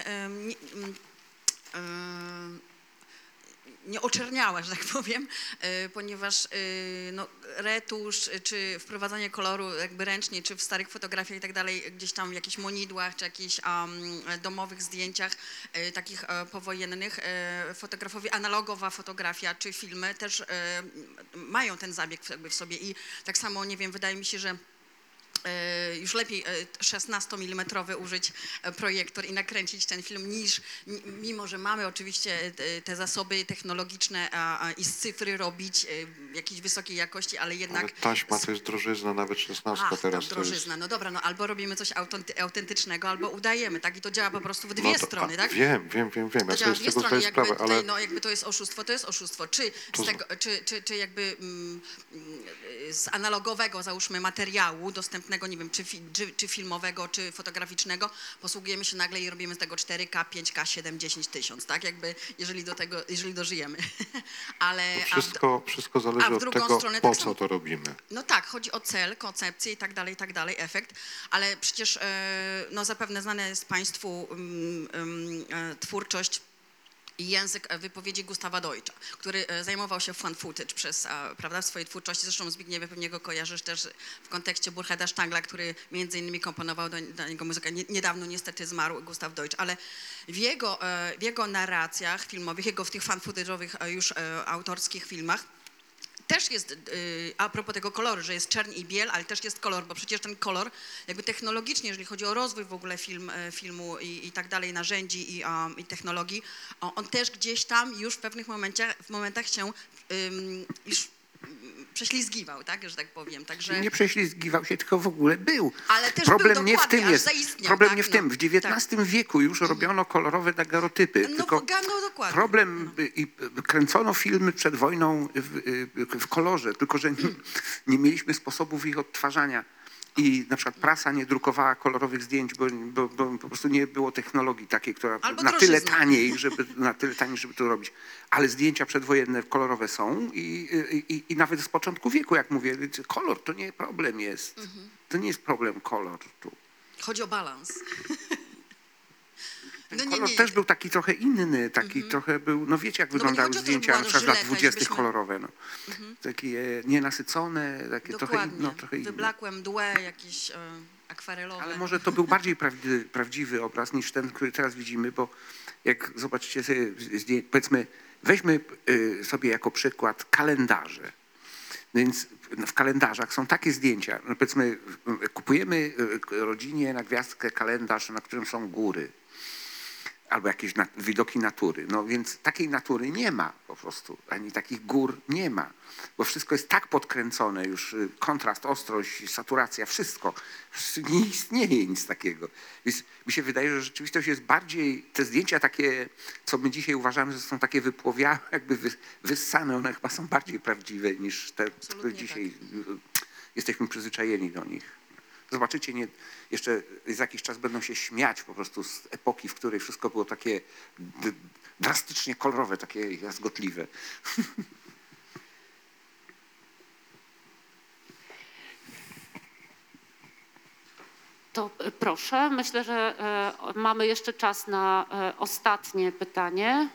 nie oczerniała, że tak powiem, ponieważ no, retusz czy wprowadzanie koloru jakby ręcznie, czy w starych fotografiach i tak dalej, gdzieś tam w jakichś monidłach, czy jakichś domowych zdjęciach takich powojennych, fotografowie, analogowa fotografia czy filmy też mają ten zabieg jakby w sobie i tak samo, nie wiem, wydaje mi się, że już lepiej 16-mm użyć projektor i nakręcić ten film niż, mimo że mamy oczywiście te zasoby technologiczne i z cyfry robić jakiejś wysokiej jakości, ale jednak... Ale taśma to jest drożyzna, nawet 16 teraz drożyzna, to jest... no dobra, no albo robimy coś autentycznego, albo udajemy, tak? I to działa po prostu w dwie strony, tak? Wiem. To Ja działa sobie w z dwie tego strony, zdaję jakby sprawę, tutaj, ale... no jakby to jest oszustwo. Czy jakby z analogowego, załóżmy, materiału dostępnego, nie wiem, czy filmowego, czy fotograficznego, posługujemy się nagle i robimy z tego 4K, 5K, 7, 10 tysiąc, tak? Jakby, jeżeli dożyjemy. Ale... Wszystko zależy od tego, stronę, po tak co samo, to robimy. no tak, chodzi o cel, koncepcję i tak dalej, efekt, ale przecież no zapewne znana jest Państwu twórczość i język wypowiedzi Gustawa Deutscha, który zajmował się fan footage prawda, w swojej twórczości. Zresztą Zbigniewie pewnie go kojarzysz też w kontekście Burcheda Stangla, który między innymi komponował do niego muzykę. Niedawno niestety zmarł Gustav Deutsch, ale w jego narracjach filmowych, w tych fan footage'owych już autorskich filmach też jest, a propos tego koloru, że jest czerń i biel, ale też jest kolor, bo przecież ten kolor jakby technologicznie, jeżeli chodzi o rozwój w ogóle filmu i tak dalej, narzędzi i technologii, on też gdzieś tam już w pewnych momentach się już prześlizgiwał, tak, że tak powiem. Także... Nie prześlizgiwał się, tylko w ogóle był. Ale też problem był nie w tym jest. zaistniał, Problem tak? nie w tym. W XIX wieku już robiono kolorowe daguerreotypy. No, tylko dokładnie. problem i kręcono filmy przed wojną w kolorze, tylko że nie mieliśmy sposobów ich odtwarzania. I na przykład prasa nie drukowała kolorowych zdjęć, bo po prostu nie było technologii takiej, która na tyle taniej, żeby to robić. Ale zdjęcia przedwojenne kolorowe są i nawet z początku wieku, jak mówię, kolor to nie problem jest. To nie jest problem kolor tu. Chodzi o balans. Ten kolor też był taki trochę inny, taki trochę był, no wiecie jak wyglądały zdjęcia na przykład z lat 20. kolorowe, no. Takie nienasycone, takie trochę inne. Wyblakłe mdłe, jakieś akwarelowe. Ale może to był bardziej prawdziwy obraz niż ten, który teraz widzimy, bo jak zobaczycie sobie, powiedzmy, weźmy sobie jako przykład kalendarze. Więc w kalendarzach są takie zdjęcia, no powiedzmy, kupujemy rodzinie na gwiazdkę kalendarz, na którym są góry. Albo jakieś widoki natury. No więc takiej natury nie ma po prostu, ani takich gór nie ma, bo wszystko jest tak podkręcone już, kontrast, ostrość, saturacja, wszystko. Nie istnieje nic takiego. Więc mi się wydaje, że rzeczywistość jest bardziej, te zdjęcia takie, co my dzisiaj uważamy, że są takie wypłowiałe, jakby wyssane, one chyba są bardziej prawdziwe niż te, które dzisiaj jesteśmy przyzwyczajeni do nich. Zobaczycie, jeszcze za jakiś czas będą się śmiać po prostu z epoki, w której wszystko było takie drastycznie kolorowe, takie jazgotliwe. To proszę, myślę, że mamy jeszcze czas na ostatnie pytanie.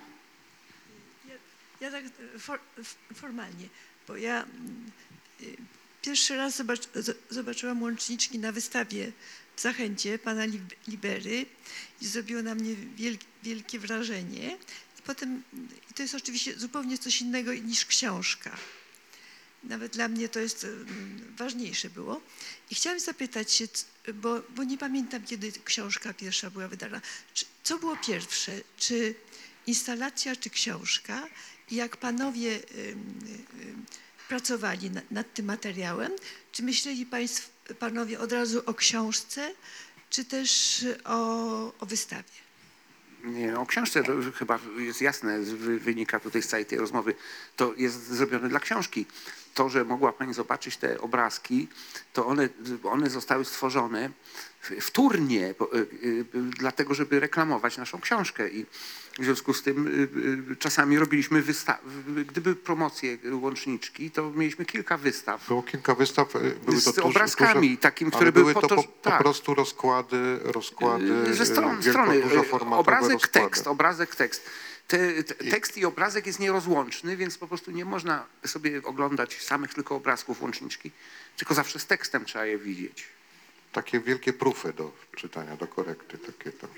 Ja tak formalnie, bo ja pierwszy raz zobaczyłam łączniczki na wystawie w Zachęcie pana Libery i zrobiło na mnie wielkie wrażenie. I to jest oczywiście zupełnie coś innego niż książka. Nawet dla mnie to jest ważniejsze było. I chciałam zapytać się, bo nie pamiętam, kiedy książka pierwsza była wydana. Co było pierwsze? Czy instalacja, czy książka? I jak panowie pracowali nad tym materiałem? Czy myśleli panowie od razu o książce, czy też o wystawie? Nie, o książce to chyba jest jasne, wynika tutaj z całej tej rozmowy. To jest zrobione dla książki. To, że mogła pani zobaczyć te obrazki, to one zostały stworzone wtórnie, dlatego żeby reklamować naszą książkę. I w związku z tym czasami robiliśmy gdyby promocje łączniczki, to mieliśmy kilka wystaw. Było kilka wystaw, były to Z obrazkami, duże, takim, które ale były były to po tak. prostu rozkłady Ze strony. dużoformatowe Obrazek, rozkłady. tekst. Tekst i obrazek jest nierozłączny, więc po prostu nie można sobie oglądać samych tylko obrazków łączniczki, tylko zawsze z tekstem trzeba je widzieć. Takie wielkie prófy do czytania, do korekty. Takie tam.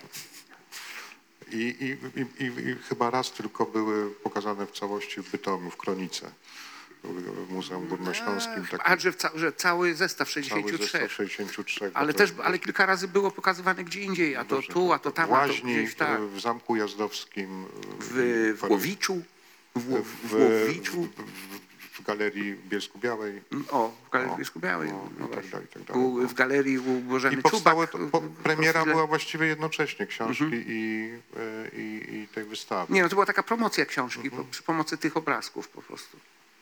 I chyba raz tylko były pokazane w całości w Bytomiu, w Kronice, w Muzeum Górnośląskim. Że cały zestaw Cały 63. zestaw 63. Ale kilka razy było pokazywane gdzie indziej, a to tu, a to tam, w a to Łaźni, gdzieś tak. w Zamku Jazdowskim. W Łowiczu. W Galerii Bielsku-Białej. W Galerii Bielsku-Białej. I tak dalej, i tak dalej. W Galerii u Bożeny I powstało Czubak. premiera była właściwie jednocześnie książki i tej wystawy. Nie, no to była taka promocja książki przy pomocy tych obrazków po prostu.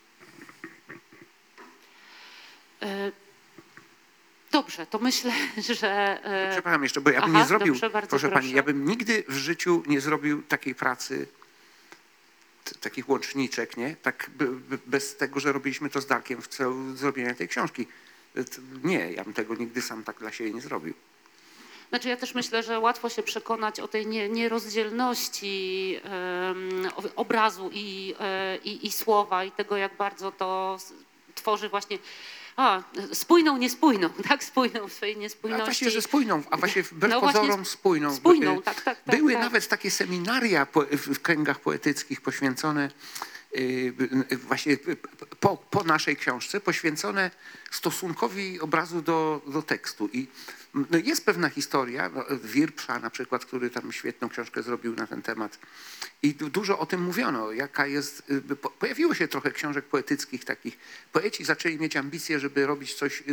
Dobrze, to myślę, że... Przepraszam jeszcze, bo ja bym nie zrobił, dobrze, bardzo proszę pani, proszę. ja bym nigdy w życiu nie zrobił takiej pracy, takich łączniczek, nie? Tak bez tego, że robiliśmy to z Darkiem w celu zrobienia tej książki. Nie, ja bym tego nigdy sam tak dla siebie nie zrobił. Znaczy ja też myślę, że łatwo się przekonać o tej nierozdzielności obrazu i słowa i tego, jak bardzo to tworzy właśnie spójną, niespójną, tak? Spójną w swojej niespójności. A właśnie, że spójną, a właśnie wbrew No właśnie pozorom spójną. Spójną, tak. Były tak. nawet takie seminaria w kręgach poetyckich poświęcone właśnie po naszej książce, poświęcone stosunkowi obrazu do tekstu. I no jest pewna historia, Wirpsza na przykład, który tam świetną książkę zrobił na ten temat. I dużo o tym mówiono, jaka jest... Pojawiło się trochę książek poetyckich takich. Poeci zaczęli mieć ambicje, żeby robić coś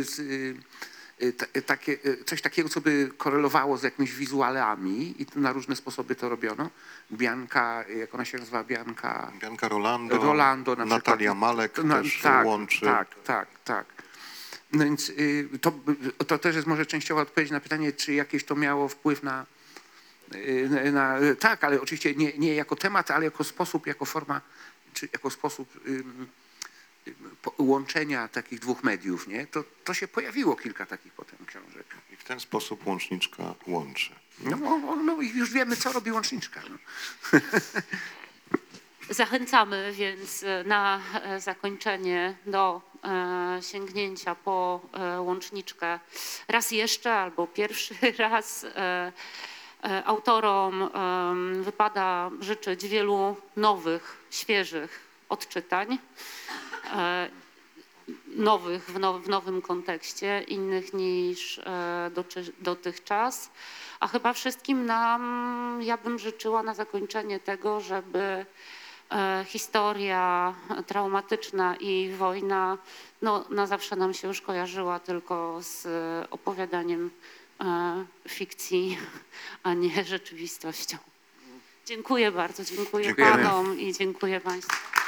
coś takiego, co by korelowało z jakimiś wizualami i na różne sposoby to robiono. Bianka, jak ona się nazywa? Bianka Rolando na Natalia przykład. Malek też łączy. Tak. No więc to też jest może częściowa odpowiedź na pytanie, czy jakieś to miało wpływ na tak, ale oczywiście nie jako temat, ale jako sposób, jako forma, czy jako sposób łączenia takich dwóch mediów, nie? To się pojawiło kilka takich potem książek. I w ten sposób łączniczka łączy. No i już wiemy, co robi łączniczka. No. Zachęcamy więc na zakończenie do sięgnięcia po łączniczkę raz jeszcze albo pierwszy raz. Autorom wypada życzyć wielu nowych, świeżych odczytań, nowych w nowym kontekście, innych niż dotychczas. A chyba wszystkim nam, ja bym życzyła na zakończenie tego, żeby historia traumatyczna i wojna na zawsze nam się już kojarzyła tylko z opowiadaniem fikcji, a nie rzeczywistością. Dziękuję bardzo, dziękuję panom i dziękuję państwu.